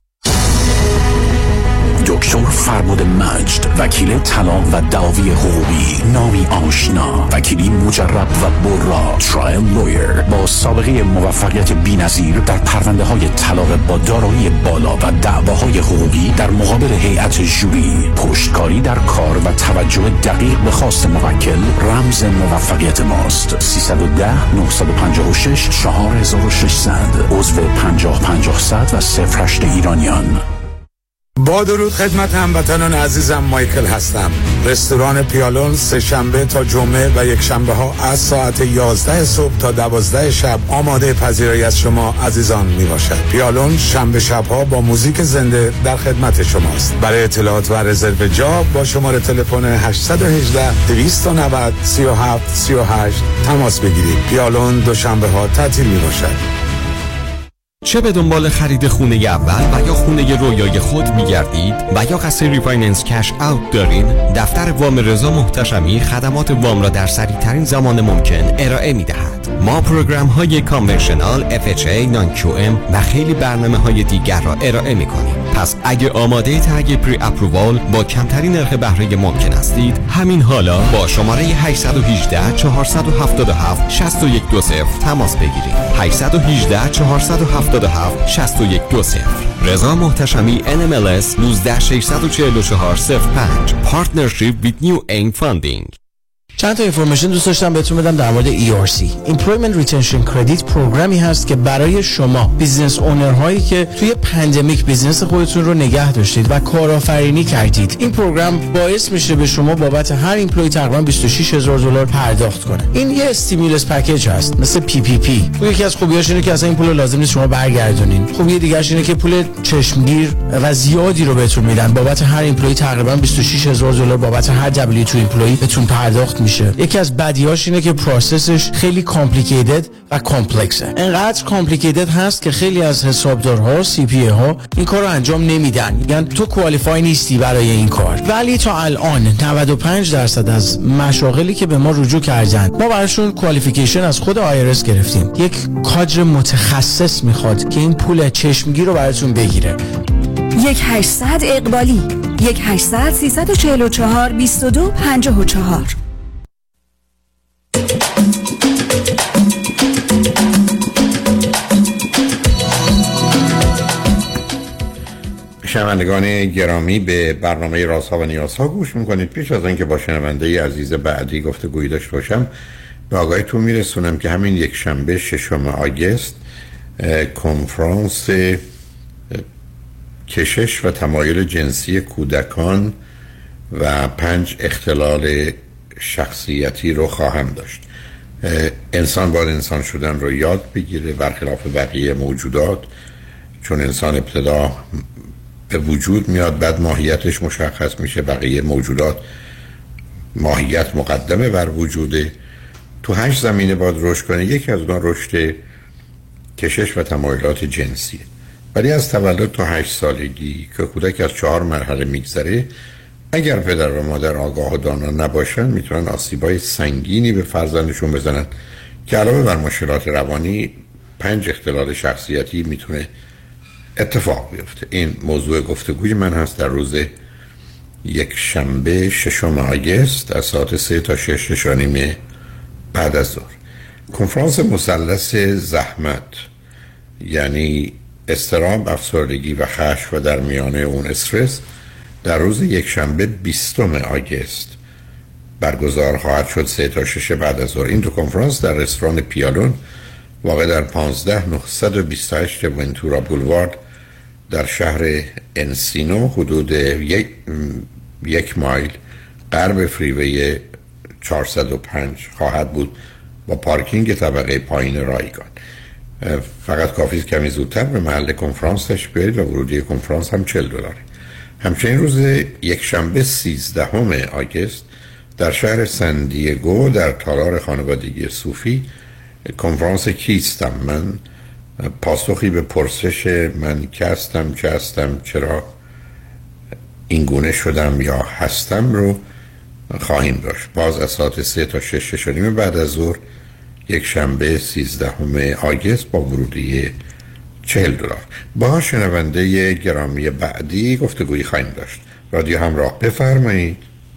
دکتر فرمود مجد، وکیل طلاق و دعاوی حقوقی، نامی آشنا، وکیلی مجرب و برا، ترایل لویر با سابقه موفقیت بی‌نظیر در پرونده های طلاق با دارایی بالا و دعواهای حقوقی در مقابل هیئت ژوری، پشتکاری در کار و توجه دقیق به خواست موکل رمز موفقیت ماست. 310 956 4600 عضو 50500 و 08 ایرانیان. با درود خدمت هموطنان عزیزم، مایکل هستم. رستوران پیالون سه شنبه تا جمعه و یک شنبه ها از ساعت 11 صبح تا 12 شب آماده پذیرایی از شما عزیزان می باشد. پیالون شنبه شب ها با موزیک زنده در خدمت شماست. برای اطلاعات و رزرو جا با شماره تلفن 818 290 37 38 تماس بگیرید. پیالون دوشنبه ها تعطیل می باشد. چه به دنبال خرید خونه اول و یا خونه رویای خود می‌گردید و یا قصد ریفایننس کش اوت دارین، دفتر وام رضا محتشمی خدمات وام را در سریع‌ترین زمان ممکن ارائه می‌دهد. ما پروگرام‌های کانونشنال، FHA، نان QM و خیلی برنامه‌های دیگر را ارائه می‌کنیم. پس اگه آماده تگ پری اپرووال با کمترین نرخ بهره ممکن هستید، همین حالا با شماره 818 477 6120 تماس بگیرید. 818 477 6120. رضا محتشمی NMLS 1964405. Partnership with New Aim Funding. چند تا اینفورمیشن دوست داشتم بهتون بدم در مورد ERC. Employment Retention Credit پروگرامی هست که برای شما بیزنس اونر هایی که توی پندمیک بیزنس خودتون رو نگه داشتید و کارآفرینی کردید، این پروگرام باعث میشه به شما بابت هر ایمپلوی تقریبا $26,000 پرداخت کنه. این یه استیمولس پکیج هست مثل PPP. یکی از خوبیاش اینه که اصلا این پول لازم نیست شما برگردونین. خوبی دیگه‌اش اینه که پول چشمگیر و زیادی رو بهتون میدن. بابت هر ایمپلوی تقریبا $26,000 بابت هر W2 ایمپلوی بهتون پرداخت میشه. یکی از بدیهاش اینه که پروسسش خیلی کامپلیکیتد و کامپلکسه. انقدر کامپلیکیتد هست که خیلی از حسابدارها، CPA ها این کار رو انجام نمیدن. میگن تو کوالیفای نیستی برای این کار. ولی تا الان 95% از مشاغلی که به ما رجوع کردن، ما براشون کوالیفیکیشن از خود IRS گرفتیم. یک کادر متخصص میخواد که این پول چشمگیر رو براتون بگیره. 1-800 اقبالی 1-800 344 22 54. شنوندگان گرامی، به برنامه رازها و نیازها گوش میکنید. پیش از اینکه با شنونده عزیز بعدی گفتگویی داشته باشم، به آگاهیتون میرسونم که همین یک شنبه 6 آگوست کنفرانس کشش و تمایل جنسی کودکان و 5 اختلال شخصیتی رو خواهم داشت. انسان باید انسان شدن رو یاد بگیره، برخلاف بقیه موجودات، چون انسان ابتدا به وجود میاد بعد ماهیتش مشخص میشه. بقیه موجودات ماهیت مقدمه بر وجوده. تو 8 زمینه باید رشد کنه. یکی از اونها رشد کشش و تمایلات جنسیه. ولی از تولد تا 8 سالگی که کودک از 4 مرحله میگذره، اگر پدر و مادر آگاه و دانا نباشن، میتونن آسیبای سنگینی به فرزندشون بزنن که علاوه بر مشکلات روانی 5 اختلال شخصیتی میتونه اتفاق بیفته. این موضوع گفتگوی من هست در روز یک شنبه 6 آگوست از ساعت 3 تا 6 نشانیم بعد از ظهر. کنفرانس مثلث زحمت، یعنی اضطراب، افسردگی و خشم و در میانه اون استرس، در روز یک شنبه 20 آگوست برگزار خواهد شد 3 تا 6 بعد از ظهر. این دو کنفرانس در رستوران پیالون واقع در 15928 ونتورا بولوارد در شهر انسینو، حدود 1 مایل غرب فریوی 405 خواهد بود با پارکینگ طبقه پایین رایگان. فقط کافی کمی زودتر به محل کنفرانسش بیایید و ورودی کنفرانس هم $40. همچنین روز یکشنبه 13 آگوست در شهر سن دیگو در تالار خانوادگی صوفی کنفرانس کیستم من، پاسخی به پرسش من که هستم، چه هستم، چرا این گونه شدم یا هستم رو خواهیم داشت. باز از ساعت 3 تا 6 بعد از ظهر یکشنبه 13 آگوست با ورودی $40. با شنونده گرامی بعدی گفتگویی خواهیم داشت. رادیو همراه، بفرمایید.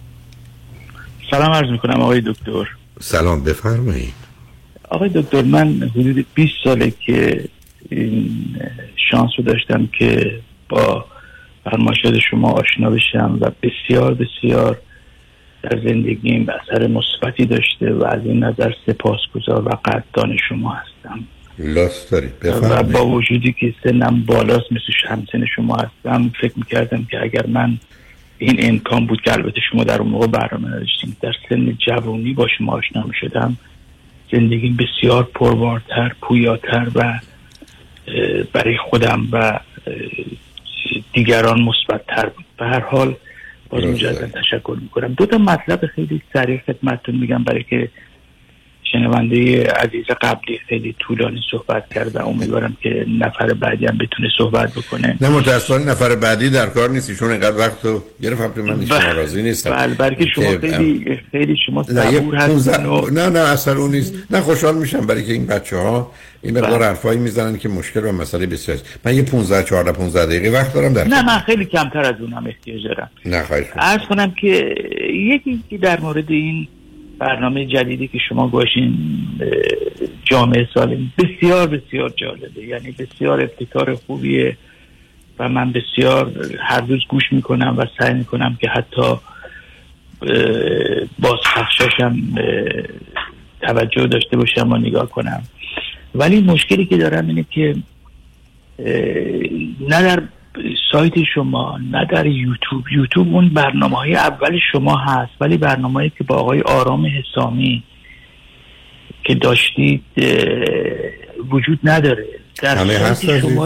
سلام عرض میکنم آقای دکتر. سلام، بفرمایید. آقای دکتر، من حدود 20 ساله که این شانس رو داشتم که با فرمایشات شما آشنا بشم و بسیار بسیار در زندگیم اثر مثبتی داشته و از این نظر سپاسگزار و قدردان شما هستم. لطف دارید، بفرمایید. و با وجودی که سنم بالاست، مثل همسن شما هستم، فکر میکردم که اگر من این امکان بود که البته شما در اون موقع برنامه نداشتیم، در سن جوانی با شما آشنا میشدم، زندگیم بسیار پربارتر، پویاتر و برای خودم و دیگران مثبت‌تر بود. به هر حال باز مجددا تشکر میکنم. دو تا مطلب خیلی سریع خدمتتون میگم برای که شنونده عزیز قبلی خیلی طولانی صحبت کرد و امیدوارم که نفر بعدی هم بتونه صحبت بکنه. نه متأسفانه نفر بعدی در کار نیست، چون اینقدر وقت رو گرفتم من هیچ راضی نیستم. بله که شما خیلی شما صبور هستین. نه اصلا اون نیست. نه خوشحال میشم برای که این بچه‌ها این مقدار حرفایی میزنن که مشکل و مسئله بسیار است. من یه 15 دقیقه وقت دارم در نه من خیلی کمتر از اونم احتیاج دارم. نه خواهش می‌کنم. عرض کنم که یکی در مورد این برنامه جدیدی که شما گوشین جامعه سالم بسیار بسیار جالبه، یعنی بسیار ابتکار خوبیه و من بسیار هر روز گوش میکنم و سعی میکنم که حتی بازپخشاشم توجه داشته باشم و نگاه کنم. ولی مشکلی که دارم اینه که نه در سایت شما نه در یوتیوب اون برنامه‌های اول شما هست، ولی برنامه‌ای که با آقای آرام حسامی که داشتید وجود نداره. در سایت شما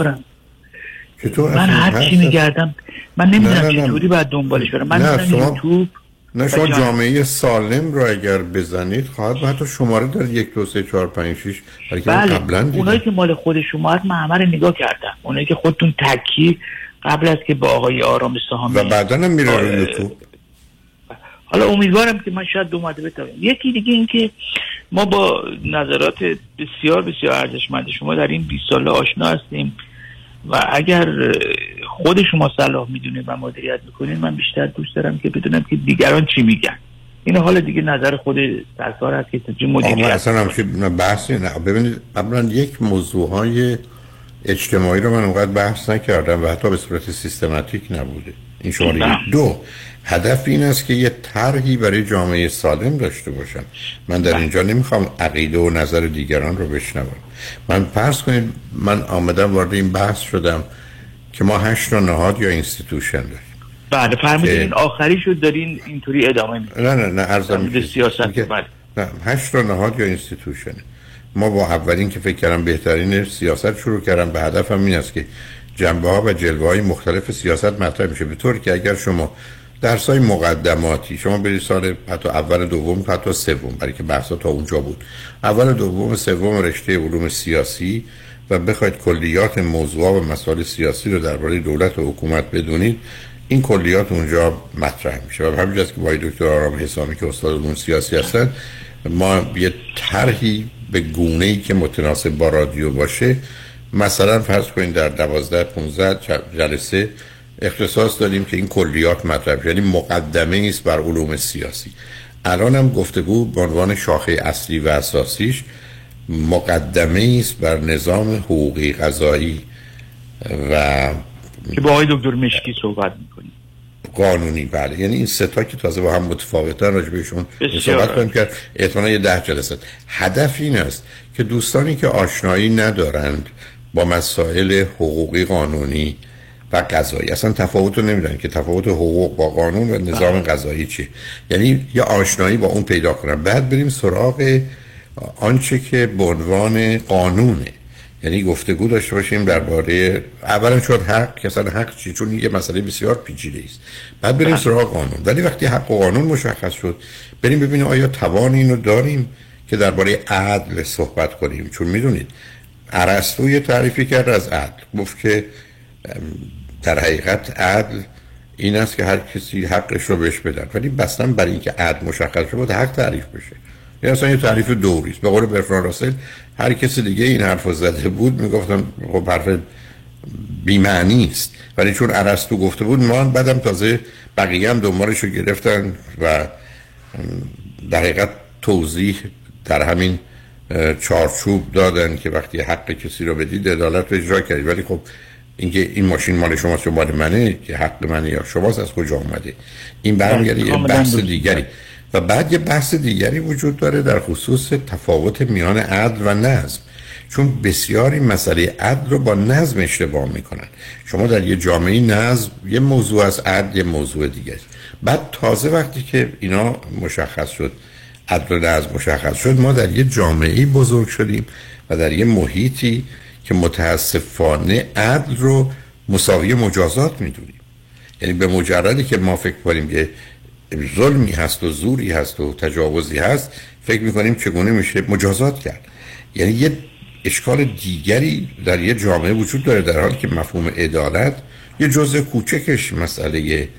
من هر چی میگردم من نمیدونم چطوری باید دنبالش برم. من میدونم یوتیوب نه شما جامعه سالم رو اگر بزنید خواهد حتی شماره داره 1 2 3 4 5 6 بله اونایی که مال خود شما هست من همه رو نگاه کردم، اونایی که خودتون تکی قبل از که با آقای آرام سهامی و بعدا هم میره رو یوتیوب. حالا امیدوارم که من شاید 2 مرتبه بتونم. یکی دیگه این که ما با نظرات بسیار بسیار ارزشمند شما در این 20 ساله آشنا هستیم و اگر خود شما صلاح میدونید و مدیریت میکنید، من بیشتر دوست دارم که بدونم که دیگران چی میگن. این حالا دیگه نظر خود سرکار هست که چه مدیریت. اصلا هم بحثی نه. ببینید قبلا یک موضوعهای اجتماعی رو من اونقدر بحث نکردم و حتی به صورت سیستماتیک نبوده. این شماره 2. هدف این است که یه طرحی برای جامعه سالم داشته باشم. من در اینجا نمیخوام عقیده و نظر دیگران رو بشنوم. من فرض کنید من آمدم وارد این بحث شدم که ما 8 نهاد یا اینستیتوشن داریم. بعد فرمودین این آخری شد دارین اینطوری ادامه میدید. نه عرضم میشه سیاست. نه 8 نهاد یا اینستیتوشن. ما با اولین که فکر کردم بهترین سیاست شروع کردم، به هدفم این است که جنبه‌ها و جلوه‌های مختلف سیاست مطرح میشه، به طوری که اگر شما درسای مقدماتی شما برید سال حتی اول دوم حتی سوم، برای که بحثا تا اونجا بود، اول دوم سوم رشته علوم سیاسی و بخواید کلیات موضوعات و مسائل سیاسی رو درباره دولت و حکومت بدونید، این کلیات اونجا مطرح میشه. و همین جاست که با دکتر آرام حسامی که استاد علوم سیاسی هستن، ما یه طرحی به گونه‌ای که متناسب با رادیو باشه، مثلا فرض کنید در 12-15 جلسه اختصاص داریم که این کلیات مطرح، یعنی مقدمه است بر علوم سیاسی. الان هم گفتگو به عنوان شاخه اصلی و اساسیش مقدمه است بر نظام حقوقی قضایی و که با آقای دکتر مشکی صحبت می‌کنیم، قانونی. بله، یعنی این سه تا که تازه با هم متفاوتن راجع بهشون صحبت کنیم که احتمالاً یه 10 جلسه. هدف این است که دوستانی که آشنایی ندارند با مسائل حقوقی قانونی و قضایی، اصلا تفاوت رو نمیدونن که تفاوت حقوق با قانون و نظام قضایی چیه، یعنی یه آشنایی با اون پیدا کنن. بعد بریم سراغ آنچه که به عنوان قانونه یعنی گفتگو داشته باشیم درباره اولا شد حق، که اصلا حق چی، چون یه مسئله بسیار پیچیده است. بعد بریم سراغ قانون. ولی وقتی حق و قانون مشخص شد، بریم ببینیم آیا توان اینو داریم که درباره عدل صحبت کنیم. چون میدونید ارسطو یه تعریفی کرد از عدل، گفت که در حقیقت عدل این است که هر کسی حقش رو بهش بدن، ولی بساً برای اینکه عدل مشخص شه باید حق تعریف بشه. این اصلا یه تعریف دوری است. به قول برتراند راسل، هر کسی دیگه این حرفو زده بود میگفتن خب حرف بی معنی است، ولی چون ارسطو گفته بود ما بعدم تازه بقیه هم دنبالش رو گرفتن و در حقیقت توضیح در همین چارچوب دادن که وقتی حق کسی رو بدید عدالت رو اجرا کنید. ولی خب اینکه این ماشین مال شماست یا مال منه، که حق منه یا شماست، از کجا اومده؟ این برمیگرده یه بحث دیگری. و بعد یه بحث دیگری وجود داره در خصوص تفاوت میان عدل و نظم، چون بسیاری مسئله عدل رو با نظم اشتباه میکنن. شما در یه جامعه نظم یه موضوع از عدل یه موضوع دیگه است. بعد تازه وقتی که اینا مشخص شد، عدل و نظم مشخص شد، ما در یه جامعه بزرگ شدیم و در یه محیطی که متاسفانه عدل رو مساوی مجازات میدونیم. یعنی به مجردی که ما فکر کنیم که ظلمی هست و زوری هست و تجاوزی هست، فکر میکنیم چگونه میشه مجازات کرد. یعنی یه اشکال دیگری در یه جامعه وجود داره، در حالی که مفهوم عدالت یه جزء کوچکش مسئله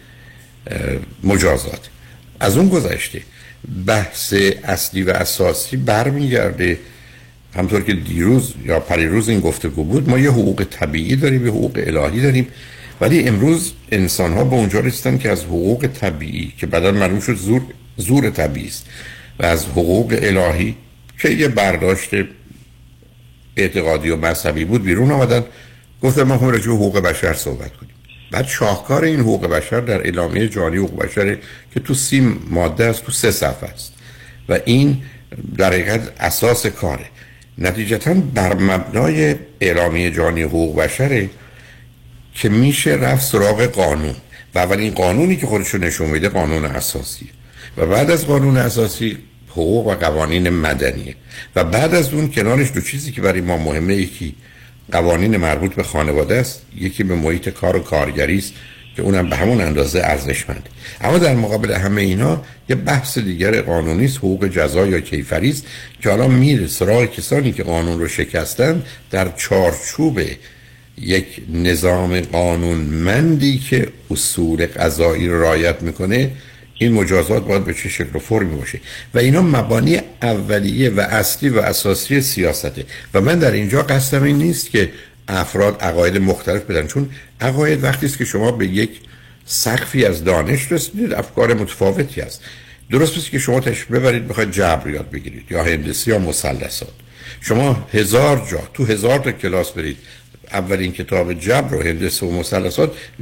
مجازات. از اون گذشته بحث اصلی و اساسی برمیگرده، همطور که دیروز یا پریروز این گفتگو بود، ما یه حقوق طبیعی داریم، یه حقوق الهی داریم. ولی امروز انسان ها به اونجا رسیدن که از حقوق طبیعی که بعداً معلوم شد زور طبیعی است و از حقوق الهی که یه برداشت اعتقادی و مذهبی بود بیرون آمدن، گفتن ما هم راجع به حقوق بشر صحبت کنیم. بعد شاهکار این حقوق بشر در اعلامیه جهانی حقوق بشر که تو 30 ماده است، تو 3 صفحه است و این در حقیقت اساس کاره. نتیجتاً بر مبنای اعلامیه جهانی حقوق بشره که میشه رفت سراغ قانون و اولین قانونی که خودشو نشون میده قانون اساسیه و بعد از قانون اساسی حقوق و قوانین مدنیه و بعد از اون کنارش دو چیزی که برای ما مهمه، یکی قوانین مربوط به خانواده است، یکی به محیط کار و کارگری است که اونم به همون اندازه ارزشمنده. اما در مقابل همه اینا یه بحث دیگر قانونی است، حقوق جزا یا کیفری است که حالا میره سراغ کسانی که قانون رو شکستن در چارچوب یک نظام قانونمندی که اصول قضایی رو رعایت میکنه. این مجازات باید به چه شکل و فرمی باشه و اینا مبانی اولیه و اصلی و اساسی سیاسته. و من در اینجا قصدم این نیست که افراد عقاید مختلف بدن، چون عقاید وقتی است که شما به یک سقفی از دانش رسیدید، افکار متفاوتی است. درست است که شما تشریف ببرید بخواید جبر یاد بگیرید یا هندسی یا مثلثات، شما 1000 جا تو 1000 تا کلاس برید، اولین کتاب جبر و هندسه و مثلثات 95%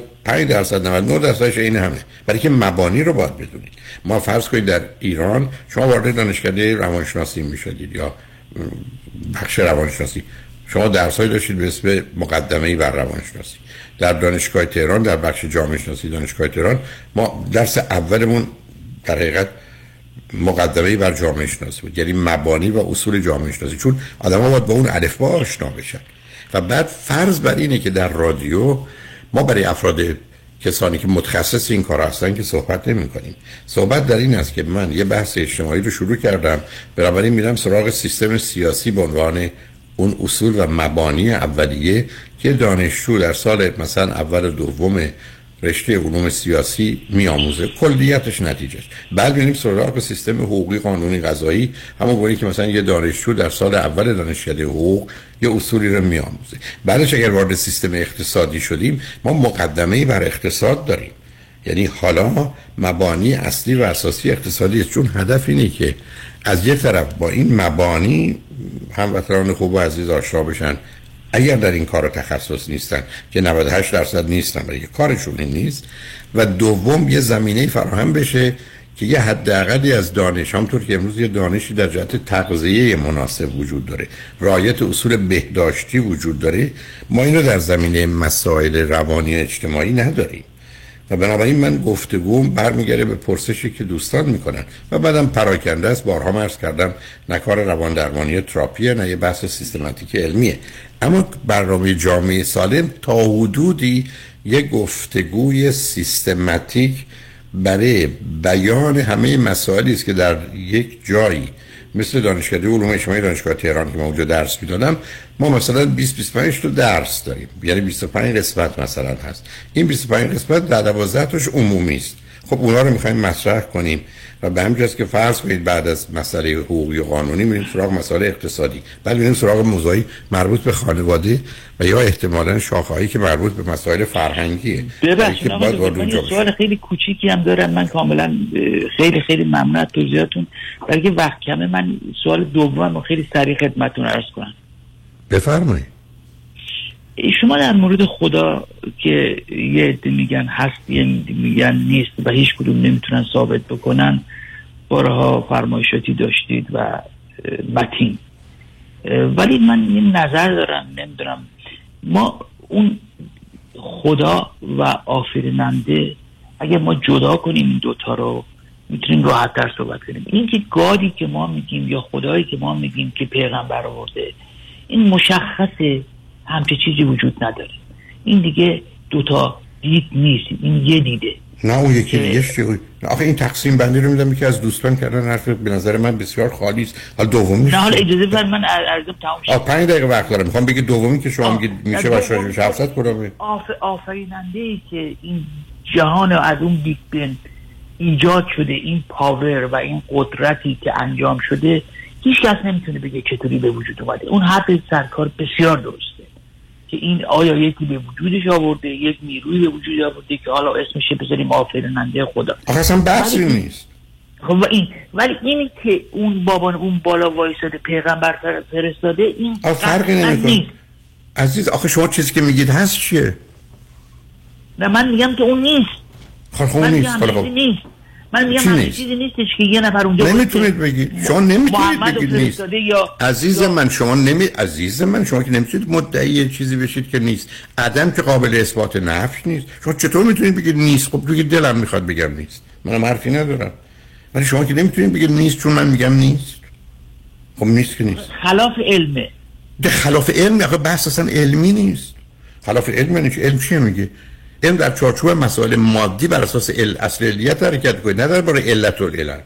99%ش این همه، برای که مبانی رو باید بدونید. ما فرض کنید در ایران شما وارد دانشکده روانشناسی میشدید یا بخش روانشناسی، شما درسایی داشتید به اسم مقدمه‌ای بر روانشناسی. در دانشگاه تهران در بخش جامعه شناسی دانشگاه تهران ما درس اولمون در حقیقت مقدمه‌ای بر جامعه شناسی بود، یعنی مبانی و اصول جامعه شناسی، چون آدم‌ها باید با اون الفبا آشنا بشن. و بعد فرض بر اینه که در رادیو ما برای افراد کسانی که متخصص این کار هستن که صحبت نمی کنیم. صحبت در این است که من یه بحث اجتماعی رو شروع کردم، بنابراین میرم سراغ سیستم سیاسی به عنوان اون اصول و مبانی اولیه که دانشجو در سال مثلا اول و دوم رشته علوم سیاسی میآموزه، کلیتش نتیجهش. بعد میریم سراغ سیستم حقوقی قانونی قضایی، همونگونه که مثلا یه دانشجو در سال اول دانشکده حقوق یه اصولی رو میآموزه. بعدش اگر وارد سیستم اقتصادی شدیم، ما مقدمه‌ای بر اقتصاد داریم، یعنی حالا ما مبانی اصلی و اساسی اقتصادی است، چون هدف اینه که از یک طرف با این مبانی هموطنان خوب و عزیز آشنا بشن اگر در این کار تخصص نیستن، که 98% نیستن برای کارشون این نیست، و دوم یه زمینه فراهم بشه که یه حداقلی از دانش، همونطور که امروز یه دانشی در جهت تغذیه مناسب وجود داره، رعایت اصول بهداشتی وجود داره، ما اینو در زمینه مسائل روانی و اجتماعی نداریم. و بنابراین من گفتگوم برمیگره به پرسشی که دوستان میکنن و بعدم پراکنده است. بارها عرض کردم نه کار روان درمانی تراپیه، نه یه بحث سیستماتیک علمیه، اما برنامه جامعه سالم تا حدودی یک گفتگوی سیستماتیک برای بیان همه مسائلی است که در یک جایی مثل دانشکده علوم اجتماعی دانشگاه تهران که من اونجا درس میدادم، ما مثلا 20-25 تا درس داریم، یعنی 25 قسمت مثلا هست. این 25 قسمت در 12 تاش عمومی است. خب اونا رو میخوایم مطرح کنیم و به همین جاست که فرض کنید بعد از مسئله حقوقی و قانونی میریم سراغ مسائل اقتصادی، بعد میریم سراغ موضوعی مربوط به خانواده و یا احتمالاً شاخه‌ای که مربوط به مسائل فرهنگیه. ببخشید من سوال خیلی کوچیکی هم دارم، من کاملا خیلی ممنون از توضیحاتون. برای وقت کمه من سوال دومم خیلی سریع خدمتتون عرض کنم. بفرمایید. شما در مورد خدا که یه عده میگن هست یه میگن نیست و هیچ کدوم نمیتونن ثابت بکنن، بارها فرمایشاتی داشتید و متین، ولی من یه نظر دارم، نمیدونم ما اون خدا و آفریننده اگه ما جدا کنیم این دوتا رو میتونیم راحت‌تر صحبت کنیم. این که گادی که ما میگیم یا خدایی که ما میگیم که پیغمبر آورده، این مشخصه همچه چیزی وجود نداره. این دیگه دوتا دید نیست، این یه دیده. نه اون یکی دیگه شده. آخه این تقسیم بندی رو میدم که از دوستان کردن حرف به نظر من بسیار خالی است. حالا دومی نه حالا اجازه بدید من عرضم تمام شه. 5 دقیقه وقت دارم. میخوام بگید دومی که شما میگید میشه باشه 700 کدومه؟ آفریننده‌ای که این جهان از اون بیگ بن ایجاد شده، این پاور و این قدرتی که انجام شده، هیچ کس نمیتونه بگه چطوری به وجود اومده. اون حرف سرکار بسیار درسته که این آیا یکی به وجودش آورده، یک نیروی به وجود آورده که حالا اسمش بذاریم آفریننده خدا. آخه اصلا بحثی نیست. خب ولی اینی که اون بابا اون بالا وایساده پیغمبر فرستاده، این فرقی نمیکنه عزیز. آخه شما چیزی که میگید هست چیه؟ نه من میگم که اون نیست. خب اون نیست. نیست. من میگم همین چیزی نیستش که یه نفر اونجا نمیتونید بگید. شما نمیتونید بگید نیست. عزیز من شما که نمیتونید مدعی چیزی بشید که نیست. عدم که قابل اثبات نفی نیست. شما چطور میتونید بگید نیست؟ خب بگید دلم میخواد بگم نیست، منم حرفی ندارم. ولی شما که نمیتونید بگید نیست چون من میگم نیست. خب نیست که نیست. خلاف علمه. خلاف علم. آخه بحث اصلا علمی نیست. خلاف علم نیست. علم چیه میگه؟ علم در چارچوب مسائل مادی بر اساس اصل علیت حرکت کنید، نه درباره علت و العلل.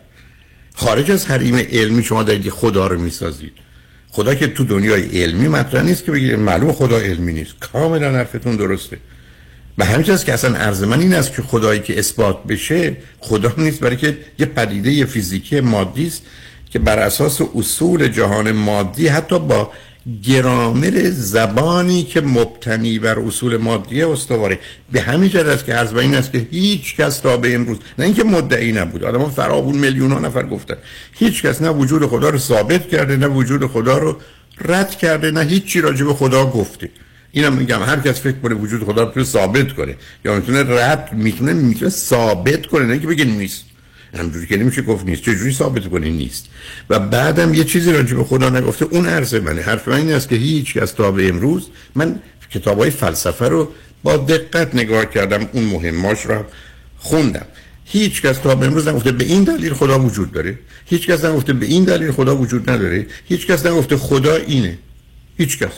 خارج از حریم علمی شما دارید خدا رو میسازید. خدا که تو دنیای علمی مطرح نیست که بگید معلوم خدا علمی نیست. کاملا حرفتون درسته. به همین جاست که اصلا عرض من این است که خدایی که اثبات بشه خدا نیست، برای که یه پدیده فیزیکی مادی است که بر اساس اصول جهان مادی حتی با گرامر زبانی که مبتنی بر اصول مادی استواره. به همین جهت است که عرض این است که هیچ کس تا به امروز، نه اینکه مدعی نبود، آدم‌ها فراوون میلیون‌ها نفر گفتن، هیچ کس نه وجود خدا رو ثابت کرده، نه وجود خدا رو رد کرده، نه هیچی راجع به خدا گفته. اینم میگم هر کس فکر کنه وجود خدا رو میتونه ثابت کنه یا میتونه رد میتونه ثابت کنه، نه اینکه بگه نیست. همونجوری که نمیشه گفت نیست، چجوری ثابت کنی نیست؟ و بعدم یه چیزی راجع به خدا نگفته. اون عرض منه. حرف من این است که هیچ کس تا به امروز، من کتابای فلسفه رو با دقت نگاه کردم، اون مهماش رو خوندم، هیچ کس تا به امروز نگفته به این دلیل خدا وجود داره، هیچ کس نگفته به این دلیل خدا وجود نداره، هیچ کس نگفته خدا اینه. هیچ کس.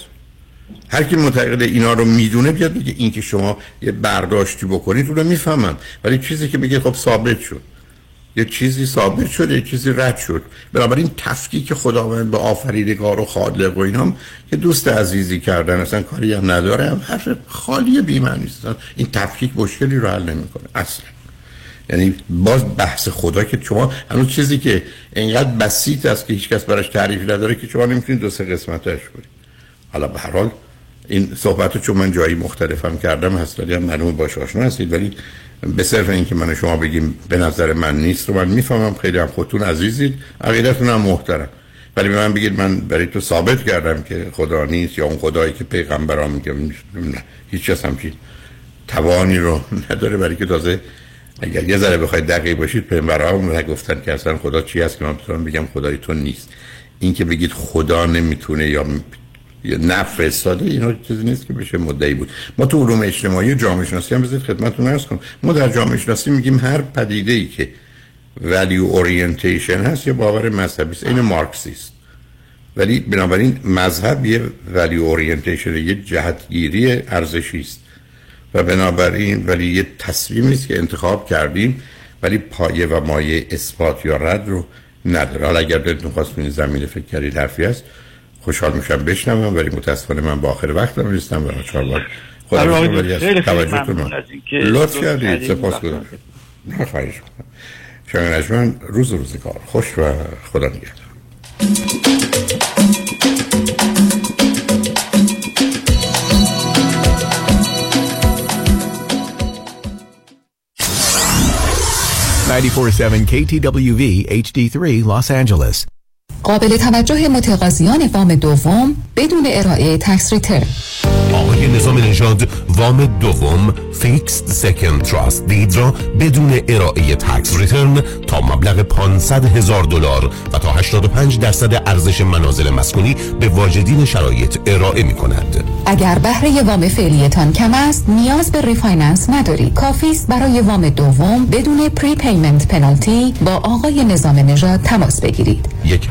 هر کی معتقد اینا رو میدونه بیاد بگه این که شما یه برداشتی بکنید رو میفهمم، ولی چیزی که میگه خب ثابت شد، یه چیزی ثابت شد، یه چیزی رد شد. بنابراین تفکیک خداوند به آفریدگار و خالق و اینام که دوست عزیزی کردن اصلا کاری هم نداره، هم حرف خالی بی‌معنی است. این تفکیک مشکلی رو حل نمی‌کنه اصلا. یعنی باز بحث خدا که شما هنوز چیزی که اینقدر بسیط است که هیچ کس براش تعریفی نداره که شما نمی‌تونید دو سه قسمتش کنید. حالا به هر حال این صحبتو چون من جایی مختلفم کردم هست، ولی هم معلومه باش آشنا هستید، ولی به صرف اینکه من شما بگیم به نظر من نیست رو من میفهمم، خیلی هم خودتون عزیزید، عقیدتون هم محترم، ولی به من بگید من برای تو ثابت کردم که خدا نیست یا اون خدایی که پیغمبران میگم نه، هیچ کس همچین توانی رو نداره. برای که تازه اگر یه ذره بخواید دقیق باشید پیغمبران نگفتن که اصلا خدا چی است که من بتونم بگم خدای تو نیست. این که بگید خدا نمیتونه یا یه نفرستاده، اینا چیزی نیست که بشه مدعی بود. ما تو علوم اجتماعی و جامعه شناسی هم بذارید خدمتتون عرض کنم، ما در جامعه شناسی میگیم هر پدیده‌ای که value orientation هست یا باور مذهبی است، این مارکسیست. ولی بنابراین مذهب یه value orientation، یه جهتگیری ارزشی است و بنابراین ولی یه تصمیمی است که انتخاب کردیم ولی پایه و مایه اثبات یا رد رو نداره. حالا اگر دلتون خواست این زمینه فکر کردید حرفی هست خوشحال میشم بشنوم، ولی متاسفانه من با آخر وقتم رسیدم و چهار خدا توجهتون رو لطف کردید. سپاسگزارم. خواهش می‌کنم. شما نجمن روزگار خوش و خدا نگهدار. KTWV HD3 Los Angeles. قابل توجه متقاضیان وام دوم بدون ارائه تکس ریترن. آقای نظام نژاد وام دوم فیکسد سکند تراست دید را بدون ارائه تکس ریترن تا مبلغ $500,000 و تا 85% ارزش منازل مسکونی به واجدین شرایط ارائه می کند. اگر بهره وام فعلیتان کم است نیاز به ریفایننس ندارید. کافی است برای وام دوم بدون پری پیمنت پنالتی با آقای نظام نژاد تماس بگیرید.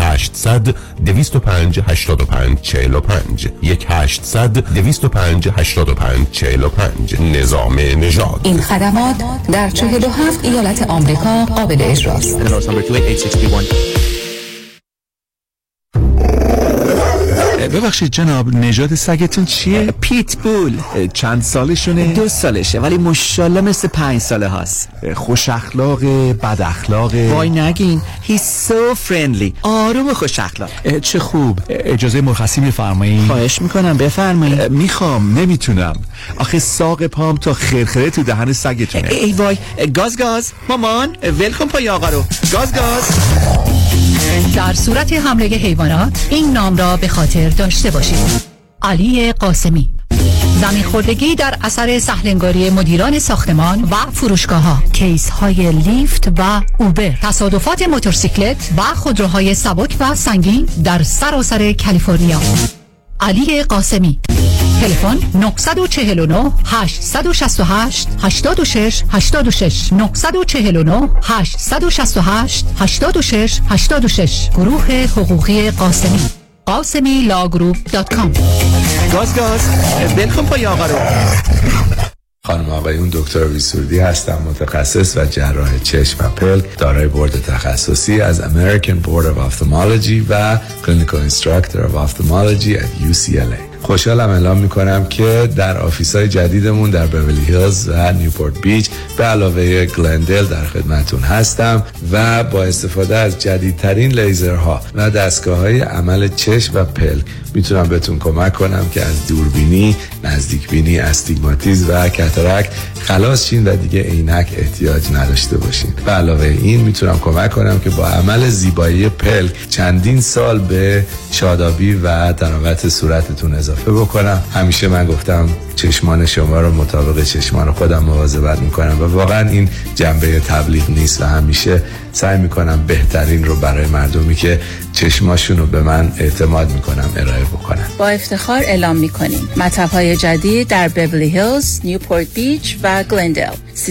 1-800-205-8545 1-800-205-8545 نظام نژاد. این خدمات در 47 ایالت آمریکا قابل اجراست. ببخشید جناب، نژاد سگتون چیه؟ پیت بول. چند سالشونه؟ 2 سالشه ولی ماشاءالله مثل 5 ساله هاست. خوش اخلاقه، بد اخلاقه؟ وای نگین، he's so friendly. آروم و خوش اخلاق. چه خوب. اجازه مرخصی میفرمایید؟ خواهش میکنم بفرمایید. میخوام، نمیتونم. آخه ساق پام تا خرخره تو دهن سگتونه. ای وای، گاز مامان ولکن پای آقا رو. گاز. در صورت حمله حیوانات این نام را به خاطر داشته باشید: علی قاسمی. زمین خوردگی در اثر سهلنگاری مدیران ساختمان و فروشگاه‌ها، کیس های لیفت و اوبر، تصادفات موتورسیکلت و خودروهای سبک و سنگین در سراسر کالیفرنیا. علی قاسمی. تلفن 949 868 86 86 949 868 86 86. گروه حقوقی قاسمی. قاسمیلاگروپ.com. گاز بلکن پای آقا رو. خانم آقایون، دکتر ویسوردی هستم، متخصص و جراح چشم و پلک، دارای بورد تخصصی از American Board of Ophthalmology و Clinical Instructor of Ophthalmology at UCLA. خوشحالم اعلام میکنم که در آفیس‌های جدیدمون در بیولی هیلز و نیوپورت بیچ به علاوه گلندل در خدمتون هستم و با استفاده از جدیدترین لیزرها و دستگاه‌های عمل چشم و پلک میتونم بهتون کمک کنم که از دوربینی، نزدیکبینی، استیگماتیسم و کاتاراکت خلاص شین و دیگه عینک احتیاج نداشته باشین. به علاوه این میتونم کمک کنم که با عمل زیبایی پلک چندین سال به شادابی و تراوت صورتتون اضافه بکنم. همیشه من گفتم چشمان شما رو مطابق چشمان خودم مواظبت میکنم و واقعا این جنبه تبلیغ نیست و همیشه سعی میکنم بهترین رو برای مردمی که چشماشون رو به من اعتماد میکنم ارائه بکنم. با افتخار اعلام میکنیم مطب‌های جدید در بیولی هیلز، نیوپورت بیچ و گلندل.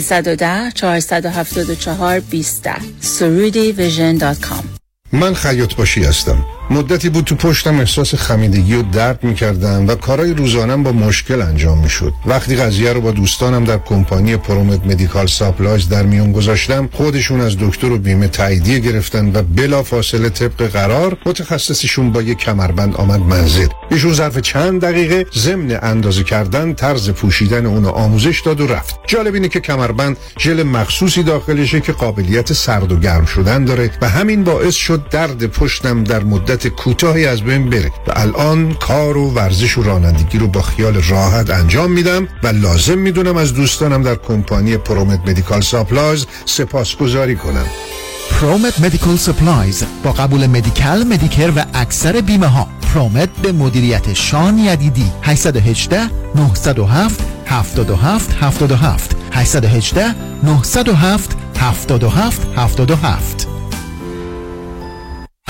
310-474-2010 surudivision.com. من خیاط باشی هستم. مدتی بود تو پشتم احساس خمیدگی و درد می‌کردم و کارهای روزانه‌ام با مشکل انجام می‌شد. وقتی قضیه رو با دوستانم در کمپانی پرومت مدیکال ساپلایز در میون گذاشتم، خودشون از دکتر و بیمه تاییدیه گرفتن و بلافاصله طبق قرار متخصصشون با یک کمربند آمد منزل. ایشون ظرف چند دقیقه ضمن اندازه کردن طرز پوشیدن اون آموزش داد و رفت. جالب اینه که کمربند ژل مخصوصی داخلشه که قابلیت سرد و گرم شدن داره و همین باعث شد درد پشتم در مدت کوتاهی از بین بره و الان کار و ورزش و رانندگی رو با خیال راحت انجام میدم و لازم میدونم از دوستانم در کمپانی پرومت مدیکال ساپلایز سپاسگزاری کنم. پرومت مدیکال سپلایز با قبول مدیکال، مدیکر و اکثر بیمه ها. پرومت به مدیریت شان یدیدی. 818 907 77 77 818 907 77 77.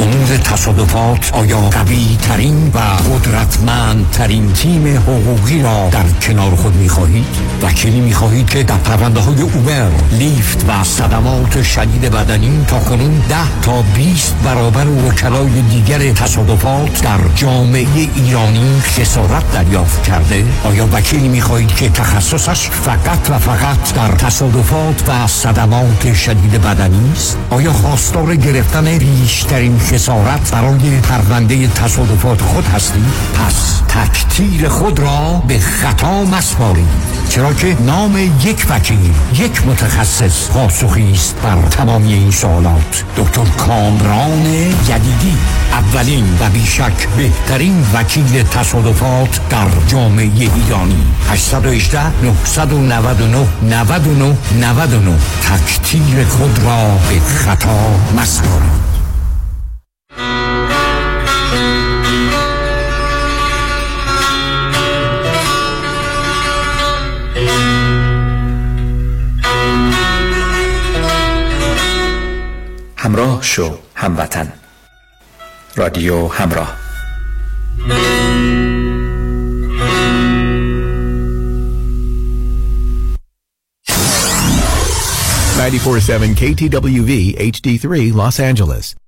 امور تصادفات آیا قوی ترین و قدرتمند ترین تیم حقوقی را در کنار خود می خواهید؟ وکیلی می خواهید که در پرونده های اوبر، لیفت و صدمات شدید بدنی تا کنون 10 تا 20 برابر وکلای دیگر تصادفات در جامعه ایرانی خسارت دریافت کرده؟ آیا وکیلی می خواهید که تخصصش فقط و فقط در تصادفات و صدمات شدید بدنی است؟ آیا خواستار گرفتن بیشترین خسارت برای پرونده تصادفات خود هستید؟ پس تکتیر خود را به خطا مسپارید، چرا که نام یک وکیل، یک متخصص پاسخی است بر تمامی این سوالات. دکتر کامران یدیدی، اولین و بیشک بهترین وکیل تصادفات در جامعه ایرانی. 818 999 99 99. تکتیر خود را به خطا مسپارید. همراه شو هموطن. رادیو همراه. 94.7 KTWV HD3 Los Angeles.